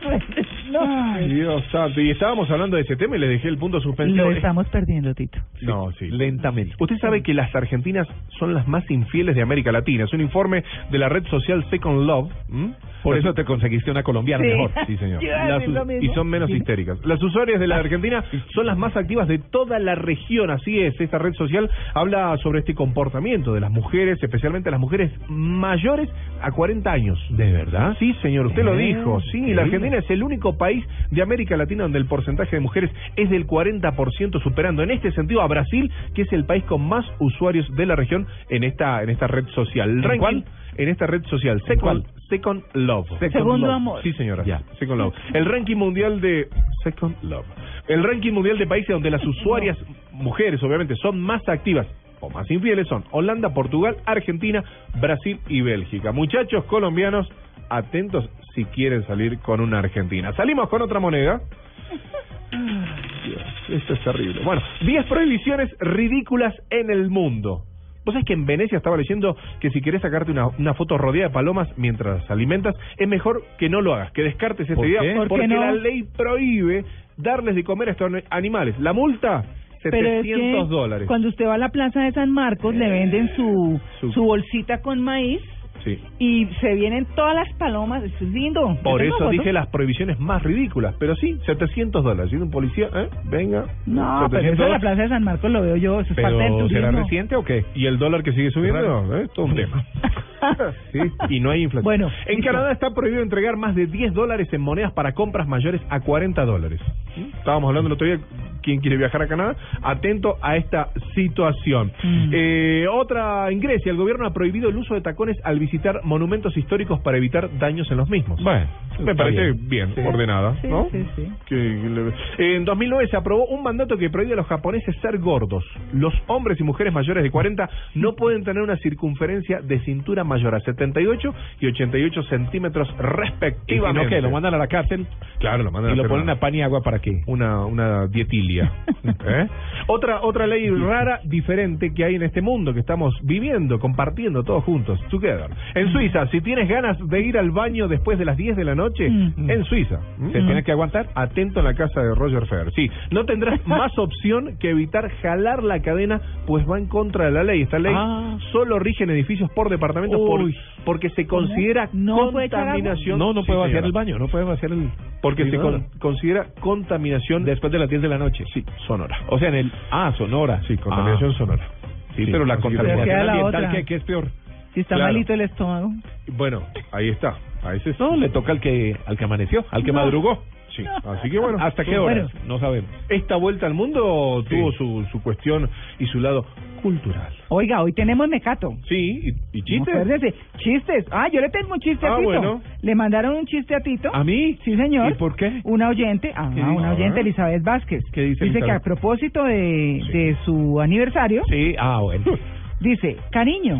No. Ay, Dios santo. Y estábamos hablando de ese tema y le dejé el punto suspensivo. Lo estamos perdiendo, Tito. No, sí. Lentamente. Usted sabe que las argentinas son las más infieles de América Latina. Es un informe de la red social Second Love. ¿m? Por Las- eso te conseguiste una colombiana Sí. mejor. Sí, señor. Yo iba a Las decir lo us- mismo. y son menos Dime. histéricas. Las usuarias de la Argentina son las más activas de toda la región. Así es, esta red social habla sobre este comportamiento de las mujeres, especialmente las mujeres mayores a cuarenta años. ¿De verdad? Sí, señor, usted lo Eh, dijo. Sí, sí. la Argentina es el único país de América Latina donde el porcentaje de mujeres es del cuarenta por ciento, superando en este sentido a Brasil, que es el país con más usuarios de la región en esta en esta red social. El ¿En ranking- cuál? En esta red social, ¿En Second, cuál? Second Love. Second Segundo Love. amor. Sí, señora. Ya. Second Love. El ranking mundial de Second Love. El ranking mundial de países donde las usuarias mujeres, obviamente, son más activas o más infieles son Holanda, Portugal, Argentina, Brasil y Bélgica. Muchachos colombianos, atentos si quieren salir con una argentina. Salimos con otra moneda. Ay, Dios, esto es terrible. Bueno, diez prohibiciones ridículas en el mundo. Vos sabés que en Venecia estaba leyendo que si querés sacarte una, una foto rodeada de palomas mientras alimentas, es mejor que no lo hagas, que descartes esta ¿Por idea, qué? ¿Por qué porque no? la ley prohíbe darles de comer a estos animales. La multa, Pero es que setecientos dólares. cuando usted va a la plaza de San Marcos, le venden su, Su- su bolsita con maíz Sí. y se vienen todas las palomas. Eso es lindo. Yo Por tengo eso fotos. dije las prohibiciones más ridículas, pero sí, setecientos dólares. Y un policía, ¿eh? Venga. No, pero eso en la plaza de San Marcos lo veo yo. Eso es parte del Pero turismo. ¿será reciente o qué? ¿Y el dólar que sigue subiendo? ¿Eh? Todo un tema. Sí, y no hay inflación. Bueno, en listo. Canadá está prohibido entregar más de diez dólares en monedas para compras mayores a cuarenta dólares. ¿Sí? Estábamos hablando el otro día, ¿quién quiere viajar a Canadá? Atento a esta situación. Mm. Eh, otra, en Grecia, el gobierno ha prohibido el uso de tacones al visitar monumentos históricos para evitar daños en los mismos. Bueno, me está parece bien. bien, Sí. ordenada, Sí, ¿no? sí, sí. Que le- En dos mil nueve se aprobó un mandato que prohíbe a los japoneses ser gordos. Los hombres y mujeres mayores de cuarenta no pueden tener una circunferencia de cintura mayor a setenta y ocho y ochenta y ocho centímetros Y si respectivamente. no, ¿qué? ¿Lo mandan a la cárcel? Claro, lo mandan Y a lo hacer ponen una- a pan y agua para qué. una una dietilia. ¿Eh? Otra otra ley rara, diferente que hay en este mundo que estamos viviendo, compartiendo todos juntos, together. En Suiza, si tienes ganas de ir al baño después de las diez de la noche, Mm. en Suiza, ¿Se tiene que aguantar? atento en la casa de Roger Federer. Sí, no tendrás más opción que evitar jalar la cadena, pues va en contra de la ley. Esta ley Ah. solo rige en edificios por departamentos por, Uy. porque se considera ¿No puede echar agua? contaminación. No, no puede Sí, vaciar señora. el baño, no puede vaciar el... Porque se freidor. con- considera contaminación Después de las diez de la noche. sí, sonora. O sea, en el... Ah, Sonora. Sí, contaminación Ah. sonora. Sí, pero la así que- Pero queda contaminación la ambiental, otra. ¿qué, ¿qué es peor? Si está Claro. malito el estómago. Bueno, ahí está. A ese sí. No, le toca al que al que amaneció, al que No. madrugó. Sí. Así que bueno. ¿Hasta qué bueno, hora? No sabemos. Esta vuelta al mundo Sí. tuvo su, su cuestión y su lado cultural. Oiga, hoy tenemos mecato. Sí, y, y chistes. Acuérdese, chistes. Ah, yo le tengo un chiste a Ah, Tito. bueno. Le mandaron un chiste a Tito. ¿A mí? Sí, señor. ¿Y por qué? Una oyente, ah, ¿Qué una dice? oyente, Ah. Elizabeth Vázquez. ¿Qué dice Dice que Elizabeth? a propósito de, de su aniversario, Sí, ah, bueno. dice, cariño,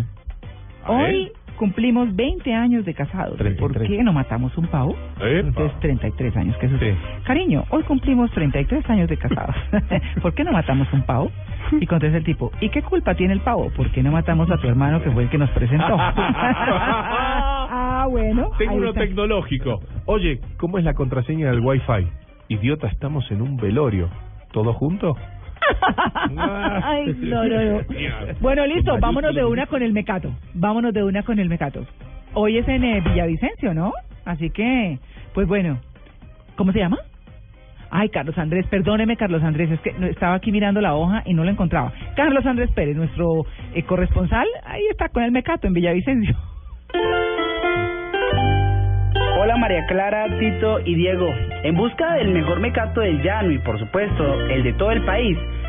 A ver. hoy cumplimos veinte años de casados. treinta y ¿Por tres. qué no matamos un pavo? Epa. Entonces, treinta y tres años, que eso es. Sí. Cariño, hoy cumplimos treinta y tres años de casados. ¿Por qué no matamos un pavo? Y contesta el tipo, ¿y qué culpa tiene el pavo? ¿Por qué no matamos a tu hermano que fue el que nos presentó? Ah, bueno. Tengo ahí uno está. tecnológico. Oye, ¿cómo es la contraseña del Wi-Fi? Idiota, estamos en un velorio. ¿Todos juntos? Ay, no, no, no. Bueno, listo, vámonos de una con el mecato. Vámonos de una con el mecato. Hoy es en eh, Villavicencio, ¿no? Así que, pues bueno, ¿cómo se llama? Ay, Carlos Andrés, perdóneme, Carlos Andrés, es que no- estaba aquí mirando la hoja y no lo encontraba. Carlos Andrés Pérez, nuestro eh, corresponsal, ahí está con el mecato en Villavicencio. Hola María Clara, Tito y Diego. En busca del mejor mecato del llano y por supuesto el de todo el país,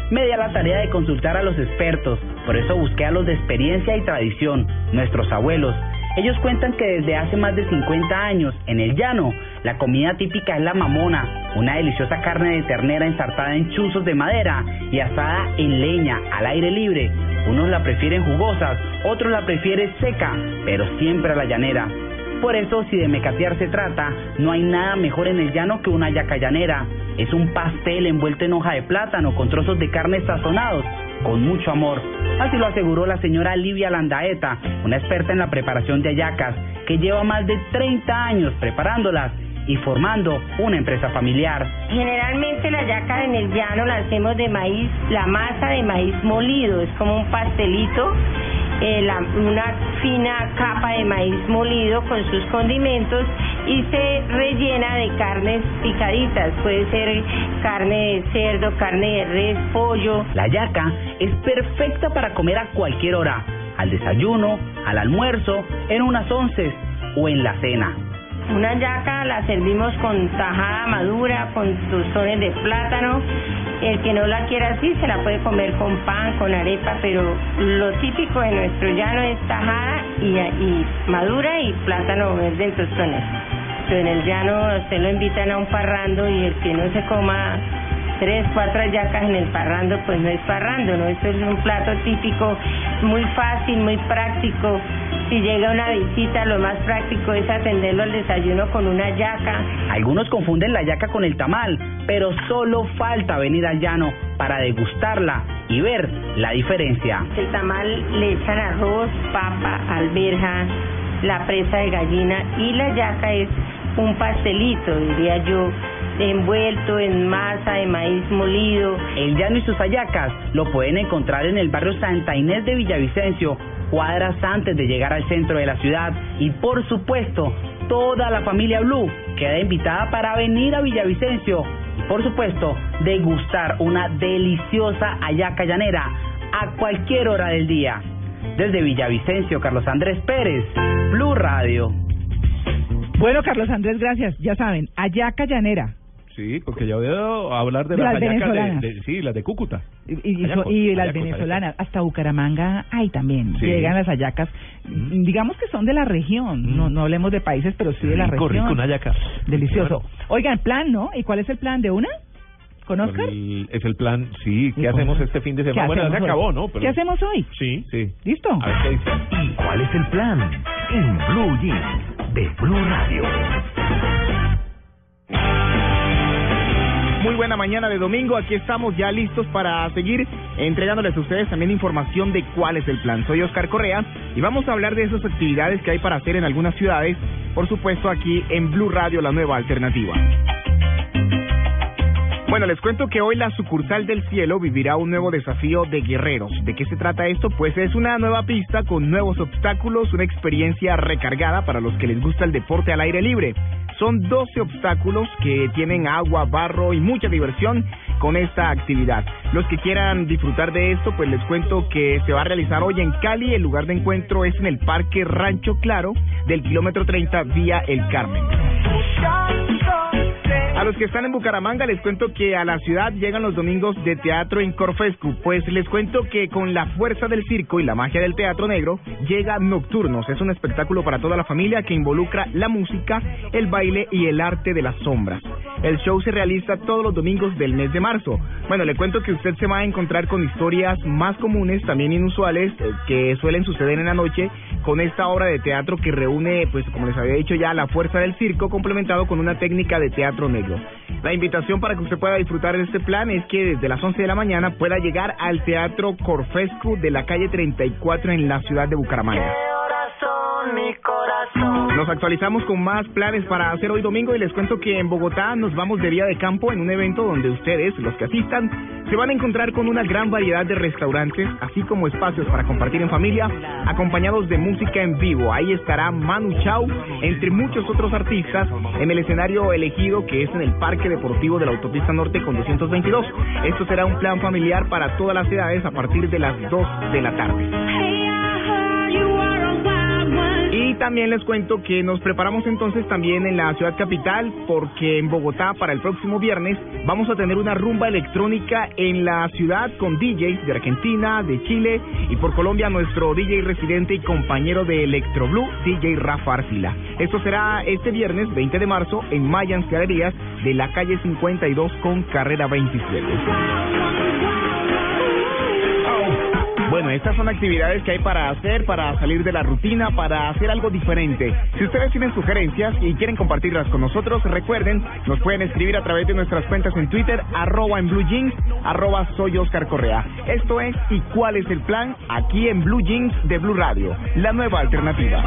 me di a la tarea de consultar a los expertos. Por eso busqué a los de experiencia y tradición, nuestros abuelos. Ellos cuentan que desde hace más de cincuenta años, en el llano, la comida típica es la mamona, una deliciosa carne de ternera ensartada en chuzos de madera y asada en leña, al aire libre. Unos la prefieren jugosas, otros la prefieren seca, pero siempre a la llanera. Por eso, si de mecatear se trata, no hay nada mejor en el llano que una hallaca llanera. Es un pastel envuelto en hoja de plátano con trozos de carne sazonados, con mucho amor. Así lo aseguró la señora Livia Landaeta, una experta en la preparación de hallacas, que lleva más de treinta años preparándolas y formando una empresa familiar. Generalmente la hallaca en el llano la hacemos de maíz, la masa de maíz molido, es como un pastelito. Eh, la, una fina capa de maíz molido con sus condimentos y se rellena de carnes picaditas, puede ser carne de cerdo, carne de res, pollo. La hallaca es perfecta para comer a cualquier hora, al desayuno, al almuerzo, en unas onces o en la cena. Una hallaca la servimos con tajada madura, con tostones de plátano. El que no la quiera así se la puede comer con pan, con arepa, pero lo típico de nuestro llano es tajada y, y madura y plátano verde en tostones. Pero en el llano usted lo invitan a un parrando y el que no se coma tres, cuatro hallacas en el parrando, pues no es parrando, ¿no? Esto es un plato típico, muy fácil, muy práctico. Si llega una visita, lo más práctico es atenderlo al desayuno con una hallaca. Algunos confunden la hallaca con el tamal, pero solo falta venir al llano para degustarla y ver la diferencia. El tamal le echan arroz, papa, alberja, la presa de gallina, y la hallaca es un pastelito, diría yo, envuelto en masa de maíz molido. El llano y sus hallacas lo pueden encontrar en el barrio Santa Inés de Villavicencio, cuadras antes de llegar al centro de la ciudad. Y por supuesto, toda la familia Blue queda invitada para venir a Villavicencio y por supuesto degustar una deliciosa hallaca llanera a cualquier hora del día. Desde Villavicencio, Carlos Andrés Pérez, Blue Radio. Bueno, Carlos Andrés, gracias. Ya saben, hallaca llanera. Sí, porque ya voy a hablar de, de las las hallacas venezolanas. de, de, sí, las de Cúcuta. Y, y, Hallacos, y las hallacos, venezolanas, hasta Bucaramanga hay también, Sí. llegan las hallacas, mm. digamos que son de la región, mm. no no hablemos de países, pero sí de la rico, región. rico, una hallaca. Delicioso. Oigan, plan, ¿no? ¿Y cuál es el plan de una? ¿Con Oscar? El, es el plan, sí, ¿qué ¿Y hacemos cómo? este fin de ¿Qué semana? Bueno, ya se hacemos acabó, hoy? ¿no? Pero... ¿Qué hacemos hoy? Sí, sí. ¿Listo? A ver qué dice. ¿Y cuál es el plan? En Blue Jeans de Blue Radio. Muy buena mañana de domingo, aquí estamos ya listos para seguir entregándoles a ustedes también información de cuál es el plan. Soy Oscar Correa y vamos a hablar de esas actividades que hay para hacer en algunas ciudades, por supuesto aquí en Blue Radio, la nueva alternativa. Bueno, les cuento que hoy la sucursal del Cielo vivirá un nuevo desafío de guerreros. ¿De qué se trata esto? Pues es una nueva pista con nuevos obstáculos, una experiencia recargada para los que les gusta el deporte al aire libre. Son doce obstáculos que tienen agua, barro y mucha diversión con esta actividad. Los que quieran disfrutar de esto, pues les cuento que se va a realizar hoy en Cali. El lugar de encuentro es en el Parque Rancho Claro del kilómetro treinta vía El Carmen. A los que están en Bucaramanga les cuento que a la ciudad llegan los domingos de teatro en Corfescu. Pues les cuento que con la fuerza del circo y la magia del teatro negro llega Nocturnos. Es un espectáculo para toda la familia que involucra la música, el baile y el arte de las sombras. El show se realiza todos los domingos del mes de marzo. Bueno, le cuento que usted se va a encontrar con historias más comunes, también inusuales, eh, que suelen suceder en la noche con esta obra de teatro que reúne, pues como les había dicho ya, la fuerza del circo complementado con una técnica de teatro negro. La invitación para que usted pueda disfrutar de este plan es que desde las once de la mañana pueda llegar al Teatro Corfescu de la calle treinta y cuatro en la ciudad de Bucaramanga. Mi corazón. Nos actualizamos con más planes para hacer hoy domingo y les cuento que en Bogotá nos vamos de día de campo en un evento donde ustedes, los que asistan, se van a encontrar con una gran variedad de restaurantes, así como espacios para compartir en familia, acompañados de música en vivo. Ahí estará Manu Chao, entre muchos otros artistas, en el escenario elegido que es en el Parque Deportivo de la Autopista Norte con doscientos veintidós. Esto será un plan familiar para todas las edades a partir de las dos de la tarde. Y también les cuento que nos preparamos entonces también en la ciudad capital, porque en Bogotá para el próximo viernes vamos a tener una rumba electrónica en la ciudad con D Js de Argentina, de Chile y por Colombia nuestro D J residente y compañero de Electro Blue, D J Rafa Arcila. Esto será este viernes veinte de marzo en Mayans Galerías de la calle cincuenta y dos con carrera veintisiete. Bueno, estas son actividades que hay para hacer, para salir de la rutina, para hacer algo diferente. Si ustedes tienen sugerencias y quieren compartirlas con nosotros, recuerden, nos pueden escribir a través de nuestras cuentas en Twitter, arroba en Blue Jeans, arroba soy Oscar Correa. Esto es ¿Y cuál es el plan? Aquí en Blue Jeans de Blue Radio, la nueva alternativa.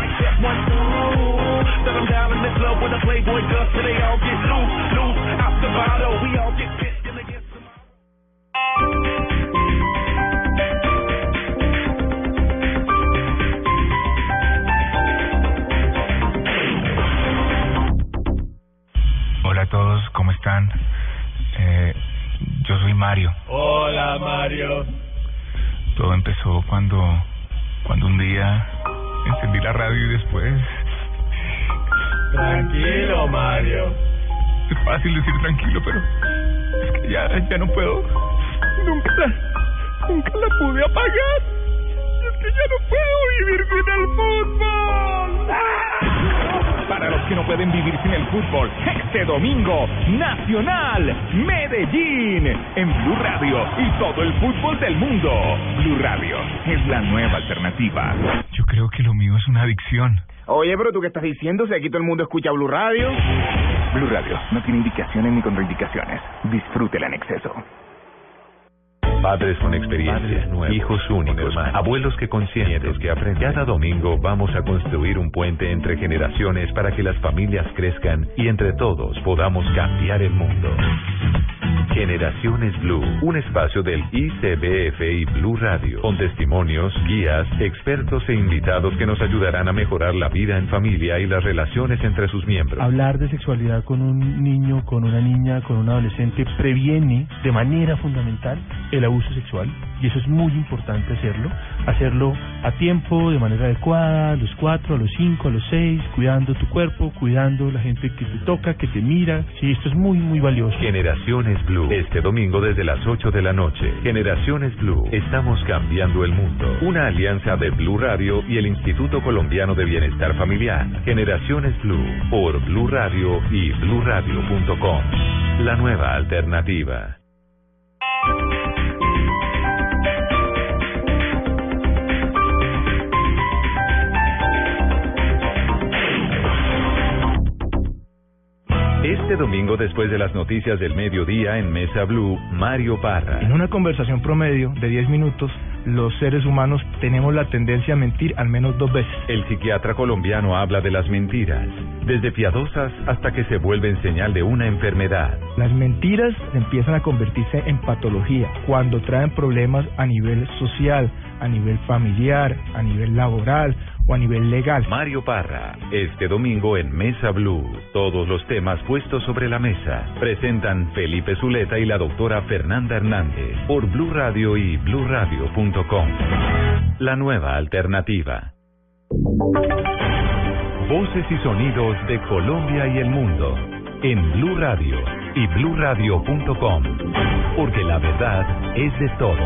Hola a todos, ¿cómo están? Eh, yo soy Mario. Hola, Mario. Todo empezó cuando, cuando un día encendí la radio y después... Tranquilo, Mario. Es fácil decir tranquilo, pero es que ya, ya no puedo. Nunca la, nunca la pude apagar. Es que ya no puedo vivir sin el fútbol. Para los que no pueden vivir sin el fútbol, este domingo, Nacional Medellín, en Blue Radio y todo el fútbol del mundo. Blue Radio es la nueva alternativa. Yo creo que lo mío es una adicción. Oye, pero ¿tú qué estás diciendo? Si aquí todo el mundo escucha Blue Radio. Blue Radio no tiene indicaciones ni contraindicaciones. Disfrútela en exceso. Padres con experiencia, nuevos, hijos únicos, abuelos que consienten, que aprenden. Cada domingo vamos a construir un puente entre generaciones para que las familias crezcan y entre todos podamos cambiar el mundo. Generaciones Blue, un espacio del I C B F y Blue Radio, con testimonios, guías, expertos e invitados que nos ayudarán a mejorar la vida en familia y las relaciones entre sus miembros. Hablar de sexualidad con un niño, con una niña, con un adolescente previene de manera fundamental el abuso sexual, y eso es muy importante hacerlo, hacerlo a tiempo, de manera adecuada, a los cuatro, a los cinco, a los seis, cuidando tu cuerpo, cuidando la gente que te toca, que te mira. Sí, esto es muy, muy valioso. Generaciones Blue, este domingo desde las ocho de la noche. Generaciones Blue, estamos cambiando el mundo. Una alianza de Blue Radio y el Instituto Colombiano de Bienestar Familiar. Generaciones Blue, por Blue Radio y blue radio punto com. La nueva alternativa. Este domingo, después de las noticias del mediodía en Mesa Blue, Mario Parra. En una conversación promedio de diez minutos, los seres humanos tenemos la tendencia a mentir al menos dos veces. El psiquiatra colombiano habla de las mentiras, desde piadosas hasta que se vuelven señal de una enfermedad. Las mentiras empiezan a convertirse en patología cuando traen problemas a nivel social, a nivel familiar, a nivel laboral o a nivel legal. Mario Parra, este domingo en Mesa Blue. Todos los temas puestos sobre la mesa. Presentan Felipe Zuleta y la doctora Fernanda Hernández por Blue Radio y blue radio punto com. La nueva alternativa. Voces y sonidos de Colombia y el mundo en Blue Radio y blue radio punto com. Porque la verdad es de todos.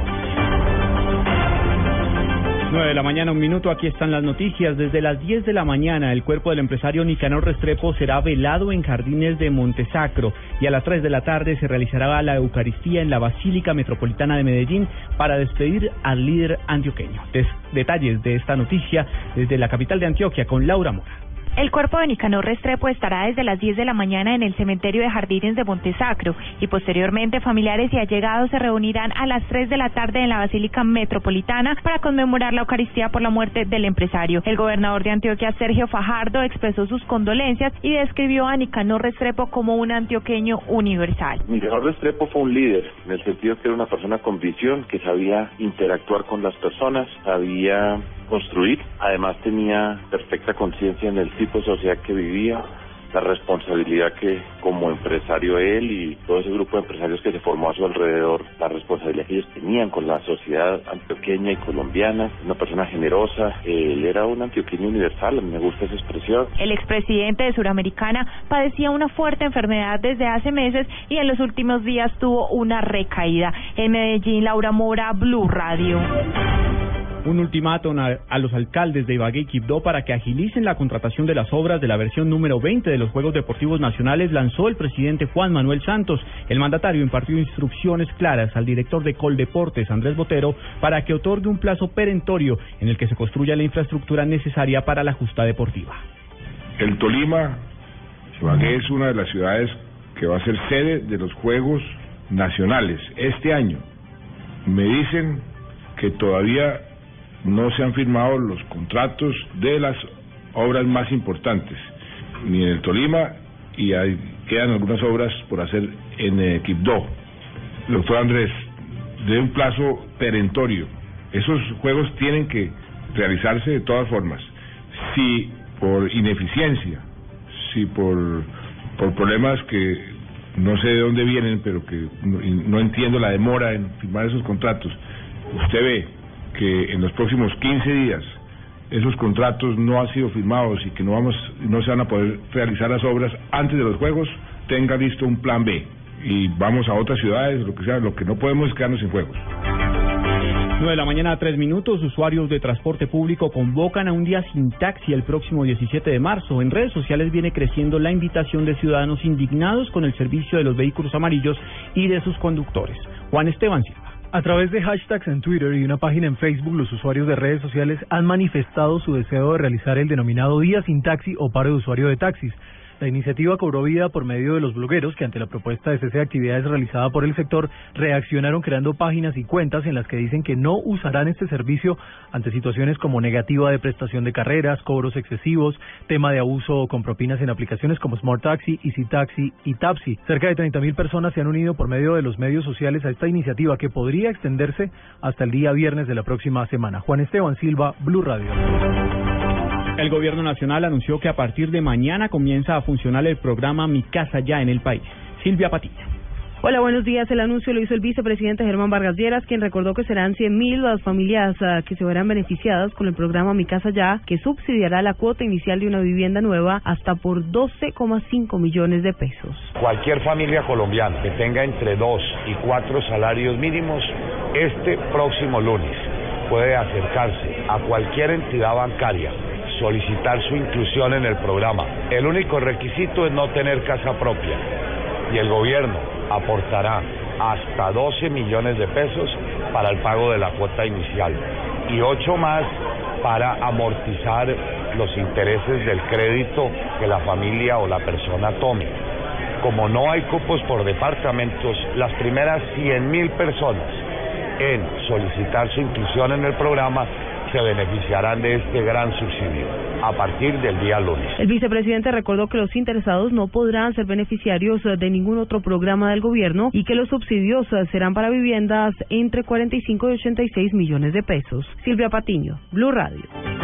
nueve de la mañana, un minuto, aquí están las noticias. Desde las diez de la mañana, el cuerpo del empresario Nicanor Restrepo será velado en Jardines de Montesacro y a las tres de la tarde se realizará la Eucaristía en la Basílica Metropolitana de Medellín para despedir al líder antioqueño. Des- detalles de esta noticia desde la capital de Antioquia con Laura Mora. El cuerpo de Nicanor Restrepo estará desde las diez de la mañana en el cementerio de Jardines de Montesacro y posteriormente familiares y allegados se reunirán a las tres de la tarde en la Basílica Metropolitana para conmemorar la Eucaristía por la muerte del empresario. El gobernador de Antioquia, Sergio Fajardo, expresó sus condolencias y describió a Nicanor Restrepo como un antioqueño universal. Nicanor Restrepo fue un líder, en el sentido que era una persona con visión, que sabía interactuar con las personas, sabía construir, además tenía perfecta conciencia en el tipo de sociedad que vivía, la responsabilidad que como empresario él y todo ese grupo de empresarios que se formó a su alrededor, la responsabilidad que ellos tenían con la sociedad antioqueña y colombiana, una persona generosa, él era un antioqueño universal, me gusta esa expresión. El expresidente de Suramericana padecía una fuerte enfermedad desde hace meses y en los últimos días tuvo una recaída. En Medellín, Laura Mora, Blue Radio. Un ultimátum a, a los alcaldes de Ibagué y Quibdó para que agilicen la contratación de las obras de la versión número veinte de los Juegos Deportivos Nacionales lanzó el presidente Juan Manuel Santos. El mandatario impartió instrucciones claras al director de Coldeportes, Andrés Botero, para que otorgue un plazo perentorio en el que se construya la infraestructura necesaria para la justa deportiva. El Tolima, Ibagué es una de las ciudades que va a ser sede de los Juegos Nacionales este año. Me dicen que todavía no se han firmado los contratos de las obras más importantes, ni en el Tolima, y hay, quedan algunas obras por hacer en eh, Quibdó. Doctor Andrés, de un plazo perentorio, esos juegos tienen que realizarse de todas formas. Si por ineficiencia, si por, por problemas que no sé de dónde vienen, pero que no, no entiendo la demora en firmar esos contratos, usted ve que en los próximos quince días esos contratos no han sido firmados y que no vamos no se van a poder realizar las obras antes de los Juegos, tenga listo un plan B y vamos a otras ciudades, lo que sea, lo que no podemos es quedarnos sin Juegos. nueve de la mañana a tres minutos, usuarios de transporte público convocan a un día sin taxi el próximo diecisiete de marzo. En redes sociales viene creciendo la invitación de ciudadanos indignados con el servicio de los vehículos amarillos y de sus conductores. Juan Esteban Silva. A través de hashtags en Twitter y una página en Facebook, los usuarios de redes sociales han manifestado su deseo de realizar el denominado Día Sin Taxi o paro de usuario de taxis. La iniciativa cobró vida por medio de los blogueros que ante la propuesta de cese de actividades realizada por el sector reaccionaron creando páginas y cuentas en las que dicen que no usarán este servicio ante situaciones como negativa de prestación de carreras, cobros excesivos, tema de abuso con propinas en aplicaciones como Smart Taxi, Easy Taxi y Tapsi. Cerca de treinta mil personas se han unido por medio de los medios sociales a esta iniciativa que podría extenderse hasta el día viernes de la próxima semana. Juan Esteban Silva, Blue Radio. El gobierno nacional anunció que a partir de mañana comienza a funcionar el programa Mi Casa Ya en el país. Silvia Patilla. Hola, buenos días. El anuncio lo hizo el vicepresidente Germán Vargas Lleras, quien recordó que serán cien mil las familias uh, que se verán beneficiadas con el programa Mi Casa Ya, que subsidiará la cuota inicial de una vivienda nueva hasta por doce coma cinco millones de pesos. Cualquier familia colombiana que tenga entre dos y cuatro salarios mínimos, este próximo lunes puede acercarse a cualquier entidad bancaria, solicitar su inclusión en el programa. El único requisito es no tener casa propia y el gobierno aportará hasta doce millones de pesos para el pago de la cuota inicial y ocho más para amortizar los intereses del crédito que la familia o la persona tome. Como no hay cupos por departamentos, las primeras cien mil personas en solicitar su inclusión en el programa se beneficiarán de este gran subsidio a partir del día lunes. El vicepresidente recordó que los interesados no podrán ser beneficiarios de ningún otro programa del gobierno y que los subsidios serán para viviendas entre cuarenta y cinco y ochenta y seis millones de pesos. Silvia Patiño, Blue Radio.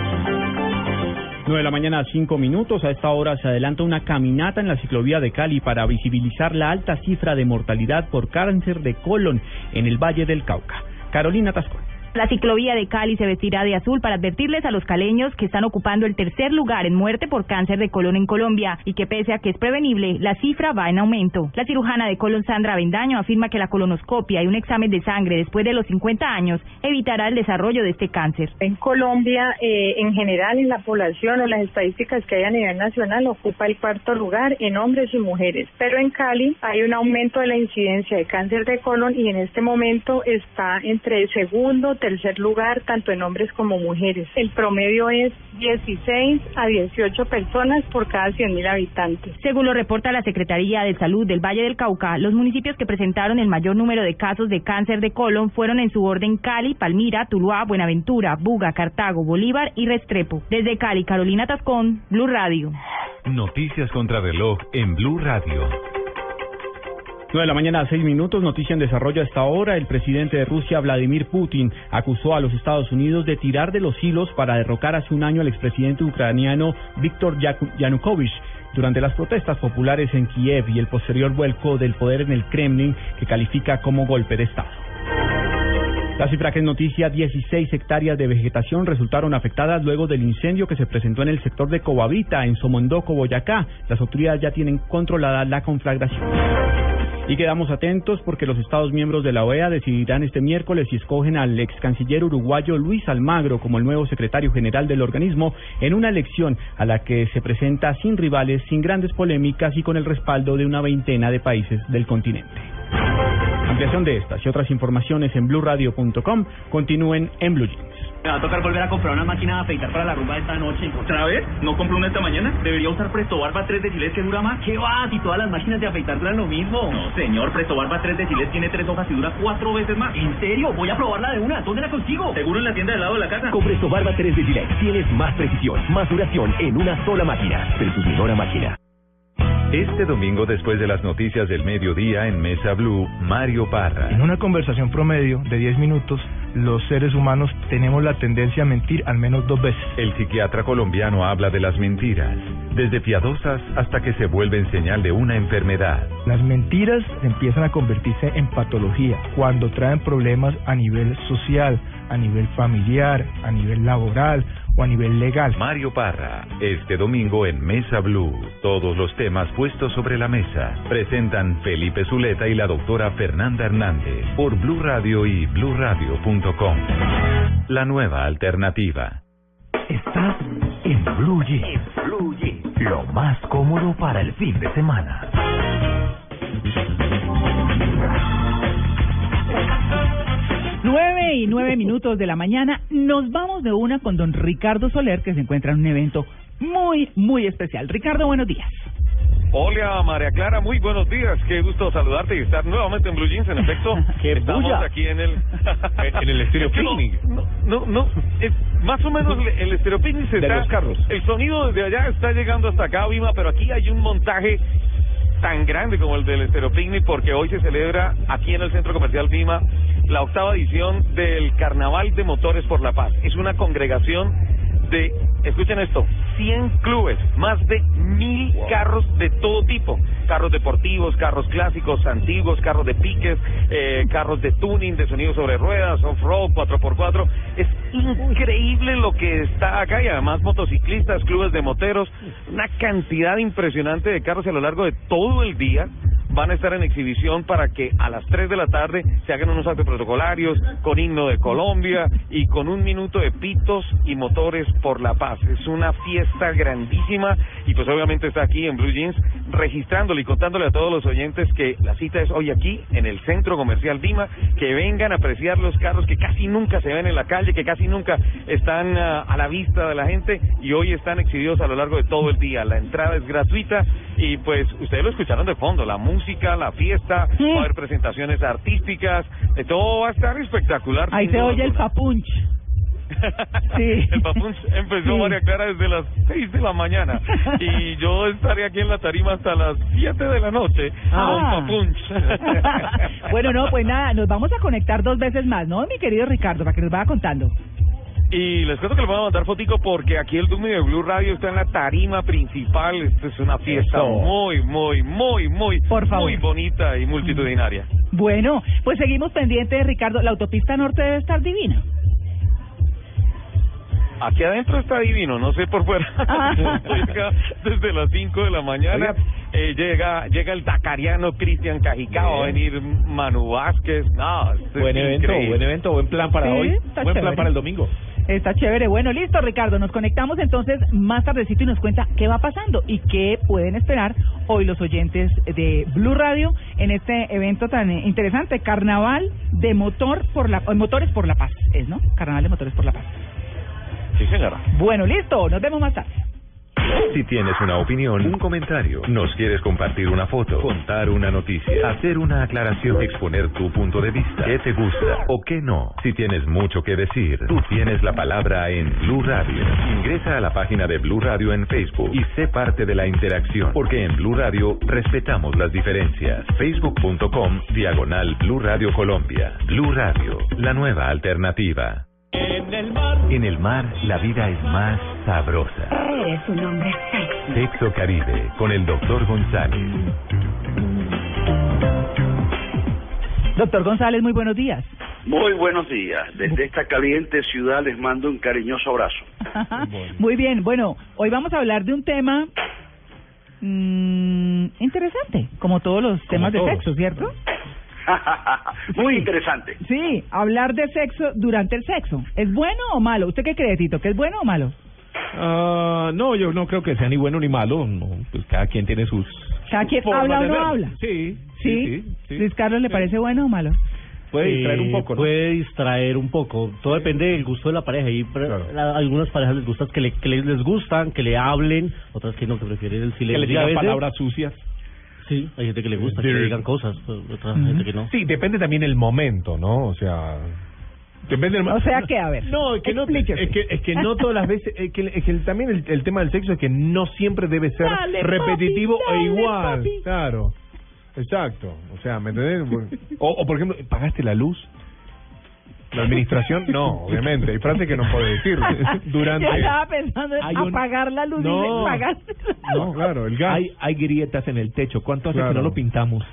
nueve de la mañana a cinco minutos. A esta hora se adelanta una caminata en la ciclovía de Cali para visibilizar la alta cifra de mortalidad por cáncer de colon en el Valle del Cauca. Carolina Tascón. La ciclovía de Cali se vestirá de azul para advertirles a los caleños que están ocupando el tercer lugar en muerte por cáncer de colon en Colombia y que pese a que es prevenible, la cifra va en aumento. La cirujana de colon Sandra Avendaño afirma que la colonoscopia y un examen de sangre después de los cincuenta años evitará el desarrollo de este cáncer. En Colombia, eh, en general, en la población o las estadísticas que hay a nivel nacional, ocupa el cuarto lugar en hombres y mujeres. Pero en Cali hay un aumento de la incidencia de cáncer de colon y en este momento está entre el segundo, tercer lugar, tanto en hombres como mujeres. El promedio es dieciséis a dieciocho personas por cada cien mil habitantes. Según lo reporta la Secretaría de Salud del Valle del Cauca, los municipios que presentaron el mayor número de casos de cáncer de colon fueron en su orden Cali, Palmira, Tuluá, Buenaventura, Buga, Cartago, Bolívar y Restrepo. Desde Cali, Carolina Tascón, Blue Radio. Noticias contra reloj en Blue Radio. nueve de la mañana a seis minutos, noticia en desarrollo a esta hora. El presidente de Rusia, Vladimir Putin, acusó a los Estados Unidos de tirar de los hilos para derrocar hace un año al expresidente ucraniano Víctor Yanukovych. durante las protestas populares en Kiev y el posterior vuelco del poder en el Kremlin, que califica como golpe de Estado. La cifra que es noticia, dieciséis hectáreas de vegetación resultaron afectadas luego del incendio que se presentó en el sector de Covavita, en Somondoco, Boyacá. Las autoridades ya tienen controlada la conflagración. Y quedamos atentos porque los Estados miembros de la O E A decidirán este miércoles si escogen al ex canciller uruguayo Luis Almagro como el nuevo secretario general del organismo en una elección a la que se presenta sin rivales, sin grandes polémicas y con el respaldo de una veintena de países del continente. Ampliación de estas y otras informaciones en blue radio punto com. Continúen en Blue Jeans. Me va a tocar volver a comprar una máquina de afeitar para la rumba de esta noche. ¿Otra vez? ¿No compró una esta mañana? ¿Debería usar Presto Barba tres de Gillette que dura más? ¿Qué va? Si todas las máquinas de afeitar duran lo mismo. No, señor. Presto Barba tres de Gillette tiene tres hojas y dura cuatro veces más. ¿En serio? Voy a probarla de una. ¿Dónde la consigo? Seguro en la tienda del lado de la casa. Con Presto Barba tres de Gillette tienes más precisión, más duración en una sola máquina. Presumidora máquina. Este domingo, después de las noticias del mediodía en Mesa Blue, Mario Parra. En una conversación promedio de diez minutos, los seres humanos tenemos la tendencia a mentir al menos dos veces. El psiquiatra colombiano habla de las mentiras, desde piadosas hasta que se vuelven señal de una enfermedad. Las mentiras empiezan a convertirse en patología cuando traen problemas a nivel social, a nivel familiar, a nivel laboral o a nivel legal. Mario Parra, este domingo en Mesa Blue. Todos los temas puestos sobre la mesa. Presentan Felipe Zuleta y la doctora Fernanda Hernández por Blue Radio y blue radio punto com. La nueva alternativa. Estás en Blue Jeans. En Blue Jeans. Lo más cómodo para el fin de semana. Nueve y nueve minutos de la mañana, nos vamos de una con don Ricardo Soler, que se encuentra en un evento muy, muy especial. Ricardo, buenos días. Hola María Clara, muy buenos días, qué gusto saludarte y estar nuevamente en Blue Jeans, en efecto. ¡Qué estamos bulla! Aquí en el en el Estéreo Es que Picnic. No, no, no, es más o menos el Estéreo Picnic se De está, los carros. el sonido desde allá está llegando hasta acá, Vima, pero aquí hay un montaje tan grande como el del Estéreo Picnic, porque hoy se celebra aquí en el Centro Comercial Vima la octava edición del Carnaval de Motores por la Paz. Es una congregación de, escuchen esto, cien clubes, más de mil wow. carros de todo tipo, carros deportivos, carros clásicos, antiguos, carros de piques, eh, carros de tuning, de sonido sobre ruedas, off-road, cuatro por cuatro, es increíble lo que está acá, y además motociclistas, clubes de moteros, una cantidad impresionante de carros a lo largo de todo el día. Van a estar en exhibición para que a las tres de la tarde se hagan unos actos protocolarios con himno de Colombia y con un minuto de pitos y motores por la paz. Es una fiesta grandísima y pues obviamente está aquí en Blue Jeans registrándole y contándole a todos los oyentes que la cita es hoy aquí en el Centro Comercial Vima, que vengan a apreciar los carros que casi nunca se ven en la calle, que casi nunca están uh, a la vista de la gente y hoy están exhibidos a lo largo de todo el día. La entrada es gratuita y pues ustedes lo escucharon de fondo, la música música, la fiesta, sí. va a haber presentaciones artísticas, de todo va a estar espectacular. Ahí se oye el papunch. Sí. El papunch empezó, sí. María Clara, desde las seis de la mañana y yo estaré aquí en la tarima hasta las siete de la noche ah. con papunch. Bueno, no, pues nada, nos vamos a conectar dos veces más, ¿no, mi querido Ricardo? Para que nos vaya contando. Y les cuento que les voy a mandar fotico porque aquí el Dummy de Blue Radio está en la tarima principal. Esta es una fiesta Eso. muy, muy, muy, muy, Por favor. muy bonita y multitudinaria. Bueno, pues seguimos pendientes, Ricardo. La autopista norte debe estar divina. Aquí adentro está divino, no sé por fuera. Estoy acá desde las cinco de la mañana. Eh, llega llega el dakariano Cristian Cajicao, va a venir Manu Vázquez. No, buen evento, increíble. buen evento, buen plan para sí, hoy, buen chévere. plan para el domingo. Está chévere. Bueno, listo, Ricardo. Nos conectamos entonces más tardecito y nos cuenta qué va pasando y qué pueden esperar hoy los oyentes de Blue Radio en este evento tan interesante, Carnaval de Motor por la Motores por la Paz, ¿es, no? Carnaval de Motores por la Paz. Sí, señora. Bueno, listo. Nos vemos más tarde. Si tienes una opinión, un comentario, nos quieres compartir una foto, contar una noticia, hacer una aclaración, exponer tu punto de vista, qué te gusta o qué no. Si tienes mucho que decir, tú tienes la palabra en Blue Radio. Ingresa a la página de Blue Radio en Facebook y sé parte de la interacción, porque en Blue Radio respetamos las diferencias. Facebook punto com diagonal Blue Radio Colombia. Blue Radio, la nueva alternativa. En el mar. En el mar, la vida es más sabrosa. Eres un hombre sexy. Sexo Caribe, con el doctor González. Doctor González, muy buenos días. Muy buenos días. Desde esta caliente ciudad les mando un cariñoso abrazo. Muy bien, bueno, hoy vamos a hablar de un tema mmm, interesante, como todos los temas todos. de sexo, ¿cierto? Muy Sí. interesante. Sí, hablar de sexo durante el sexo. ¿Es bueno o malo? ¿Usted qué cree, Tito? ¿Que es bueno o malo? Ah, no, yo no creo que sea ni bueno ni malo. No, pues cada quien tiene sus. ¿Cada quien formas habla o de no verlo. habla? Sí, ¿Sí? sí, sí. Luis Carlos, ¿le parece bueno o malo? Puede Eh, distraer un poco, ¿no? Puede distraer un poco. Todo depende del gusto de la pareja. Y pre- a algunas parejas les gusta que, le, que les, les gustan, que le hablen, otras que no, que prefieren el silencio. Que le digan A veces- palabras sucias. Sí, hay gente que le gusta que Sí. le digan cosas, otra Ujú. gente que no. Sí, depende también el momento, ¿no? O sea, depende del mo- O sea, ¿qué? A ver. No, es que no, es que, es que no todas las veces, es que, es que el- también el, el tema del sexo es que no siempre debe ser Dale, repetitivo papi, dale, e igual, papi. claro, exacto, o sea, ¿me entendés? O, o por ejemplo, ¿pagaste la luz? La administración, no, obviamente, hay frases que no puedes decir durante. Yo estaba pensando en Hay un- apagar la luz No. y pagar. No, claro, el gas. Hay, hay grietas en el techo. ¿Cuánto hace Claro. que no lo pintamos?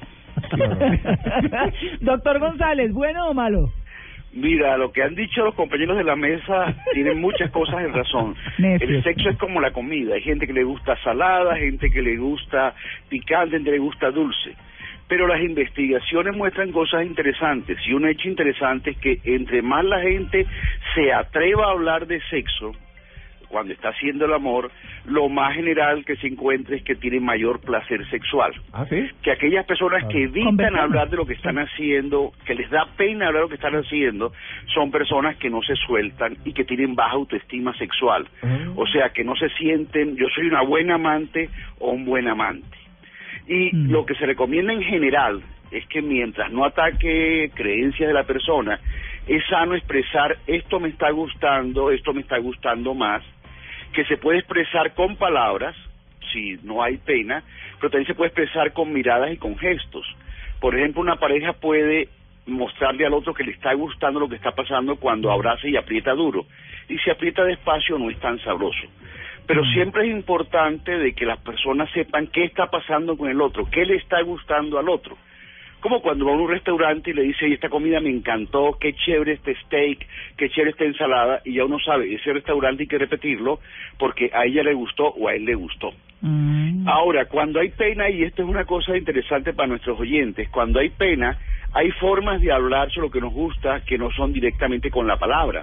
Doctor González, ¿bueno o malo? Mira, lo que han dicho los compañeros de la mesa tienen muchas cosas en razón. Necios. El sexo es como la comida. Hay gente que le gusta salada, gente que le gusta picante, gente que le gusta dulce. Pero las investigaciones muestran cosas interesantes. Y un hecho interesante es que entre más la gente se atreva a hablar de sexo, cuando está haciendo el amor, lo más general que se encuentra es que tiene mayor placer sexual. ¿Ah, sí? Que aquellas personas que evitan Conversamos. hablar de lo que están haciendo, que les da pena hablar de lo que están haciendo, son personas que no se sueltan y que tienen baja autoestima sexual. O sea, que no se sienten, yo soy una buena amante o un buen amante. Y lo que se recomienda en general es que mientras no ataque creencias de la persona, es sano expresar esto me está gustando, esto me está gustando más, que se puede expresar con palabras, si no hay pena, pero también se puede expresar con miradas y con gestos. Por ejemplo, una pareja puede mostrarle al otro que le está gustando lo que está pasando cuando abraza y aprieta duro. Y si aprieta despacio no es tan sabroso. Pero siempre es importante de que las personas sepan qué está pasando con el otro, qué le está gustando al otro. Como cuando va a un restaurante y le dice, esta comida me encantó, qué chévere este steak, qué chévere esta ensalada, y ya uno sabe, ese restaurante hay que repetirlo porque a ella le gustó o a él le gustó. Ahora, cuando hay pena, y esto es una cosa interesante para nuestros oyentes, cuando hay pena, hay formas de hablar sobre lo que nos gusta que no son directamente con la palabra.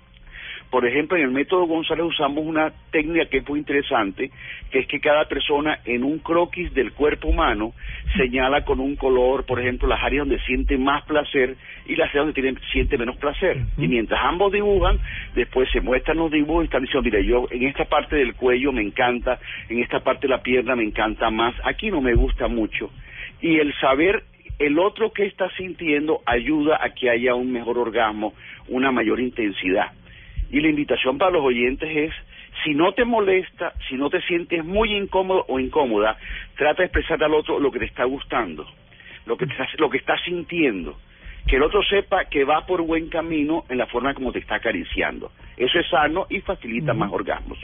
Por ejemplo, en el método González usamos una técnica que es muy interesante, que es que cada persona en un croquis del cuerpo humano señala con un color, por ejemplo, las áreas donde siente más placer y las áreas donde tiene, siente menos placer. Y mientras ambos dibujan, después se muestran los dibujos y están diciendo, mira, yo en esta parte del cuello me encanta, en esta parte de la pierna me encanta más, aquí no me gusta mucho. Y el saber el otro que está sintiendo ayuda a que haya un mejor orgasmo, una mayor intensidad. Y la invitación para los oyentes es, si no te molesta, si no te sientes muy incómodo o incómoda, trata de expresar al otro lo que te está gustando, lo que te está, lo que estás sintiendo, que el otro sepa que va por buen camino en la forma como te está acariciando. Eso es sano y facilita más orgasmos.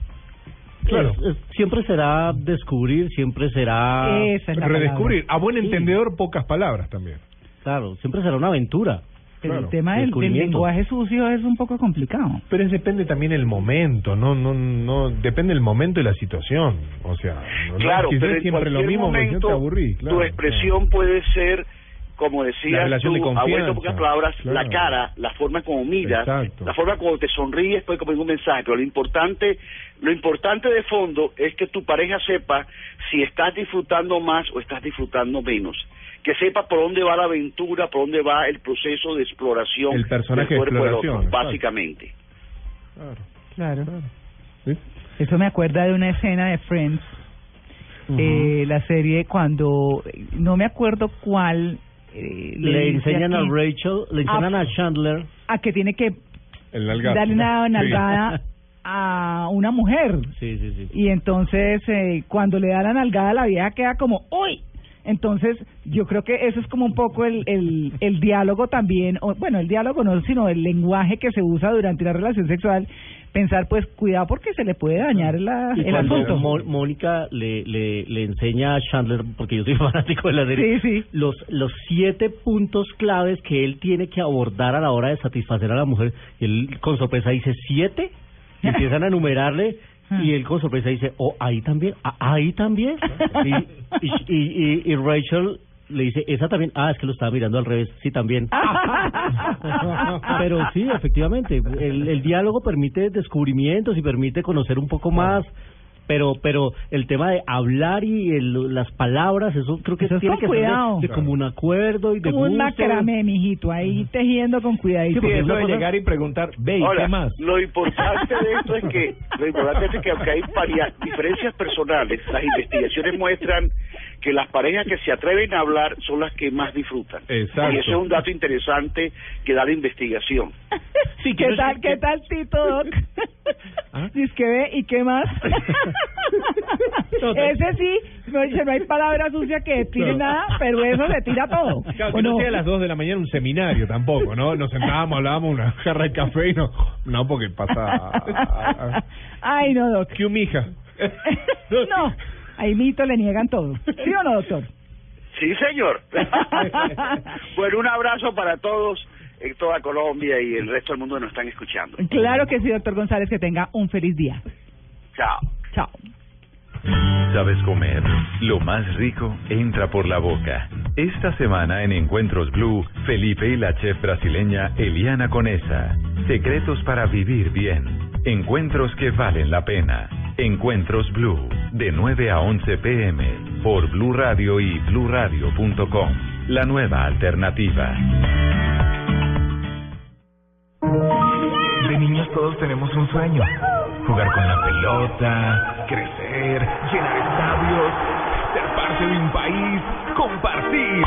Claro. Es- es- siempre será descubrir, siempre será Esa es la redescubrir. palabra. A buen Sí. entendedor, pocas palabras también. Claro, siempre será una aventura. Pero Claro. el tema del, del Descubrimiento. lenguaje sucio es un poco complicado. Pero es, depende también el momento, no, no, no, depende el momento y la situación. O sea, no, Claro, si pero es en siempre lo cualquier mismo, me momento te aburrí. Claro, tu expresión puede ser, como La decías relación de tú, a vuelta confianza, en pocas palabras, claro. la cara, la forma como miras, Exacto. la forma como te sonríes, puede como un mensaje, pero lo importante, lo importante de fondo es que tu pareja sepa si estás disfrutando más o estás disfrutando menos. Que sepa por dónde va la aventura, por dónde va el proceso de exploración El personaje del de cuerpo del exploración, otro, exacto. básicamente. Claro. Claro. ¿Sí? Eso me acuerda de una escena de Friends, eh, la serie cuando, no me acuerdo cuál, eh, Le dice enseñan a aquí, Rachel, le enseñan a Chandler. a que tiene que El nalgazo, darle ¿no? una Sí. nalgada a una mujer. Sí, sí, sí. Y entonces, eh, cuando le da la nalgada, la vieja queda como, ¡uy! Entonces, yo creo que eso es como un poco el, el, el diálogo también, o, bueno, el diálogo no, sino el lenguaje que se usa durante la relación sexual, pensar, pues, cuidado porque se le puede dañar la, Y el cuando asunto. Mo- Mónica le, le, le enseña a Chandler, porque yo soy fanático de la serie, Sí, sí. los los siete puntos claves que él tiene que abordar a la hora de satisfacer a la mujer, y él con sorpresa dice, ¿siete? Y empiezan a enumerarle, y él con sorpresa dice, oh, ahí también, ah, ahí también. Y, y, y, y, y Rachel le dice, esa también, ah, es que lo estaba mirando al revés, sí, también. Pero sí, efectivamente, el, el diálogo permite descubrimientos y permite conocer un poco más, pero pero el tema de hablar y el, las palabras, eso creo que Eso es tiene con que cuidado. ser de, de común acuerdo y de Como un gusto. macramé, mijito, ahí tejiendo con cuidadito. Sí, eso de llegar y preguntar, ve, ¿y Ahora, qué más? lo importante de esto es que lo importante es que aunque hay varia- diferencias personales, las investigaciones muestran que las parejas que se atreven a hablar son las que más disfrutan. Exacto. Y eso es un dato interesante que da la investigación. Sí, ¿qué tal, qué tal, Tito, Doc? Dice que ve, ¿y qué más? Ese sí, no, dice, no hay palabra sucia que tire No. nada, pero eso se tira todo. Claro, ¿O que no no? sea a las dos de la mañana un seminario tampoco, ¿no? Nos sentábamos, hablábamos una jarra de café y no, no porque pasa... Ay, no, Doc. ¿Qué humija? No, ahí mito le niegan todo. ¿Sí o no, doctor? Sí, señor. Bueno, un abrazo para todos en toda Colombia y el resto del mundo que nos están escuchando. Claro que sí, doctor González, que tenga un feliz día. Chao. Chao. ¿Sabes comer? Lo más rico entra por la boca. Esta semana en Encuentros Blue, Felipe y la chef brasileña Eliana Conesa. Secretos para vivir bien. Encuentros que valen la pena. Encuentros Blue, de nueve a once pe eme, por Blue Radio y blue radio punto com. La nueva alternativa. De niños todos tenemos un sueño. Jugar con la pelota, crecer, llenar estadios, ser parte de un país, compartir.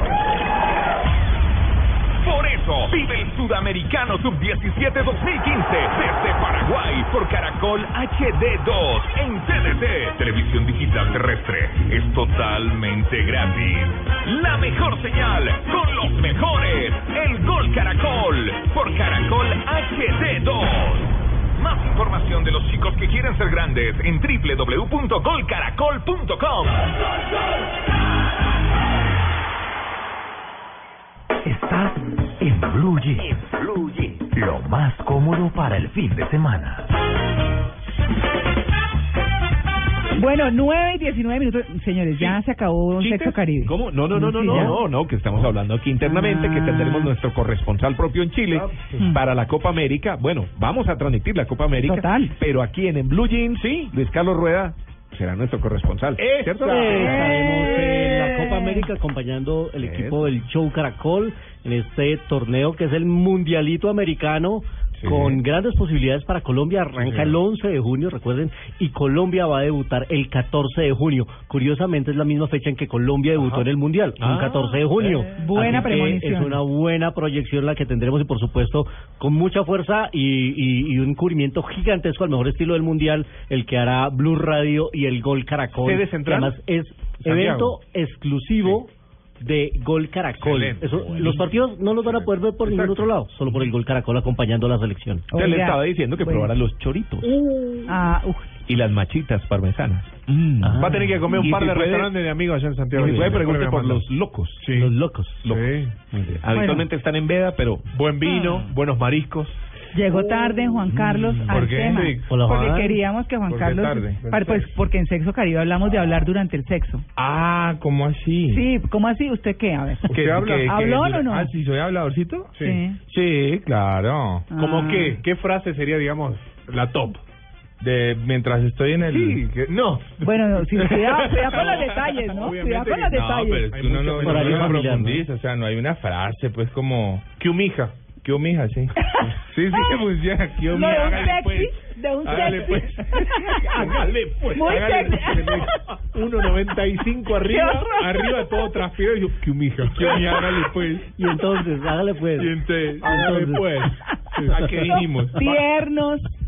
Por eso, vive el Sudamericano sub diecisiete dos mil quince desde Paraguay por Caracol H D dos en T D T. Televisión digital terrestre. Es totalmente gratis. La mejor señal con los mejores. El Gol Caracol por Caracol H D dos. Más información de los chicos que quieren ser grandes en doble u doble u doble u punto gol caracol punto com. Estás en Blue Jeans. Blue Jeans. Lo más cómodo para el fin de semana. Bueno, nueve y diecinueve minutos. Señores, ya se acabó ¿Chistes? Sexo Caribe. ¿Cómo? No, no, no, no, Sí, no, ya. no, no, que estamos hablando aquí internamente, Ah. que tendremos nuestro corresponsal propio en Chile para la Copa América. Bueno, vamos a transmitir la Copa América. Total. Pero aquí en, en Blue Jeans, sí, Luis Carlos Rueda será nuestro corresponsal. ¿Cierto? Estaremos en la Copa América acompañando el equipo del Show Caracol en este torneo que es el Mundialito Americano, Sí. con grandes posibilidades para Colombia. Arranca Sí. el once de junio, recuerden, y Colombia va a debutar el catorce de junio. Curiosamente es la misma fecha en que Colombia debutó Ajá. en el Mundial, un Ah, catorce de junio. eh. Buena Así que premonición. es una buena proyección la que tendremos y por supuesto con mucha fuerza y, y, y un cubrimiento gigantesco al mejor estilo del Mundial, el que hará Blue Radio y el Gol Caracol. ¿Sede que central? además es Santiago. evento exclusivo de Gol Caracol. Excelente. Eso, los partidos no los van a poder ver por ningún otro lado, solo por el Gol Caracol acompañando a la selección. Ya le Oiga, estaba diciendo que bueno. probara los choritos Ah, uf. y las machitas parmesanas. Mm. Ah. Va a tener que comer un Y par si de puede- restaurantes de amigos allá en Santiago. Y si puede, Después pregunte me por manda. los locos. Sí. Los locos. Locos. Sí. Muy bien. Bueno. Habitualmente están en veda, pero buen vino, buenos mariscos. Llegó tarde Juan Carlos ¿Por al qué? tema. Sí. Hola, Porque Juan. queríamos que Juan ¿Por qué Carlos... tarde? Para- Pues porque en Sexo Caribe hablamos de hablar durante el sexo. Ah, ¿cómo así? Sí, ¿cómo así? ¿Usted qué? A ver. ¿Usted habla? que- ¿Habló o no? Ah, ¿sí soy habladorcito? Sí. Sí, claro. ¿Cómo Ah. qué? ¿Qué frase sería, digamos, la top? De mientras estoy en el... Sí, que- no. Bueno, sí, cuidado, cuidado con los detalles, ¿no? Obviamente Cuidado con que los No, detalles. pero es que uno no, mucho uno horario no familiar, profundiza, o sea, no hay una frase, pues, como... ¿Qué humija? ¿Qué humija, sí? Sí, sí que funciona. ¿Qué No, humija? de un Hágale, sexy, pues. de un Hágale, sexy. pues. Hágale, pues. Muy hágale, sexy. pues. uno noventa y cinco arriba, Qué horror. arriba todo transpirado y yo, ¿qué humija? ¿Qué humija? Hágale, pues. Y entonces, hágale pues. Y entonces, hágale, Entonces. pues. ¿A qué vinimos? Tiernos,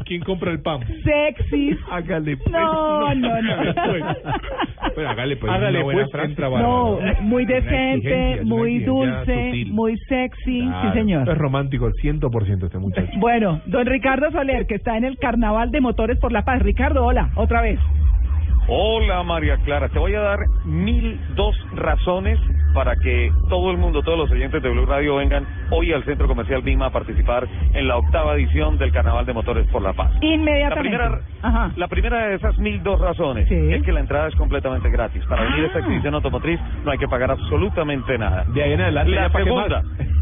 ¿Quién compra el pan? Sexys. Hágale pues. No, no, no. Bueno, hágale pues. Hágale una buena pues, frase. entra No, Bárbara. muy Una decente, exigencia, una muy exigencia dulce, sutil. muy sexy. Claro, Sí, señor. Es romántico cien por ciento este muchacho. Bueno, don Ricardo Soler, que está en el Carnaval de Motores por la Paz. Ricardo, hola, otra vez. Hola María Clara, te voy a dar mil dos razones para que todo el mundo, todos los oyentes de Blue Radio vengan hoy al Centro Comercial Vima a participar en la octava edición del Carnaval de Motores por la Paz. Inmediatamente. La primera, Ajá. la primera de esas mil dos razones Sí. es que la entrada es completamente gratis. Para venir a esta Ah. exhibición automotriz no hay que pagar absolutamente nada. De ahí en adelante La ya pa' qué segunda,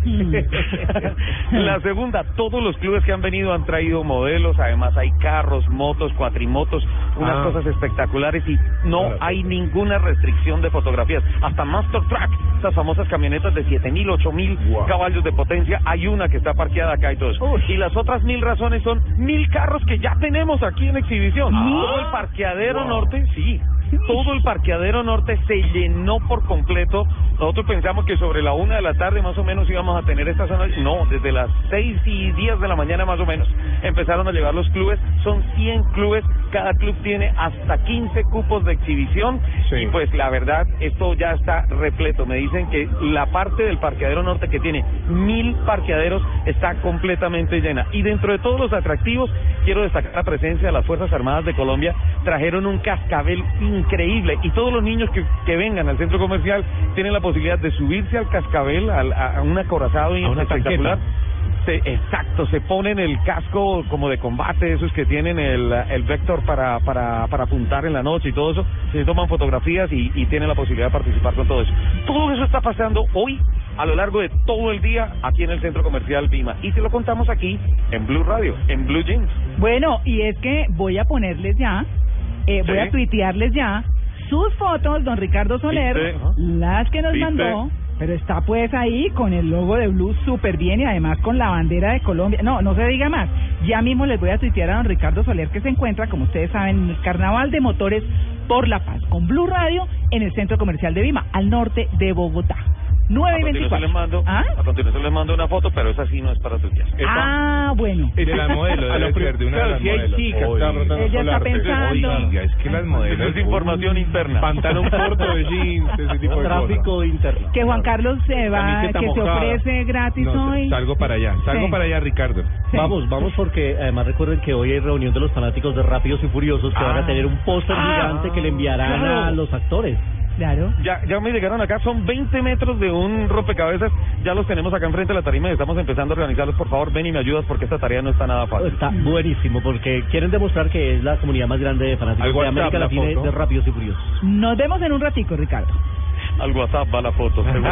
la segunda, todos los clubes que han venido han traído modelos, además hay carros, motos, cuatrimotos, unas Ah. cosas espectaculares y no Claro. hay ninguna restricción de fotografías. Hasta Master Track, estas famosas camionetas de siete mil, ocho mil Wow. caballos de potencia, hay una que está parqueada acá y todo eso. Uy. Y las otras mil razones son mil carros que ya tenemos aquí en exhibición. ¿Mil? Todo el parqueadero Wow. norte, sí. Todo el parqueadero norte se llenó por completo. Nosotros pensamos que sobre la una de la tarde más o menos íbamos a tener esta zona. No, desde las seis y diez de la mañana más o menos empezaron a llegar los clubes. Son cien clubes, cada club tiene hasta quince cupos de exhibición. Sí. Y pues la verdad, esto ya está repleto. Me dicen que la parte del parqueadero norte que tiene mil parqueaderos está completamente llena. Y dentro de todos los atractivos, quiero destacar la presencia de las Fuerzas Armadas de Colombia. Trajeron un cascabel increíble y todos los niños que, que vengan al centro comercial tienen la posibilidad de subirse al cascabel, al, a, a un acorazado A una espectacular. tanqueta. Se, exacto, se ponen el casco como de combate, esos que tienen el, el vector para, para, para apuntar en la noche y todo eso, se toman fotografías y, y tienen la posibilidad de participar con todo eso. Todo eso está pasando hoy a lo largo de todo el día aquí en el Centro Comercial Vima y te lo contamos aquí en Blue Radio, en Blue Jeans. Bueno, y es que voy a ponerles ya, eh, voy Sí. a tuitearles ya sus fotos, don Ricardo Soler, ¿Viste? las que nos ¿Viste? mandó, pero está pues ahí con el logo de Blue súper bien y además con la bandera de Colombia. No, no se diga más. Ya mismo les voy a tuitear a don Ricardo Soler, que se encuentra, como ustedes saben, en el Carnaval de Motores por la Paz, con Blue Radio en el Centro Comercial de Vima, al norte de Bogotá. nueve y A continuación les veinticuatro. mando, ¿Ah? a continuación les mando una foto, pero esa sí no es para tu tía. Ah, bueno. De la modelo, A debe lo prim- ser de una claro, de las si hay modelos. chicas, Oiga. está rotando Ella está solarte. pensando. Oiga, es que las modelos... Eso es información interna. Pantalón corto de jeans, ese tipo de Tráfico cosas. interno. Que Juan Carlos se va, Camiseta que se mojada. ofrece gratis No, hoy. salgo para allá, salgo Sí. para allá, Ricardo. Sí. Vamos, vamos porque además recuerden que hoy hay reunión de los fanáticos de Rápidos y Furiosos que Ah. van a tener un póster Ah. gigante que le enviarán Claro. a los actores. Claro. Ya, ya me llegaron acá, son veinte metros de un rompecabezas, ya los tenemos acá enfrente de la tarima y estamos empezando a organizarlos. Por favor, ven y me ayudas porque esta tarea no está nada fácil. Está buenísimo porque quieren demostrar que es la comunidad más grande de fanáticos Al de WhatsApp, América la Latina y foto. de Rápidos y Furiosos. Nos vemos en un ratico, Ricardo. Al WhatsApp va la foto, seguro.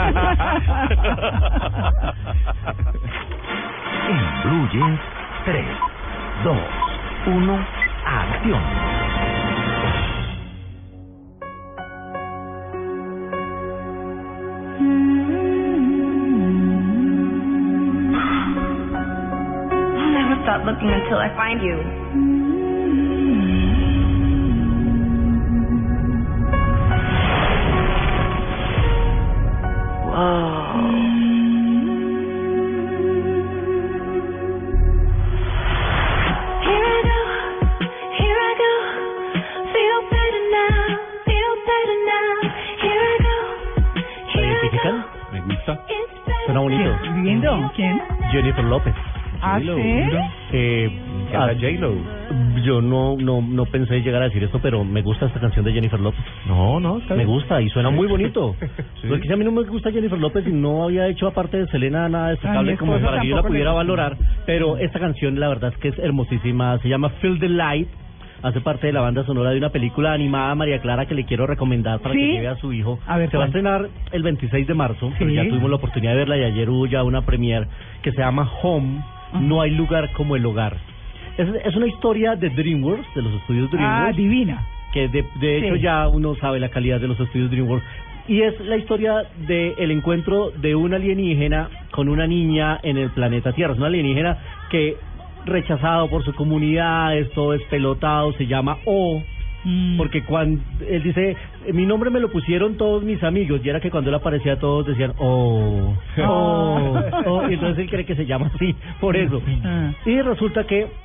En Blue Jeans, tres, dos, uno, acción. I'll never stop looking until I find you. Here I go, here I go. Feel better now, feel better now. Here I go, ¿Se here I identifican? go. Me gusta. It's better. Suena bonito. Lindo. ¿Quién? Jennifer López. ¿Ah, J-Lo, sí? mira. Eh, Canta ah, J-Lo. yo no, no, no pensé llegar a decir esto, pero me gusta esta canción de Jennifer López. No, no, está Me bien. gusta y suena muy bonito. Sí. Porque si a mí no me gusta Jennifer López y no había hecho aparte de Selena nada A destacable mi como esposo para que yo la tampoco le pudiera gusta. valorar, pero esta canción la verdad es que es hermosísima, se llama Feel the Light, hace parte de la banda sonora de una película animada, María Clara, que le quiero recomendar para ¿Sí? que lleve a su hijo. A ver, se va a ¿cuál? estrenar el veintiséis de marzo, pero Sí. ya tuvimos la oportunidad de verla y ayer hubo ya una premiere que se llama Home, No hay lugar como el hogar. Es, es una historia de DreamWorks, de los estudios Ah, DreamWorks, divina. que de, de hecho Sí. ya uno sabe la calidad de los estudios DreamWorks. Y es la historia de el encuentro de un alienígena con una niña en el planeta Tierra. Es un alienígena que, rechazado por su comunidad, es todo despelotado, se llama O. Mm. Porque cuando él dice, mi nombre me lo pusieron todos mis amigos, y era que cuando él aparecía todos decían, oh, oh, oh, y entonces él cree que se llama así, por eso. Ah. Y resulta que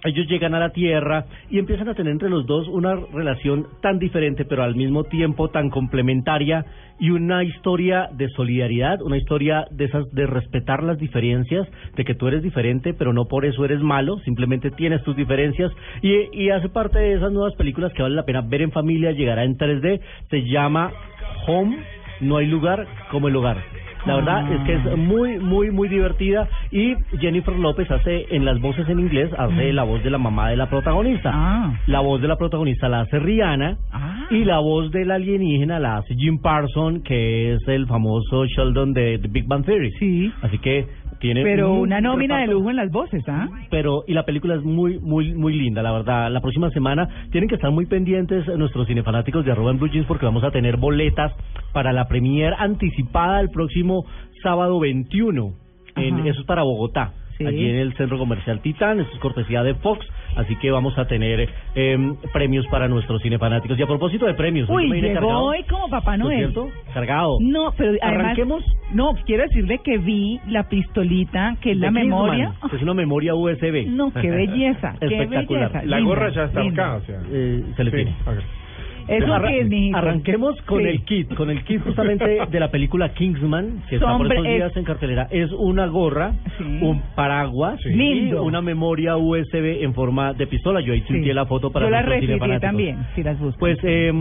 ellos llegan a la Tierra y empiezan a tener entre los dos una relación tan diferente, pero al mismo tiempo tan complementaria, y una historia de solidaridad, una historia de esas de respetar las diferencias, de que tú eres diferente, pero no por eso eres malo, simplemente tienes tus diferencias, y, y hace parte de esas nuevas películas que vale la pena ver en familia. Llegará en tres D, se llama Home, no hay lugar como el hogar. La verdad ah. es que es muy, muy, muy divertida, y Jennifer López hace, en las voces en inglés, hace mm. la voz de la mamá de la protagonista. Ah. La voz de la protagonista la hace Rihanna, ah. y la voz del alienígena la hace Jim Parsons, que es el famoso Sheldon de The Big Bang Theory. Sí. Así que tiene pero un una nómina reparto de lujo en las voces, ¿ah? Pero, y la película es muy, muy, muy linda, la verdad. La próxima semana tienen que estar muy pendientes nuestros cinefanáticos de arroba en Blue Jeans, porque vamos a tener boletas para la premier anticipada el próximo sábado veintiuno. En, eso es para Bogotá, sí. Allí en el Centro Comercial Titán. Esto es cortesía de Fox, así que vamos a tener eh, premios para nuestros cinefanáticos. Y a propósito de premios, uy, me llegó cargado, hoy como Papá Noel. ¿no es cierto? Cargado. No, pero además, arranquemos. No, quiero decirle que vi la pistolita, que es la Kingsman, memoria. que es una memoria U S B. No, qué belleza. Espectacular. Qué belleza. La linda, gorra ya está linda. acá, o sea. Eh, se le sí. tiene. Okay. Eso Arra- que es, mijito. Arranquemos con sí. el kit, con el kit justamente de la película Kingsman, que está Sombre, por estos días es... en cartelera. Es una gorra, sí. un paraguas, sí. y lindo, una memoria U S B en forma de pistola. Yo ahí tuiteé sí. la foto para Yo la nuestros recibí también, si las busco. Pues, eh,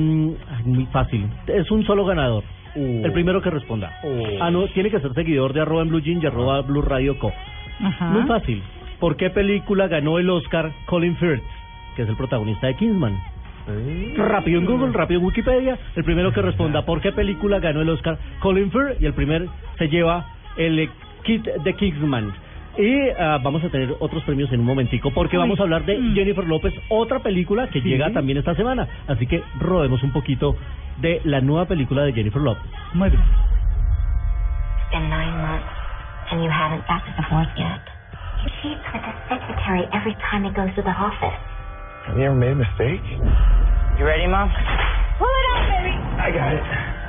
muy fácil. Es un solo ganador. Uh. El primero que responda. Uh. Ah, no, tiene que ser seguidor de arroba en Blue Jeans y arroba Blue Radio Co. Ajá. Muy fácil. ¿Por qué película ganó el Oscar Colin Firth, que es el protagonista de Kingsman? Mm. Rápido en Google, rápido en Wikipedia. El primero que responda por qué película ganó el Oscar Colin Firth, y el primer se lleva el kit de Kingsman. Y uh, vamos a tener otros premios en un momentico, porque Uy. vamos a hablar de mm. Jennifer López, otra película que ¿Sí? llega también esta semana. Así que rodemos un poquito de la nueva película de Jennifer López. Muy bien. It's been nine months and you haven't got to divorce yet. He cheats with his secretary every time he goes to the office. Have you ever made a mistake? You ready, Mom? Pull it out, baby. I got it.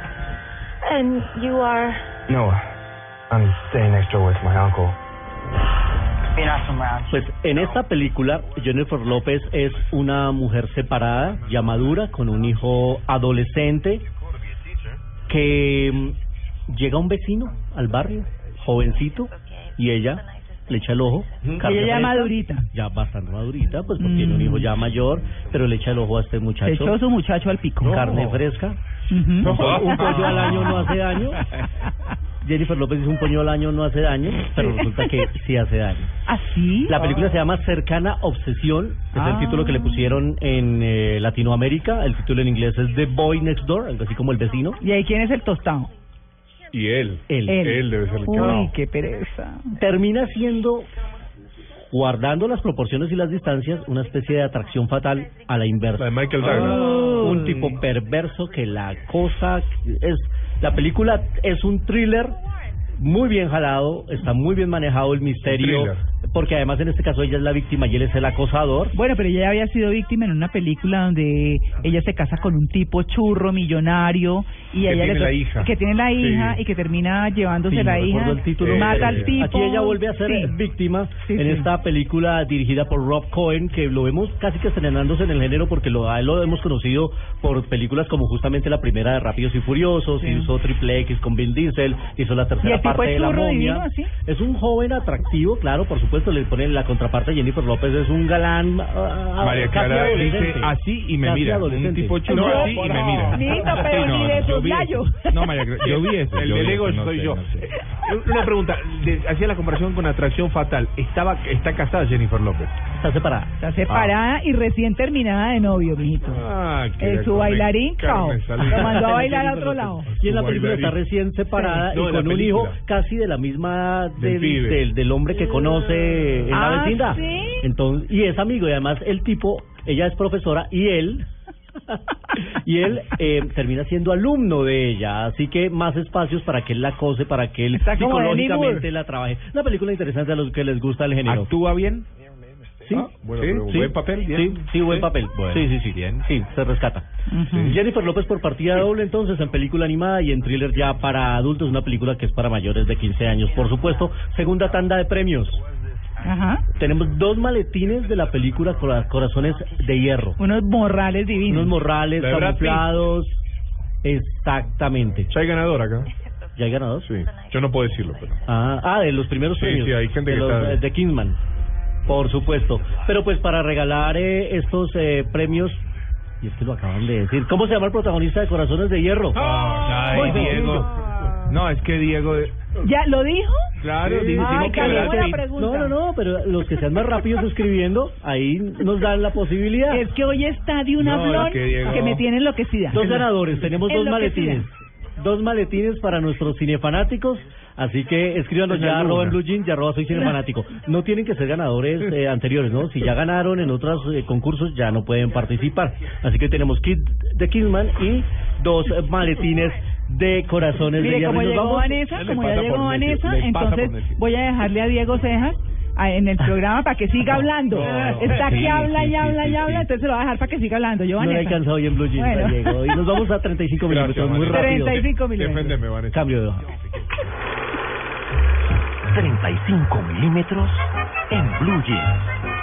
And you are? No, I'm staying next door with my uncle. Being awesome around. Pues en esta película Jennifer López es una mujer separada, ya madura, con un hijo adolescente, que mm, llega un vecino al barrio, jovencito, y ella le echa el ojo. Y ella ya madurita. Ya bastante madurita, pues porque mm. tiene un hijo ya mayor, pero le echa el ojo a este muchacho. Le echó su muchacho al pico. Carne no. fresca. Uh-huh. Un, un pollo al año no hace daño. Jennifer López dice un pollo al año no hace daño, pero resulta que sí hace daño. ¿Ah, sí? La película se llama Cercana Obsesión, es ah. el título que le pusieron en eh, Latinoamérica. El título en inglés es The Boy Next Door, algo así como el vecino. ¿Y ahí quién es el tostado? Y él. Él. Él, él debe ser el que Uy, qué pereza. Termina siendo, guardando las proporciones y las distancias, una especie de atracción fatal a la inversa. La de Michael Douglas. Oh. Un tipo perverso que la cosa es... La película es un thriller muy bien jalado, está muy bien manejado el misterio, porque además en este caso ella es la víctima y él es el acosador. Bueno, pero ella ya había sido víctima en una película donde ella se casa con un tipo churro, millonario, y que ella tiene le la hija. que tiene la hija sí. y que termina llevándose sí, la no hija, el título. mata Eh, al tipo. Aquí ella vuelve a ser sí. víctima sí, en sí. esta película dirigida por Rob Cohen, que lo vemos casi que estrenándose en el género, porque lo, a él lo hemos conocido por películas como justamente la primera de Rápidos y Furiosos, sí. hizo Triple X con Vin Diesel, hizo la tercera parte de La Momia. Divino, ¿sí? Es un joven atractivo, claro, por supuesto, le ponen la contraparte de Jennifer López, es un galán. Uh, María Clara dice así y me casi mira, un tipo chulo no, así y me mira. Lindo, pero sí, no, ni de yo esos vi gallos. No, María Clara, yo vi eso. El del ego soy yo. Una pregunta, de, hacía la comparación con Atracción Fatal. Estaba, está casada Jennifer López. Está separada. Está separada ah. y recién terminada de novio, mijito. Ah, eh, su bailarín, chao. Lo mandó a bailar a otro lado. Y en la película está recién separada sí. no, y con un hijo casi de la misma del, del, del, del hombre que conoce en ah, la vecindad. ¿sí? Entonces, y es amigo, y además el tipo, ella es profesora y él y él eh, termina siendo alumno de ella, así que más espacios para que él la acose, para que él está psicológicamente la trabaje. Una película interesante a los que les gusta el género. ¿Actúa bien? Sí, ah, bueno, sí, sí, buen papel, bien. Sí, sí, buen ¿Sí? papel. Bueno. Sí, sí, sí, bien. Sí, se rescata. Uh-huh. Jennifer López por partida doble, entonces, en película animada y en thriller ya para adultos, una película que es para mayores de quince años, por supuesto. Segunda tanda de premios. Ajá. Tenemos dos maletines de la película Cora- Corazones de Hierro. Unos morrales divinos. Unos morrales La de Brad Pitt. camuflados. Exactamente. ¿Ya hay ganador acá? ¿Ya hay ganador? Sí. Yo no puedo decirlo, pero... Ah, ah, de los primeros Sí, premios. sí, hay gente de que los, está- eh, de Kingsman. Por supuesto. Pero pues para regalar eh, estos eh, premios, y es que lo acaban de decir. ¿Cómo se llama el protagonista de Corazones de Hierro? Ay, Muy Diego. No, es que Diego... ¿Ya lo dijo? Claro, Sí, dijimos Ay, que qué Brad buena Pitt. pregunta. No, no, no, pero los que sean más rápidos escribiendo, ahí nos dan la posibilidad. Es que hoy está de un No, hablón es que Diego- que me tiene enloquecida. Dos ganadores, tenemos dos Enloquecida. maletines. Dos maletines para nuestros cinefanáticos, así que escríbanos Esa ya es arroba una. en Blue Jeans y arroba soy cinefanático. No tienen que ser ganadores eh, anteriores, ¿no? Si ya ganaron en otros eh, concursos ya no pueden participar. Así que tenemos kit de Kingsman y dos eh, maletines de Corazones de Mire, Hierro. como Y nos llegó vamos- Vanessa, Le como ya pasa llegó por necio, Vanessa, le pasa por entonces necio. voy a dejarle a Diego Cejas a- en el programa para que siga hablando. no. Está Sí, que habla sí, y sí, habla sí, y habla, sí. entonces lo voy a dejar para que siga hablando. Yo, No le Vanessa. alcanza hoy en Blue Jeans, Bueno. Diego. Y nos vamos a treinta y cinco Gracias, minutos, muy Vanessa. rápido. treinta y cinco milímetros. Deféndeme, Vanessa. Cambio de hoja. treinta y cinco milímetros en Blue Jeans.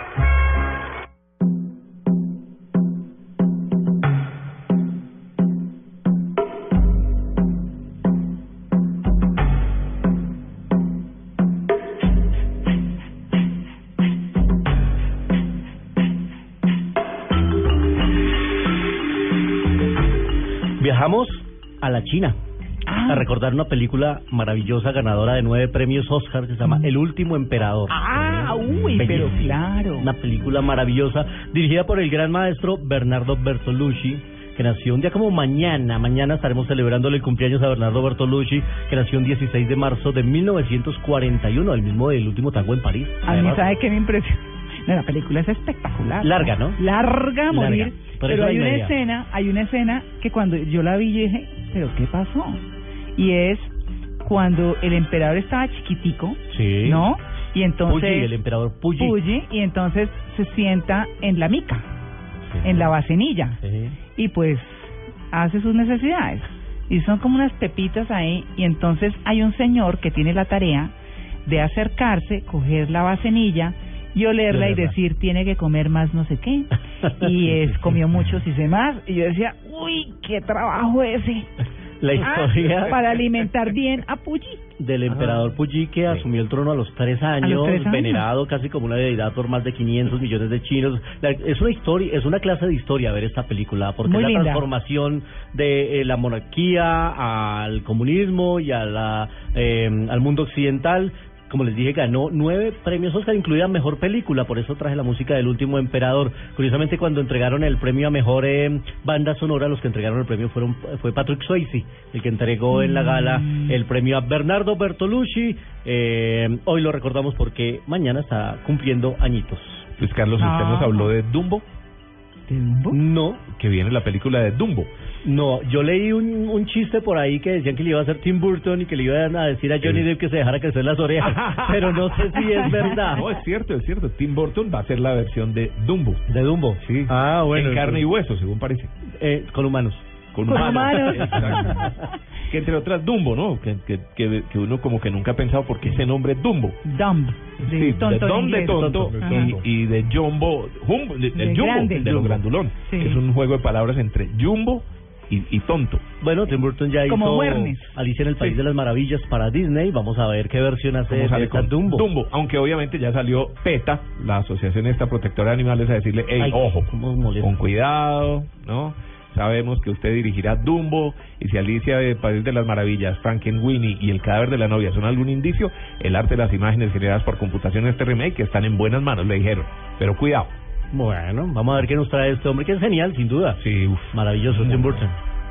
Viajamos a la China Ah. a recordar una película maravillosa ganadora de nueve premios Oscar que se llama El Último Emperador. Ah, uy, pero Bellísima. claro. Una película maravillosa dirigida por el gran maestro Bernardo Bertolucci, que nació un día como mañana. Mañana estaremos celebrándole el cumpleaños a Bernardo Bertolucci, que nació un dieciséis de marzo de mil novecientos cuarenta y uno, el mismo del Último Tango en París. A mí, Además, ¿sabe qué me impresiona? No, la película es espectacular. Larga, ¿no? Larga a morir. Larga, pero Pero es hay hora y una media. escena, hay una escena que cuando yo la vi yo dije, ¿pero qué pasó? Y es cuando el emperador estaba chiquitico, Sí. ¿no? Y entonces... Puyi, el emperador Puyi. Puyi, y entonces se sienta en la mica, Sí. en la bacenilla, Sí. y pues hace sus necesidades. Y son como unas pepitas ahí, y entonces hay un señor que tiene la tarea de acercarse, coger la bacenilla y olerla y olerla. decir, tiene que comer más no sé qué. Y es, comió muchos y más. Y yo decía, uy, qué trabajo ese. La Ah, historia para alimentar bien a Puyi. del emperador Puyi, que asumió el trono a los tres años, tres años. venerado casi como una deidad por más de quinientos millones de chinos. La- es una historia, es una clase de historia ver esta película, porque Muy es la linda. transformación de eh, la monarquía al comunismo y a la, eh, al mundo occidental. Como les dije, ganó nueve premios Oscar, incluida Mejor Película, por eso traje la música del Último Emperador. Curiosamente, cuando entregaron el premio a Mejor eh, Banda Sonora, los que entregaron el premio fueron fue Patrick Swayze, el que entregó en la gala el premio a Bernardo Bertolucci. Eh, hoy lo recordamos porque mañana está cumpliendo añitos. Luis Carlos, ¿usted Ah. nos habló de Dumbo? ¿De Dumbo? No. Que viene la película de Dumbo. No, yo leí un, un chiste por ahí que decían que le iba a hacer Tim Burton y que le iban a decir a Johnny Depp que se dejara crecer las orejas, pero no sé si es verdad. No, es cierto, es cierto. Tim Burton va a hacer la versión de Dumbo. ¿De Dumbo? Sí. Ah, bueno. En carne y entonces- hueso, según parece. Eh, con humanos. Con Con humanos. Exacto. Que entre otras Dumbo, ¿no? Que, que, que, que uno como que nunca ha pensado por qué ese nombre es Dumbo. Dumb. De Sí, tonto de en Dumb de inglés. tonto Ajá. y, y de Jumbo, Jumbo de, De el Jumbo, grande. de lo Jumbo. grandulón. Sí. Es un juego de palabras entre Jumbo y, y tonto. Bueno, Tim Burton ya Como hizo Wernes. Alicia en el País Sí. de las Maravillas para Disney. Vamos a ver qué versión hace ¿Cómo de sale esta con Dumbo. Dumbo? Aunque obviamente ya salió PETA, la asociación esta protectora de animales, a decirle, hey, Ay, ojo, cómo molesta. con cuidado, ¿no? Sabemos que usted dirigirá Dumbo, y si Alicia de País de las Maravillas, Frankenweenie y el cadáver de la novia son algún indicio, el arte de las imágenes generadas por computación en este remake están en buenas manos, le dijeron. Pero cuidado. Bueno, vamos a ver qué nos trae este hombre, que es genial, sin duda. Sí, uf. Maravilloso, Tim Burton.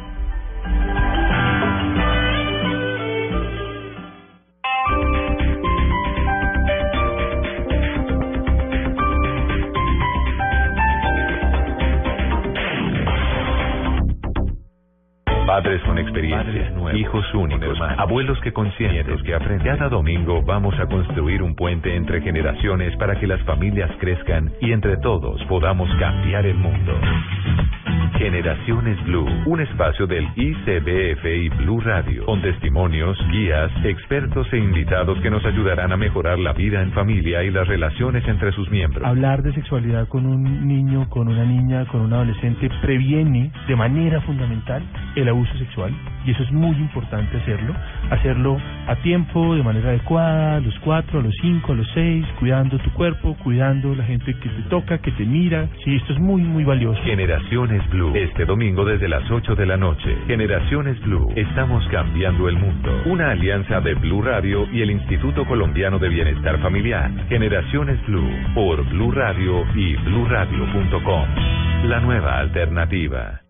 Padres con experiencia, hijos únicos, abuelos que consienten, que aprenden. Cada domingo vamos a construir un puente entre generaciones para que las familias crezcan y entre todos podamos cambiar el mundo. Generaciones Blue, un espacio del I C B F y Blue Radio, con testimonios, guías, expertos e invitados que nos ayudarán a mejorar la vida en familia y las relaciones entre sus miembros. Hablar de sexualidad con un niño, con una niña, con un adolescente previene de manera fundamental el abuso sexual, y eso es muy importante hacerlo, hacerlo a tiempo, de manera adecuada, a los cuatro, a los cinco, a los seis, cuidando tu cuerpo, cuidando la gente que te toca, que te mira. Sí, esto es muy, muy valioso. Generaciones Blue, este domingo desde las ocho de la noche. Generaciones Blue, estamos cambiando el mundo. Una alianza de Blue Radio y el Instituto Colombiano de Bienestar Familiar. Generaciones Blue, por Blue Radio y blue radio punto com. La nueva alternativa.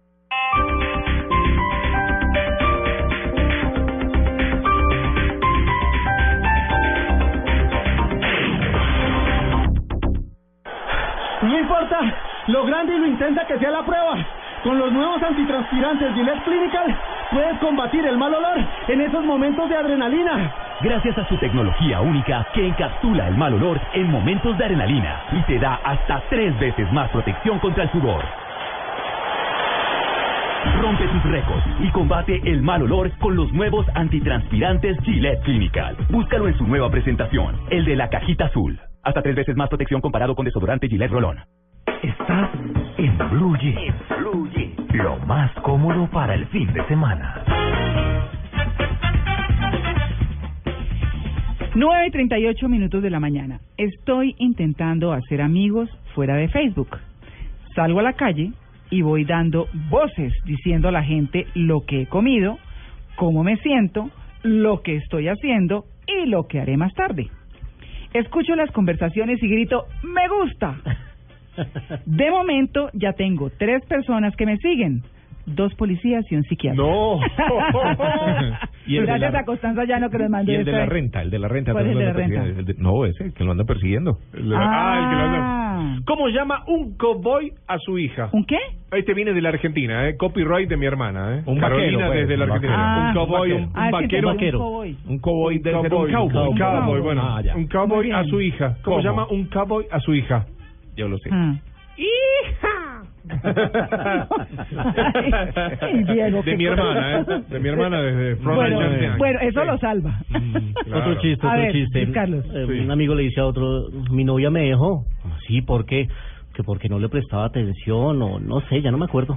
No importa lo grande y lo intensa que sea la prueba, con los nuevos antitranspirantes Gillette Clinical puedes combatir el mal olor en esos momentos de adrenalina. Gracias a su tecnología única que encapsula el mal olor en momentos de adrenalina y te da hasta tres veces más protección contra el sudor. Rompe tus récords y combate el mal olor con los nuevos antitranspirantes Gillette Clinical. Búscalo en su nueva presentación, el de la cajita azul. Hasta tres veces más protección comparado con desodorante Gillette Rolón. Estás en Blue Jeans. Blue Jeans, lo más cómodo para el fin de semana. nueve y treinta y ocho minutos de la mañana. Estoy intentando hacer amigos fuera de Facebook. Salgo a la calle y voy dando voces diciendo a la gente lo que he comido, cómo me siento, lo que estoy haciendo y lo que haré más tarde. Escucho las conversaciones y grito, ¡me gusta! De momento ya tengo tres personas que me siguen, dos policías y un psiquiatra. ¡No! Y el Gracias la... a Constanza Llano que nos mandó. Y el de la renta, el de la renta. ¿Cuál es el de la renta? El de... No, ese, que lo anda persiguiendo. El de la... Ah. ah, el que lo anda... ¿Cómo llama un cowboy a su hija? ¿Un qué? Este viene de la Argentina, ¿eh? Copyright de mi hermana, ¿eh? Un Carolina vaquero, pues, desde la un Argentina. vaquero. un Ah, cowboy, un un, vaquero. un vaquero. Ah, vaquero. un cowboy. Un cowboy, Un debe ser un cowboy, cowboy. un cowboy, cowboy. bueno. Ah, ya. Un cowboy Muy a bien. su hija. ¿Cómo, ¿Cómo? llama un cowboy a su hija? Yo lo sé. Ah. ¡Hija! Ay, Diego, de qué mi cosa. hermana, ¿eh? De mi hermana desde Front Bueno, Line. bueno, eso Sí. lo salva. Mm, claro. Otro chiste, A otro ver, chiste. Luis Carlos. Eh, Sí. Un amigo le dice a otro, mi novia me dejó. Sí, ¿por qué? Que porque no le prestaba atención o no sé, ya no me acuerdo.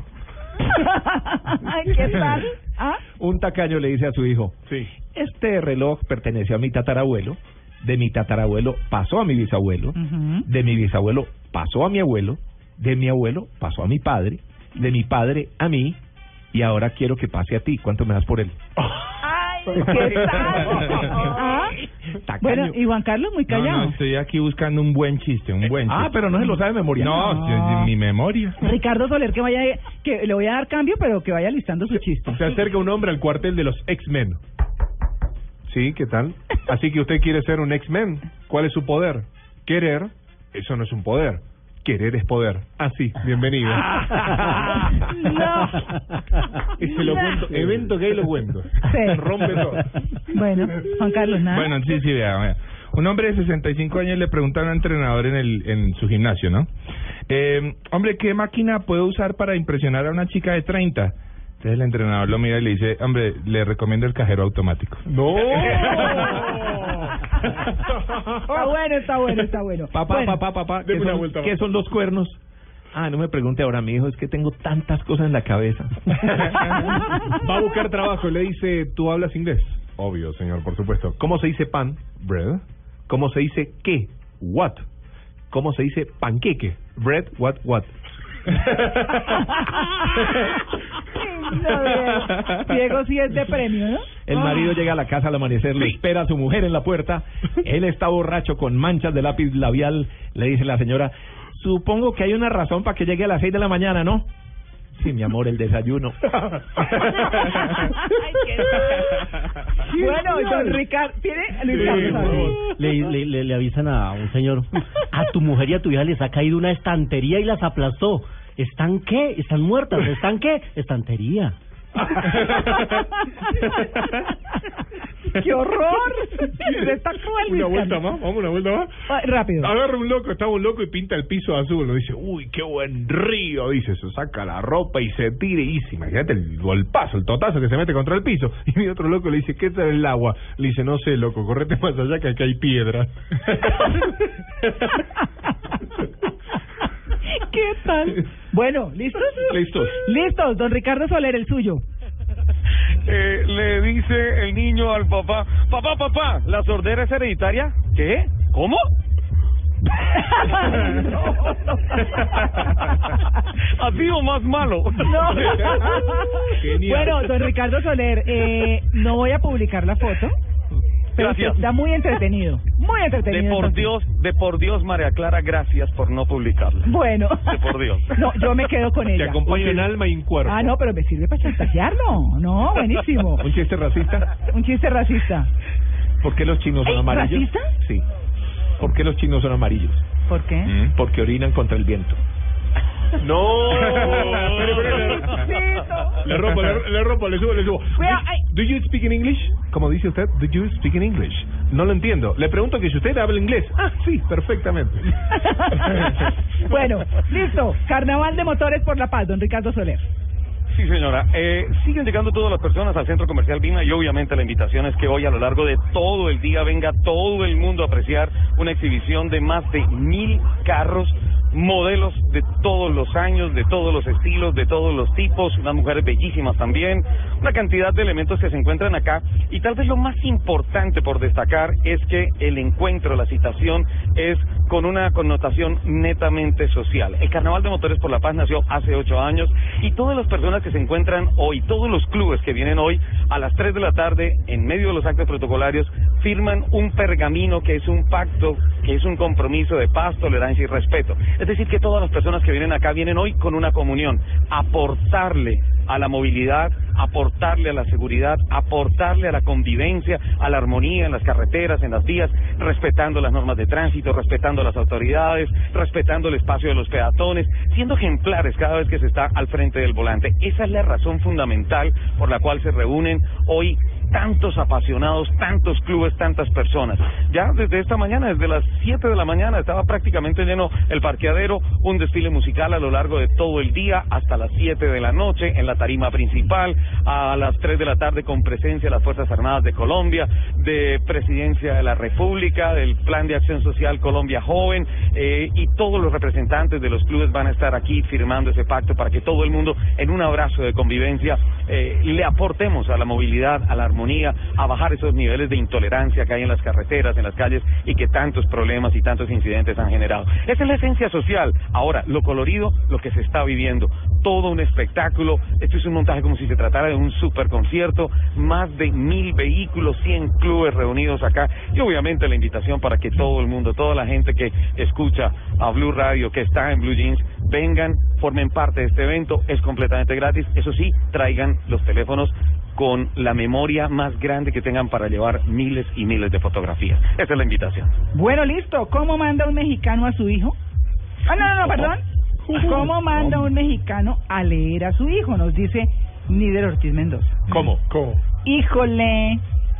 ¿Qué tal? ¿Ah? Un tacaño le dice a su hijo, Sí. este reloj perteneció a mi tatarabuelo, de mi tatarabuelo pasó a mi bisabuelo, Ujú. de mi bisabuelo pasó a mi abuelo, de mi abuelo pasó a mi padre, de mi padre a mí, y ahora quiero que pase a ti. ¿Cuánto me das por él? Ay, ¿qué tal? ¿Ah? Tacaño. Bueno, y Juan Carlos muy No, callado. no, Estoy aquí buscando un buen chiste, un buen Ah, chiste. pero no se lo sabe de memoria. No, No. de- de mi memoria. Ricardo Soler, que vaya, que le voy a dar cambio, pero que vaya listando su chiste. Se acerca un hombre al cuartel de los X-Men. Sí, ¿qué tal? Así que usted quiere ser un X-Men. ¿Cuál es su poder? Querer, eso no es un poder. Querer es poder. Ah, sí, bienvenido. No. Ese lo No. cuento, evento que hay lo cuento. Sí. Rompe todo. Bueno, Juan Carlos, nada. Bueno, sí, sí, vea, vea. Un hombre de sesenta y cinco años le pregunta a un entrenador en el en su gimnasio, ¿no? Eh, hombre, ¿qué máquina puedo usar para impresionar a una chica de treinta? Entonces el entrenador lo mira y le dice, hombre, le recomiendo el cajero automático. ¡No! Está bueno, está bueno, está bueno. Papá, Bueno, papá, papá, ¿qué Deme una son, vuelta ¿qué más. son los cuernos? Ah, no me pregunte ahora, mi hijo, es que tengo tantas cosas en la cabeza. Va a buscar trabajo y le dice, ¿tú hablas inglés? Obvio, señor, por supuesto. ¿Cómo se dice pan? Bread. ¿Cómo se dice qué? What. ¿Cómo se dice panqueque? Bread, what, what. No, Diego sí es de premio, ¿no? El marido llega a la casa al amanecer, le espera a su mujer en la puerta, él está borracho con manchas de lápiz labial, le dice la señora, supongo que hay una razón para que llegue a las seis de la mañana, ¿no? Sí, mi amor, el desayuno. Bueno, don Ricardo, ¿tiene? Luis Sí, Carlos, por a ver. favor. Le, le, le, le avisan a un señor, a tu mujer y a tu hija les ha caído una estantería y las aplastó. ¿Están qué? ¿Están muertas? ¿Están qué? Estantería. ¡Qué horror! Está cruel. Una vuelta más, vamos una vuelta más. Ah, rápido. Agarra un loco, estaba un loco y pinta el piso azul. Lo dice, uy, qué buen río. Dice, se saca la ropa y se tira y dice, imagínate el golpazo, el totazo que se mete contra el piso. Y mi otro loco le dice, ¿qué tal el agua? Le dice, no sé, loco, correte más allá que aquí hay piedra. ¿Qué tal? Bueno, ¿listos? Listos. Listos, don Ricardo Soler, el suyo. Eh, le dice el niño al papá, papá, papá, ¿la sordera es hereditaria? ¿Qué? ¿Cómo? ¿Así o más malo? No. Genial. Bueno, don Ricardo Soler, eh, no voy a publicar la foto. Pero Gracias. está muy entretenido, muy entretenido. De por entonces. Dios, de por Dios, María Clara, gracias por no publicarla. Bueno. De por Dios. No, yo me quedo con ella. Te acompaño en alma y en cuerpo. Ah, no, pero me sirve para chantajearlo. No, buenísimo. ¿Un chiste racista? Un chiste racista. ¿Por qué los chinos son ¿Ey, amarillos? racista? Sí. ¿Por qué los chinos son amarillos? ¿Por qué? Mm, porque orinan contra el viento. No. Le rompo, le, le rompo, le subo, le subo. Cuidado, ay. Do you speak in English? Como dice usted, do you speak in English? No lo entiendo. Le pregunto que si usted habla inglés. Ah, sí, perfectamente. Bueno, listo. Carnaval de Motores por la Paz, don Ricardo Soler. Sí, señora. Eh, siguen llegando todas las personas al Centro Comercial Vima y obviamente la invitación es que hoy a lo largo de todo el día venga todo el mundo a apreciar una exhibición de más de mil carros, modelos de todos los años, de todos los estilos, de todos los tipos, unas mujeres bellísimas también, una cantidad de elementos que se encuentran acá y tal vez lo más importante por destacar es que el encuentro, la citación es con una connotación netamente social. El Carnaval de Motores por la Paz nació hace ocho años y todas las personas que se encuentran hoy, todos los clubes que vienen hoy a las tres de la tarde en medio de los actos protocolarios firman un pergamino que es un pacto, que es un compromiso de paz, tolerancia y respeto. Es decir, que todas las personas que vienen acá vienen hoy con una comunión, aportarle a la movilidad, aportarle a la seguridad, aportarle a la convivencia, a la armonía en las carreteras, en las vías, respetando las normas de tránsito, respetando a las autoridades, respetando el espacio de los peatones, siendo ejemplares cada vez que se está al frente del volante. Esa es la razón fundamental por la cual se reúnen hoy tantos apasionados, tantos clubes, tantas personas. Ya desde esta mañana, desde las siete de la mañana, estaba prácticamente lleno el parqueadero, un desfile musical a lo largo de todo el día, hasta las siete de la noche, en la tarima principal, a las tres de la tarde con presencia de las Fuerzas Armadas de Colombia, de Presidencia de la República, del Plan de Acción Social Colombia Joven, eh, y todos los representantes de los clubes van a estar aquí firmando ese pacto para que todo el mundo, en un abrazo de convivencia, eh, le aportemos a la movilidad, a la armonía, a bajar esos niveles de intolerancia que hay en las carreteras, en las calles y que tantos problemas y tantos incidentes han generado. Esa es la esencia social. Ahora, lo colorido, lo que se está viviendo, todo un espectáculo. Esto es un montaje como si se tratara de un super concierto, más de mil vehículos, cien clubes reunidos acá y obviamente la invitación para que todo el mundo, toda la gente que escucha a Blue Radio, que está en Blue Jeans, vengan, formen parte de este evento, es completamente gratis. Eso sí, traigan los teléfonos con la memoria más grande que tengan para llevar miles y miles de fotografías. Esa es la invitación. Bueno, listo. ¿Cómo manda un mexicano a su hijo? Ah, no, no, no, perdón. ¿Cómo manda un mexicano a leer a su hijo? Nos dice Nider Ortiz Mendoza. ¿Cómo? ¿Cómo? Híjole.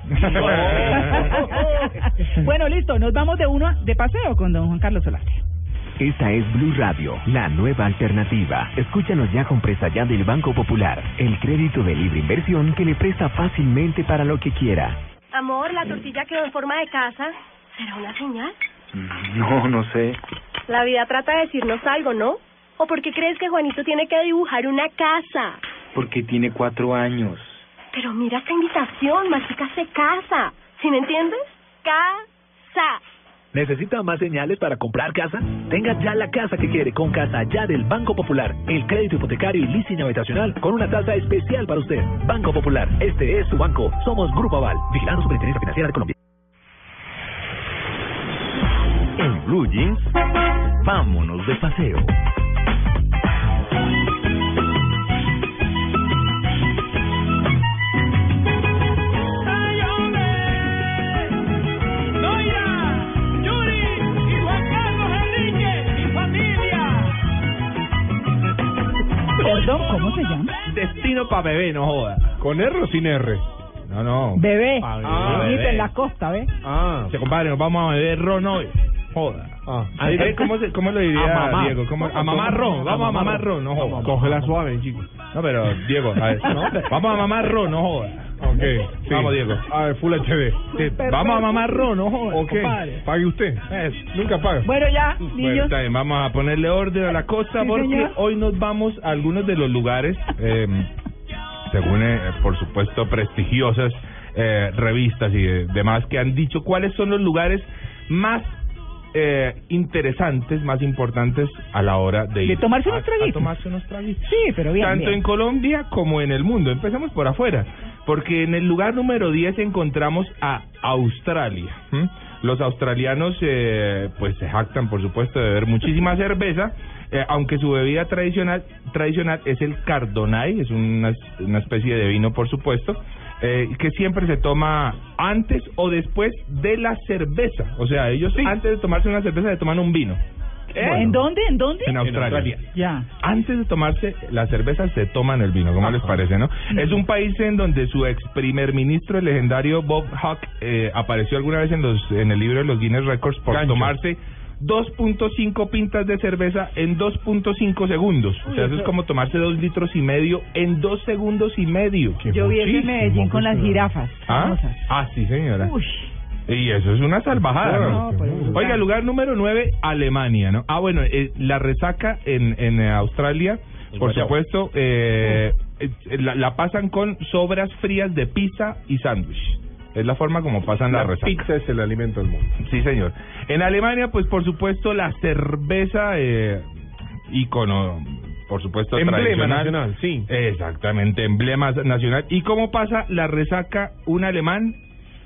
Bueno, listo. Nos vamos de uno de paseo con don Juan Carlos Solarte. Esta es Blue Radio, la nueva alternativa. Escúchanos ya con Presta Ya del Banco Popular, el crédito de libre inversión que le presta fácilmente para lo que quiera. Amor, la tortilla quedó en forma de casa. ¿Será una señal? No, no sé. La vida trata de decirnos algo, ¿no? ¿O por qué crees que Juanito tiene que dibujar una casa? Porque tiene cuatro años. Pero mira esta invitación, Mágica se casa. ¿Sí me entiendes? Casa. ¿Necesita más señales para comprar casa? Tenga ya la casa que quiere con Casa Ya del Banco Popular. El crédito hipotecario y leasing habitacional con una tasa especial para usted. Banco Popular, este es su banco. Somos Grupo Aval, vigilando Superintendencia Financiera de Colombia. En Blue Jeans, vámonos de paseo. Perdón, ¿cómo se llama? Destino pa' bebé, no joda. ¿Con R o sin R? No, no. Bebé. Ah, Bonito bebé. en la costa, ¿ves? Ah. Se compadre, nos vamos a beber ron hoy. Joda. Ah. ¿Cómo, se, ¿Cómo lo diría A mamar. Diego? ¿Cómo? A mamar ron. Vamos a mamar ron, no joda. Cógela suave, chico. No, pero Diego, a ver. ¿no? Vamos a mamar ron, no joda. Ok. Sí. Vamos, Diego. A ver, Full H D. Sí, vamos a mamar ron, no joda. Ok. compadre. Pague usted. Nunca paga. Bueno, ya, Bueno, niños. está bien, vamos a ponerle orden a la cosa Sí, porque señor. hoy nos vamos a algunos de los lugares, eh, según, eh, por supuesto, prestigiosas eh, revistas y eh, demás que han dicho cuáles son los lugares más eh, interesantes, más importantes a la hora de ir De tomarse a, unos traguitos. a tomarse unos traguitos. Sí, pero bien, Tanto bien. en Colombia como en el mundo. Empecemos por afuera, porque en el lugar número diez encontramos a Australia. ¿m? Los australianos eh, pues se jactan, por supuesto, de beber muchísima cerveza, eh, aunque su bebida tradicional tradicional es el Chardonnay, es una, una especie de vino, por supuesto, eh, que siempre se toma antes o después de la cerveza. O sea, ellos antes de tomarse una cerveza se toman un vino. ¿Eh? ¿En dónde? ¿En dónde? En Australia. Ya. Antes de tomarse la cerveza se toman el vino, ¿cómo les parece, no? Es un país en donde su ex primer ministro, el legendario Bob Hawke, eh, apareció alguna vez en los en el libro de los Guinness Records por Gancho. tomarse dos punto cinco pintas de cerveza en dos punto cinco segundos. O sea, eso es como tomarse dos litros y medio en dos segundos y medio. Yo vi eso en Medellín con las jirafas. ¿Ah? famosas. Ah, sí, señora. Uy. Y eso es una salvajada, ¿no? No, pues, Oiga, lugar número nueve, Alemania, ¿no? Ah, bueno, eh, la resaca en, en eh, Australia, por guayabo. supuesto, eh, eh, la, la pasan con sobras frías de pizza y sándwich. Es la forma como pasan la, La resaca. pizza es el alimento del mundo. Sí, señor. En Alemania, pues, por supuesto, la cerveza, eh, ícono, por supuesto, Emblema tradicional. nacional, sí. Exactamente, emblema nacional. ¿Y cómo pasa la resaca un alemán?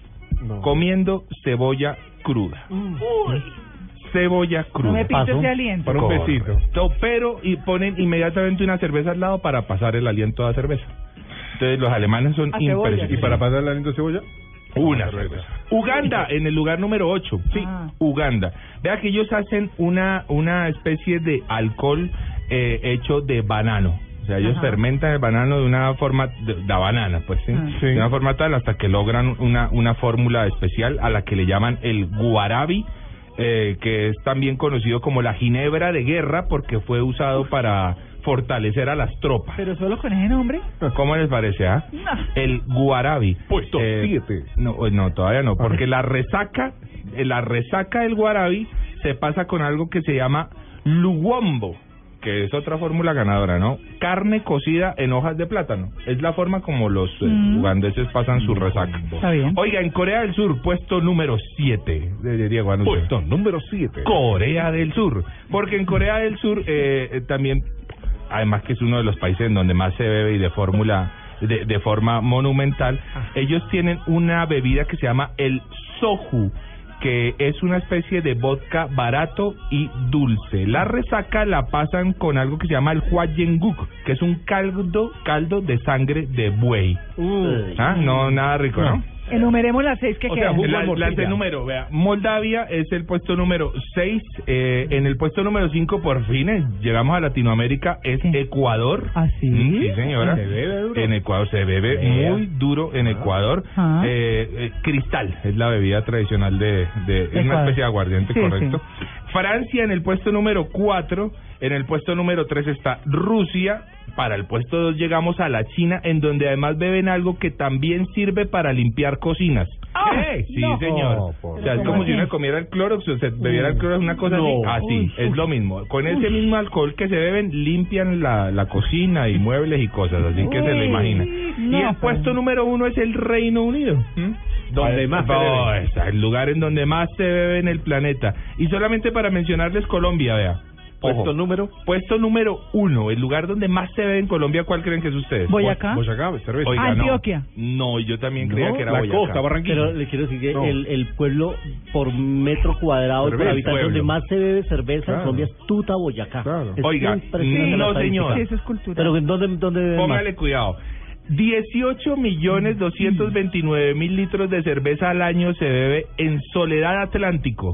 No. Comiendo cebolla cruda. Uy. Cebolla No cruda. me pintes ese aliento. Para un besito. Correcto. Pero y ponen inmediatamente una cerveza al lado para pasar el aliento a la cerveza. Entonces los alemanes son A cebolla. impresionantes. ¿Y para pasar el aliento de cebolla? Una cerveza. Uganda, en el lugar número ocho. Sí, Ah. Uganda. Vea que ellos hacen una una especie de alcohol eh, hecho de banano. O sea, ellos Ajá. fermentan el banano de una forma, de, la banana, pues, ¿sí? Ah. Sí. De una forma tal hasta que logran una una fórmula especial a la que le llaman el guarabi, eh, que es también conocido como la ginebra de guerra porque fue usado para fortalecer a las tropas. Pero solo con ese nombre. ¿Cómo les parece, ah? No. El guarabi. Puesto siete. No, no, todavía no, porque la resaca, eh, la resaca del guarabi se pasa con algo que se llama luwombo, que es otra fórmula ganadora, ¿no? Carne cocida en hojas de plátano. Es la forma como los eh, Mm. ugandeses pasan su resaca. Está bien. Oiga, en Corea del Sur, puesto número siete. De Diego, anuncie. Puesto número siete. Corea del Sur. Porque en Corea del Sur eh, eh, también, además que es uno de los países en donde más se bebe y de fórmula, de, de forma monumental, ellos tienen una bebida que se llama el soju, que es una especie de vodka barato y dulce. La resaca la pasan con algo que se llama el hwayenguk, que es un caldo caldo de sangre de buey. ¿Ah? No, nada rico, ¿no? Enumeremos las seis que O sea, quedan. la- las de número, vea, Moldavia es el puesto número seis, eh, en el puesto número cinco por fin eh, llegamos a Latinoamérica, es Ecuador. ¿Ah, sí? Mm, sí, señora. Se bebe duro. En Ecuador se bebe Vea. muy duro en Ecuador. Ah. Eh, eh, cristal es la bebida tradicional de, de es una Ecuador. especie de aguardiente, Sí, correcto. Francia en el puesto número cuatro, en el puesto número tres está Rusia. Para el puesto dos llegamos a la China, en donde además beben algo que también sirve para limpiar cocinas. ¡Ah! ¿Qué? Sí, No. señor. Oh, por O sea, es ¿Cómo como si así? uno comiera el Clorox o se bebiera el Clorox, una cosa No. así. Así, Uy, es uy. lo mismo. Con ese mismo alcohol que se beben, limpian la, la cocina y muebles y cosas, así que se lo Uy, imagina. no, y el pero- puesto número uno es el Reino Unido. ¿Mm? Donde más se Oh, bebe. es el lugar en donde más se bebe en el planeta. Y solamente para mencionarles Colombia, vea. Puesto Ojo. número. Puesto número uno, el lugar donde más se bebe en Colombia, ¿cuál creen que es ustedes? Boyacá. Boyacá, cerveza. Oiga, no. Antioquia. No, yo también creía No, que era la Boyacá. costa, Barranquilla. Pero le quiero decir que No. el, el pueblo por metro cuadrado, por Cerveza, habitante, pueblo. donde más se bebe cerveza Claro. en Colombia es Tuta, Boyacá. Claro. Es Oiga, impresionante no, la estadística. señor. Sí, eso es cultura. Pero ¿en dónde, dónde beben más? Póngale cuidado. dieciocho millones doscientos veintinueve mil litros de cerveza al año se bebe en Soledad Atlántico.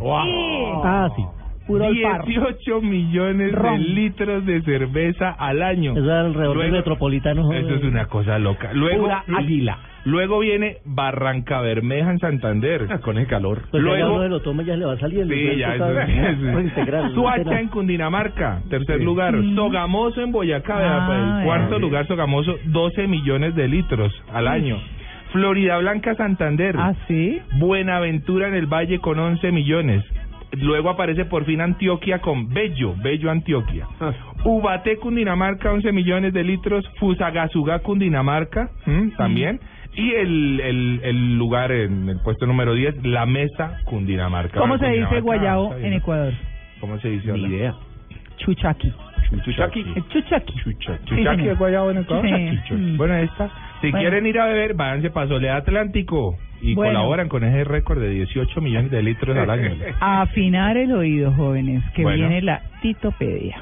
Ah, sí. Puro alfarro. dieciocho millones de Ron. litros de cerveza al año. Eso es alrededor del Luego- metropolitano. Eso es una cosa loca. Luego, Pura águila. Luego viene Barranca Bermeja en Santander. Con el calor. Pues ya Luego, uno se lo toma y ya le va saliendo. sí, ya eso es. Suacha en Cundinamarca, tercer Sí. lugar. Mm. Sogamoso en Boyacá, vea, Ah, pues, vea. cuarto lugar Sogamoso, doce millones de litros al año. Florida Blanca, Santander. ¿Ah, sí? Buenaventura en el Valle con once millones. Luego aparece por fin Antioquia con Bello, Bello Antioquia. Ubaté, Cundinamarca, once millones de litros. Fusagasugá, Cundinamarca, ¿m? también. Y el, el, el lugar en el puesto número diez, La Mesa, Cundinamarca. ¿Cómo Bueno, se dice Cundinamarca, guayabo está bien, en ¿no? Ecuador? ¿Cómo se dice? Ni idea. Chuchaqui. Chuchaqui. El chuchaqui. Chuchaqui es guayabo en Ecuador. Sí. Chuchaqui. Bueno, esta. Si Bueno. quieren ir a beber, váyanse para Soledad Atlántico y Bueno. colaboran con ese récord de dieciocho millones de litros al año. A afinar el oído, jóvenes, que Bueno. viene la Titopedia.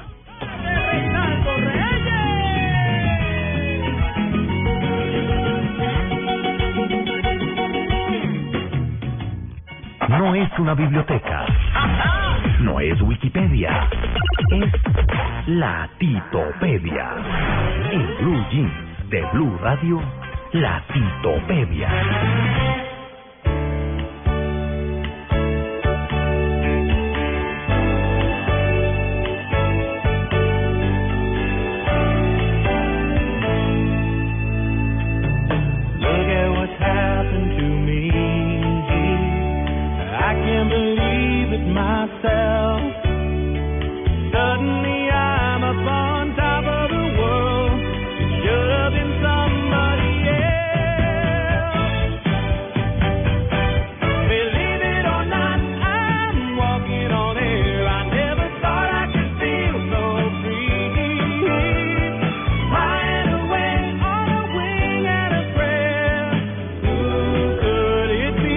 No es una biblioteca. No es Wikipedia. Es la Titopedia. En Blue Jeans de Blue Radio, la Titopedia. Look at what's happened to me. I can't believe it myself. Suddenly I'm up on top of the world. It should have been somebody else. Believe it or not, I'm walking on air. I never thought I could feel so free. Flying away on a wing and a prayer. Who could it be?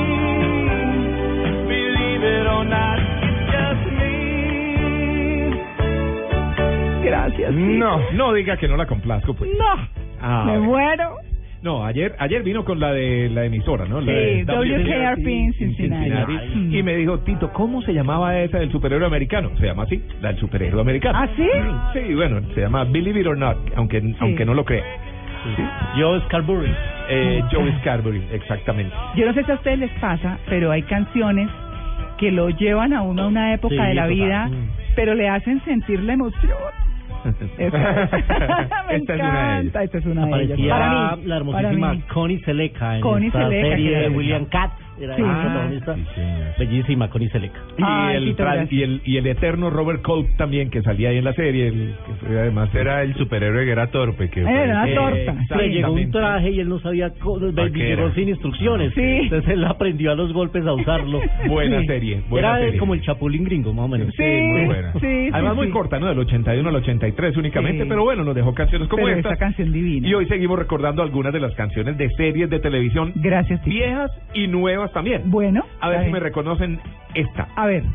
Believe it or not, it's just me. Gracias. No, no diga que no la complazco, pues. No. Ah, Me bueno. muero. No, ayer ayer vino con la de la emisora, ¿no? La Sí, de W K R P en Cincinnati. Y me dijo, Tito, ¿cómo se llamaba esa del superhéroe americano? Se llama así, la del superhéroe americano. ¿Ah, sí? Sí, bueno, se llama Believe It or Not, aunque aunque no lo crea. Joe Scarborough. Eh, Joe Scarborough, exactamente. Yo no sé si a ustedes les pasa, pero hay canciones que lo llevan a uno a una época Sí, de la total. vida, Mm. pero le hacen sentir la emoción. Esa- Me Esta es una de encanta, ellas. esta es una de ellas. Aparecía Para mí, la para hermosísima mí. Connie Seleca en Connie esta Seleca, serie que de era- William Katz. Era Sí. la Ah, protagonista. Bellísima Connie Seleca. Y, Ay, el, Tito, tra- gracias. y el y el eterno Robert Culp también, que salía ahí en la serie, el, que fue además Era el superhéroe que era torpe. Que Era una Eh, torta. Le Sí. llegó un traje y él no sabía cómo, llegó sin instrucciones. Sí. Entonces él aprendió a los golpes a usarlo. Buena Sí. serie, buena Era serie. como el Chapulín gringo, más o menos. Sí, muy buena. sí, Además sí, muy sí. corta, ¿no? Del ochenta y uno al ochenta y tres únicamente, Sí. pero bueno, nos dejó canciones como Pero esta. esta canción divina. Y hoy seguimos recordando algunas de las canciones de series de televisión. Gracias, Tito. Viejas y nuevas también. Bueno, A ver está si me bien. reconocen esta. A ver.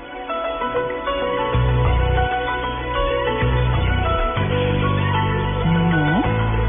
No.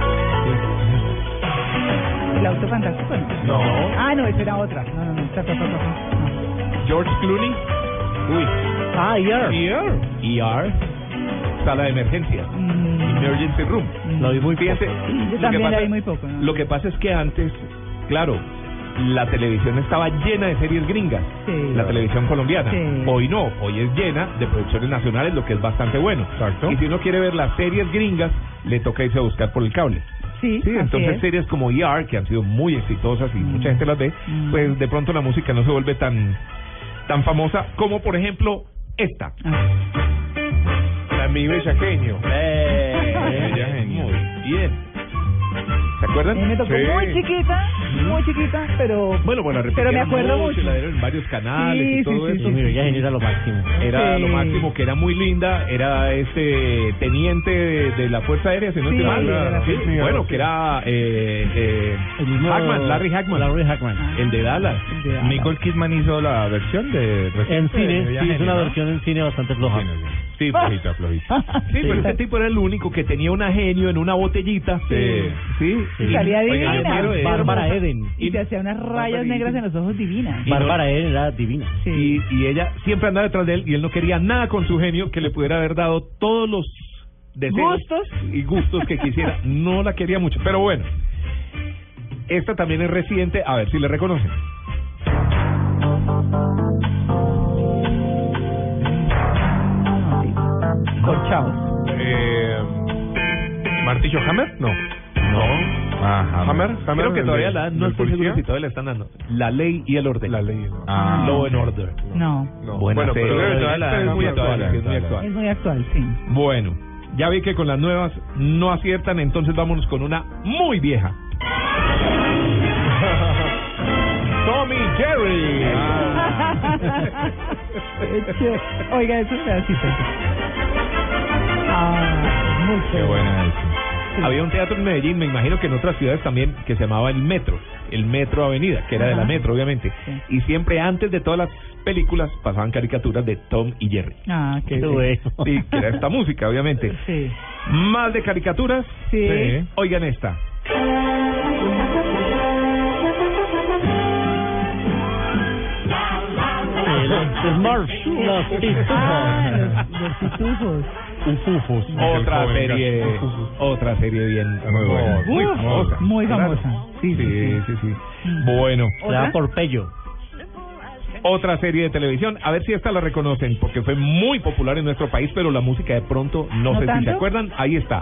¿El auto fantástico? No. No. Ah, no, esa era otra. No, no, no. Ta, ta, ta, ta, ta. George Clooney. Uy. Ah, E R. E R. E R. Sala de emergencias. Mm, Emergency Room. Lo vi muy Fíjense, Yo lo que también la pasa- vi muy poco. ¿no? Lo que pasa es que antes, claro, la televisión estaba llena de series gringas, Sí. la televisión colombiana. Sí. Hoy no, hoy es llena de producciones nacionales, lo que es bastante bueno. Exacto. Y si uno quiere ver las series gringas, le toca irse a buscar por el cable. Sí, Sí, así entonces es. series como E R, que han sido muy exitosas y mucha gente las ve, Mm. pues de pronto la música no se vuelve tan tan famosa como por ejemplo esta. Ah. El amigo chaqueño. Eh, Ella genial. muy bien. ¿Se acuerdan? A mí me tocó Sí. muy chiquita, muy chiquita, pero Bueno, bueno, la pero me repitieron acuerdo mucho, mucho. la dieron en varios canales Sí, y todo sí, sí, eso. sí, Mira, ella genera lo máximo. Era Sí. lo máximo, que era muy linda, era este teniente de, de la Fuerza Aérea, si no Sí, estoy mal. de la Sí, Fuerza Aérea. bueno, que era eh, eh, El mismo Hackman, Larry Hackman, Larry Hackman. el de Dallas. De Dallas. Nicole Kidman hizo la versión de... En cine, Ella sí, es genio, una ¿no? versión en cine bastante floja. Sí, sí, flojita, flojita. Sí, pero este tipo era el único que tenía una genio en una botellita. Sí. Sí. Y salía Oiga, divina. yo quiero eso. Bárbara Eden. Y te hacía unas rayas negras en los ojos divinas. Y no- Bárbara Eden era divina. Sí. Y, y ella siempre andaba detrás de él y él no quería nada con su genio que le pudiera haber dado todos los deseos Gustos. y gustos que quisiera. No la quería mucho, pero bueno. Esta también es reciente, a ver si le reconocen. Corchados. Eh, ¿Martillo Hammer? No. No. Ah, Hammer. Hammer. Creo que todavía la, no estoy seguro si todavía la están dando. La Ley y el Orden. La Ley y el Orden. Ah. Law and Order. No. no. Buena bueno, pero creo que todavía la, es muy actual. Es muy actual. Es muy actual, sí. Bueno, ya vi que con las nuevas no aciertan, entonces vámonos con una muy vieja. Tommy Jerry. Ah. Oiga, eso es así. Ah, muy Qué buena eso. Sí. Había un teatro en Medellín, me imagino que en otras ciudades también, que se llamaba el Metro, el Metro Avenida, que era Ajá. de la Metro, obviamente. Sí. Y siempre antes de todas las películas pasaban caricaturas de Tom y Jerry. Ah, qué sí. bueno. Sí, que era esta música, obviamente. Sí. Más de caricaturas. Sí. sí. Oigan esta. Los Smurfs, los pitufos. Ah, los, los pitufos. Ufufos. Otra serie, otra serie bien muy buena, muy famosa. Muy famosa. Claro. Sí, sí, sí, sí, sí. Bueno, ¿Otra? por Pello. Otra serie de televisión, a ver si esta la reconocen, porque fue muy popular en nuestro país, pero la música de pronto no, ¿No sé tanto? si se acuerdan. Ahí está.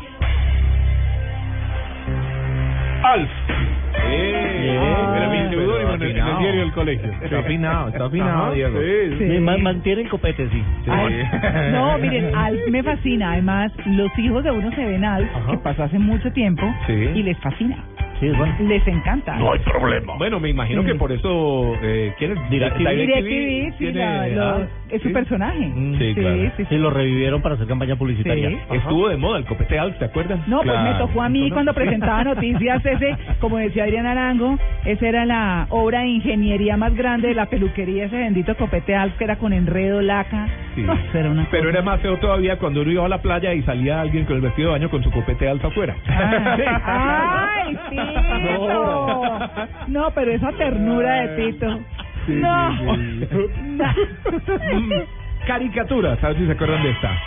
Alf. Eh, ah, era mi seudónimo en, el- en el diario del colegio. Está afinado, está afinado, Ajá, Diego. Sí, Sí. Me ma- mantiene el copete, sí. sí. Ay, no, miren, Alf me fascina. Además, los hijos de uno se ven a Alf, Ajá. que pasó hace mucho tiempo, Sí. y les fascina. Sí, es bueno. Les encanta. No hay problema. Bueno, me imagino Sí. que por eso, eh, ¿quién es? DirecTV. DirecTV, sí, tiene- la- lo- ah, es su sí. personaje. Mm, sí, claro. sí, Sí, lo revivieron para hacer campaña publicitaria. Sí. Estuvo de moda el copete Alf, ¿te acuerdas? No, pues me Claro. tocó a mí cuando presentaba noticias ese, como decía Adrián Arango, esa era la obra de ingeniería más grande de la peluquería, ese bendito copete Alf que era con enredo, laca. Sí. No, eso era una Pero cosa. era más feo todavía cuando uno iba a la playa y salía alguien con el vestido de baño con su copete Alf afuera. Ah, ¡ay, Tito! No, pero esa ternura de Tito. Sí, No. sí, sí. No. Mm, Caricaturas, a ver si se acuerdan de esta.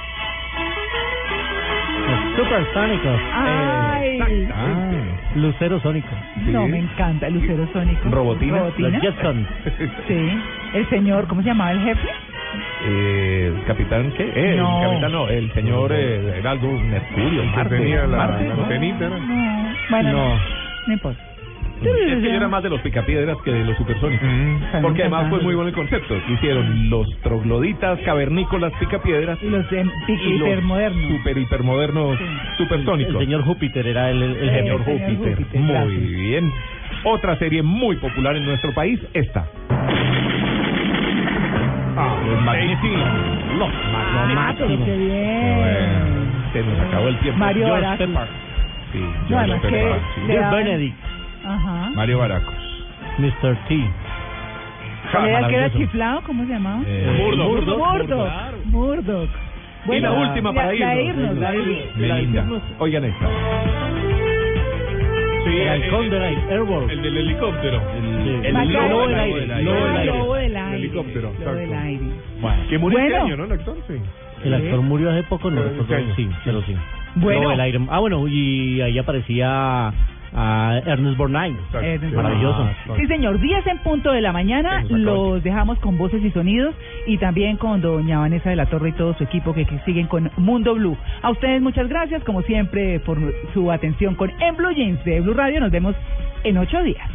Los Supersónicos. Ay. Exacto. Ah, Lucero Sónico. No, me encanta el lucero sónico. Robotina. Robotina. Los Jetsons. Sí. El señor, ¿cómo se llamaba el jefe? Eh, el capitán, ¿qué? Eh, No. El capitán no, el señor eh, era algo Mercurio, Marte. tenía la- Marte, la ¿no? antenita, ¿no? No. Bueno, no. No. No importa. Es que yo era más de los picapiedras que de los supersónicos. Mm. Porque además fue muy bueno el concepto. Hicieron los trogloditas, cavernícolas, picapiedras Y los de y los hipermodernos. super hipermodernos Sí. supersónicos. El señor Júpiter era el, el, el Eh, jefe. Señor señor Júpiter. Júpiter, Muy gracias. bien. Otra serie muy popular en nuestro país, esta. Ah, los Magníficos. Los Ah, pero Magníficos. qué bien. Bueno, se nos acabó el tiempo. Mario George Baracus. Pepper. Sí, No, George además que Pepper, sí. le Dear daban- Benedict. Ajá. Mario Baracus. mister T. ¿Cuál era el que era maravilloso. chiflado? ¿Cómo se llamaba? Eh, Murdoch. Murdoch. Murdoch. Murdoch. Y la última para la, irnos. La irnos, la irnos. La linda. irnos. Oigan esta. Sí, el halcón del aire, Airborne. El del helicóptero. El, el Macario. lobo del aire. Ah, Lobo del aire. Lobo del El aire. helicóptero, Lobo del exacto. aire. Bueno, Que murió este Bueno. año, ¿no? El actor, sí. el actor murió hace poco, no Eh, recuerdo. este año. Sí, pero sí. Bueno. Lobo del aire. Ah, bueno, y ahí aparecía a Ernest Borgnine. Ernest Maravilloso. Ah, Sí, señor, diez en punto de la mañana, Se nos acabó. los dejamos con voces y sonidos y también con doña Vanessa de la Torre y todo su equipo que, que siguen con Mundo Blue. A ustedes muchas gracias, como siempre, por su atención con En Blue Jeans de Blue Radio. Nos vemos en ocho días.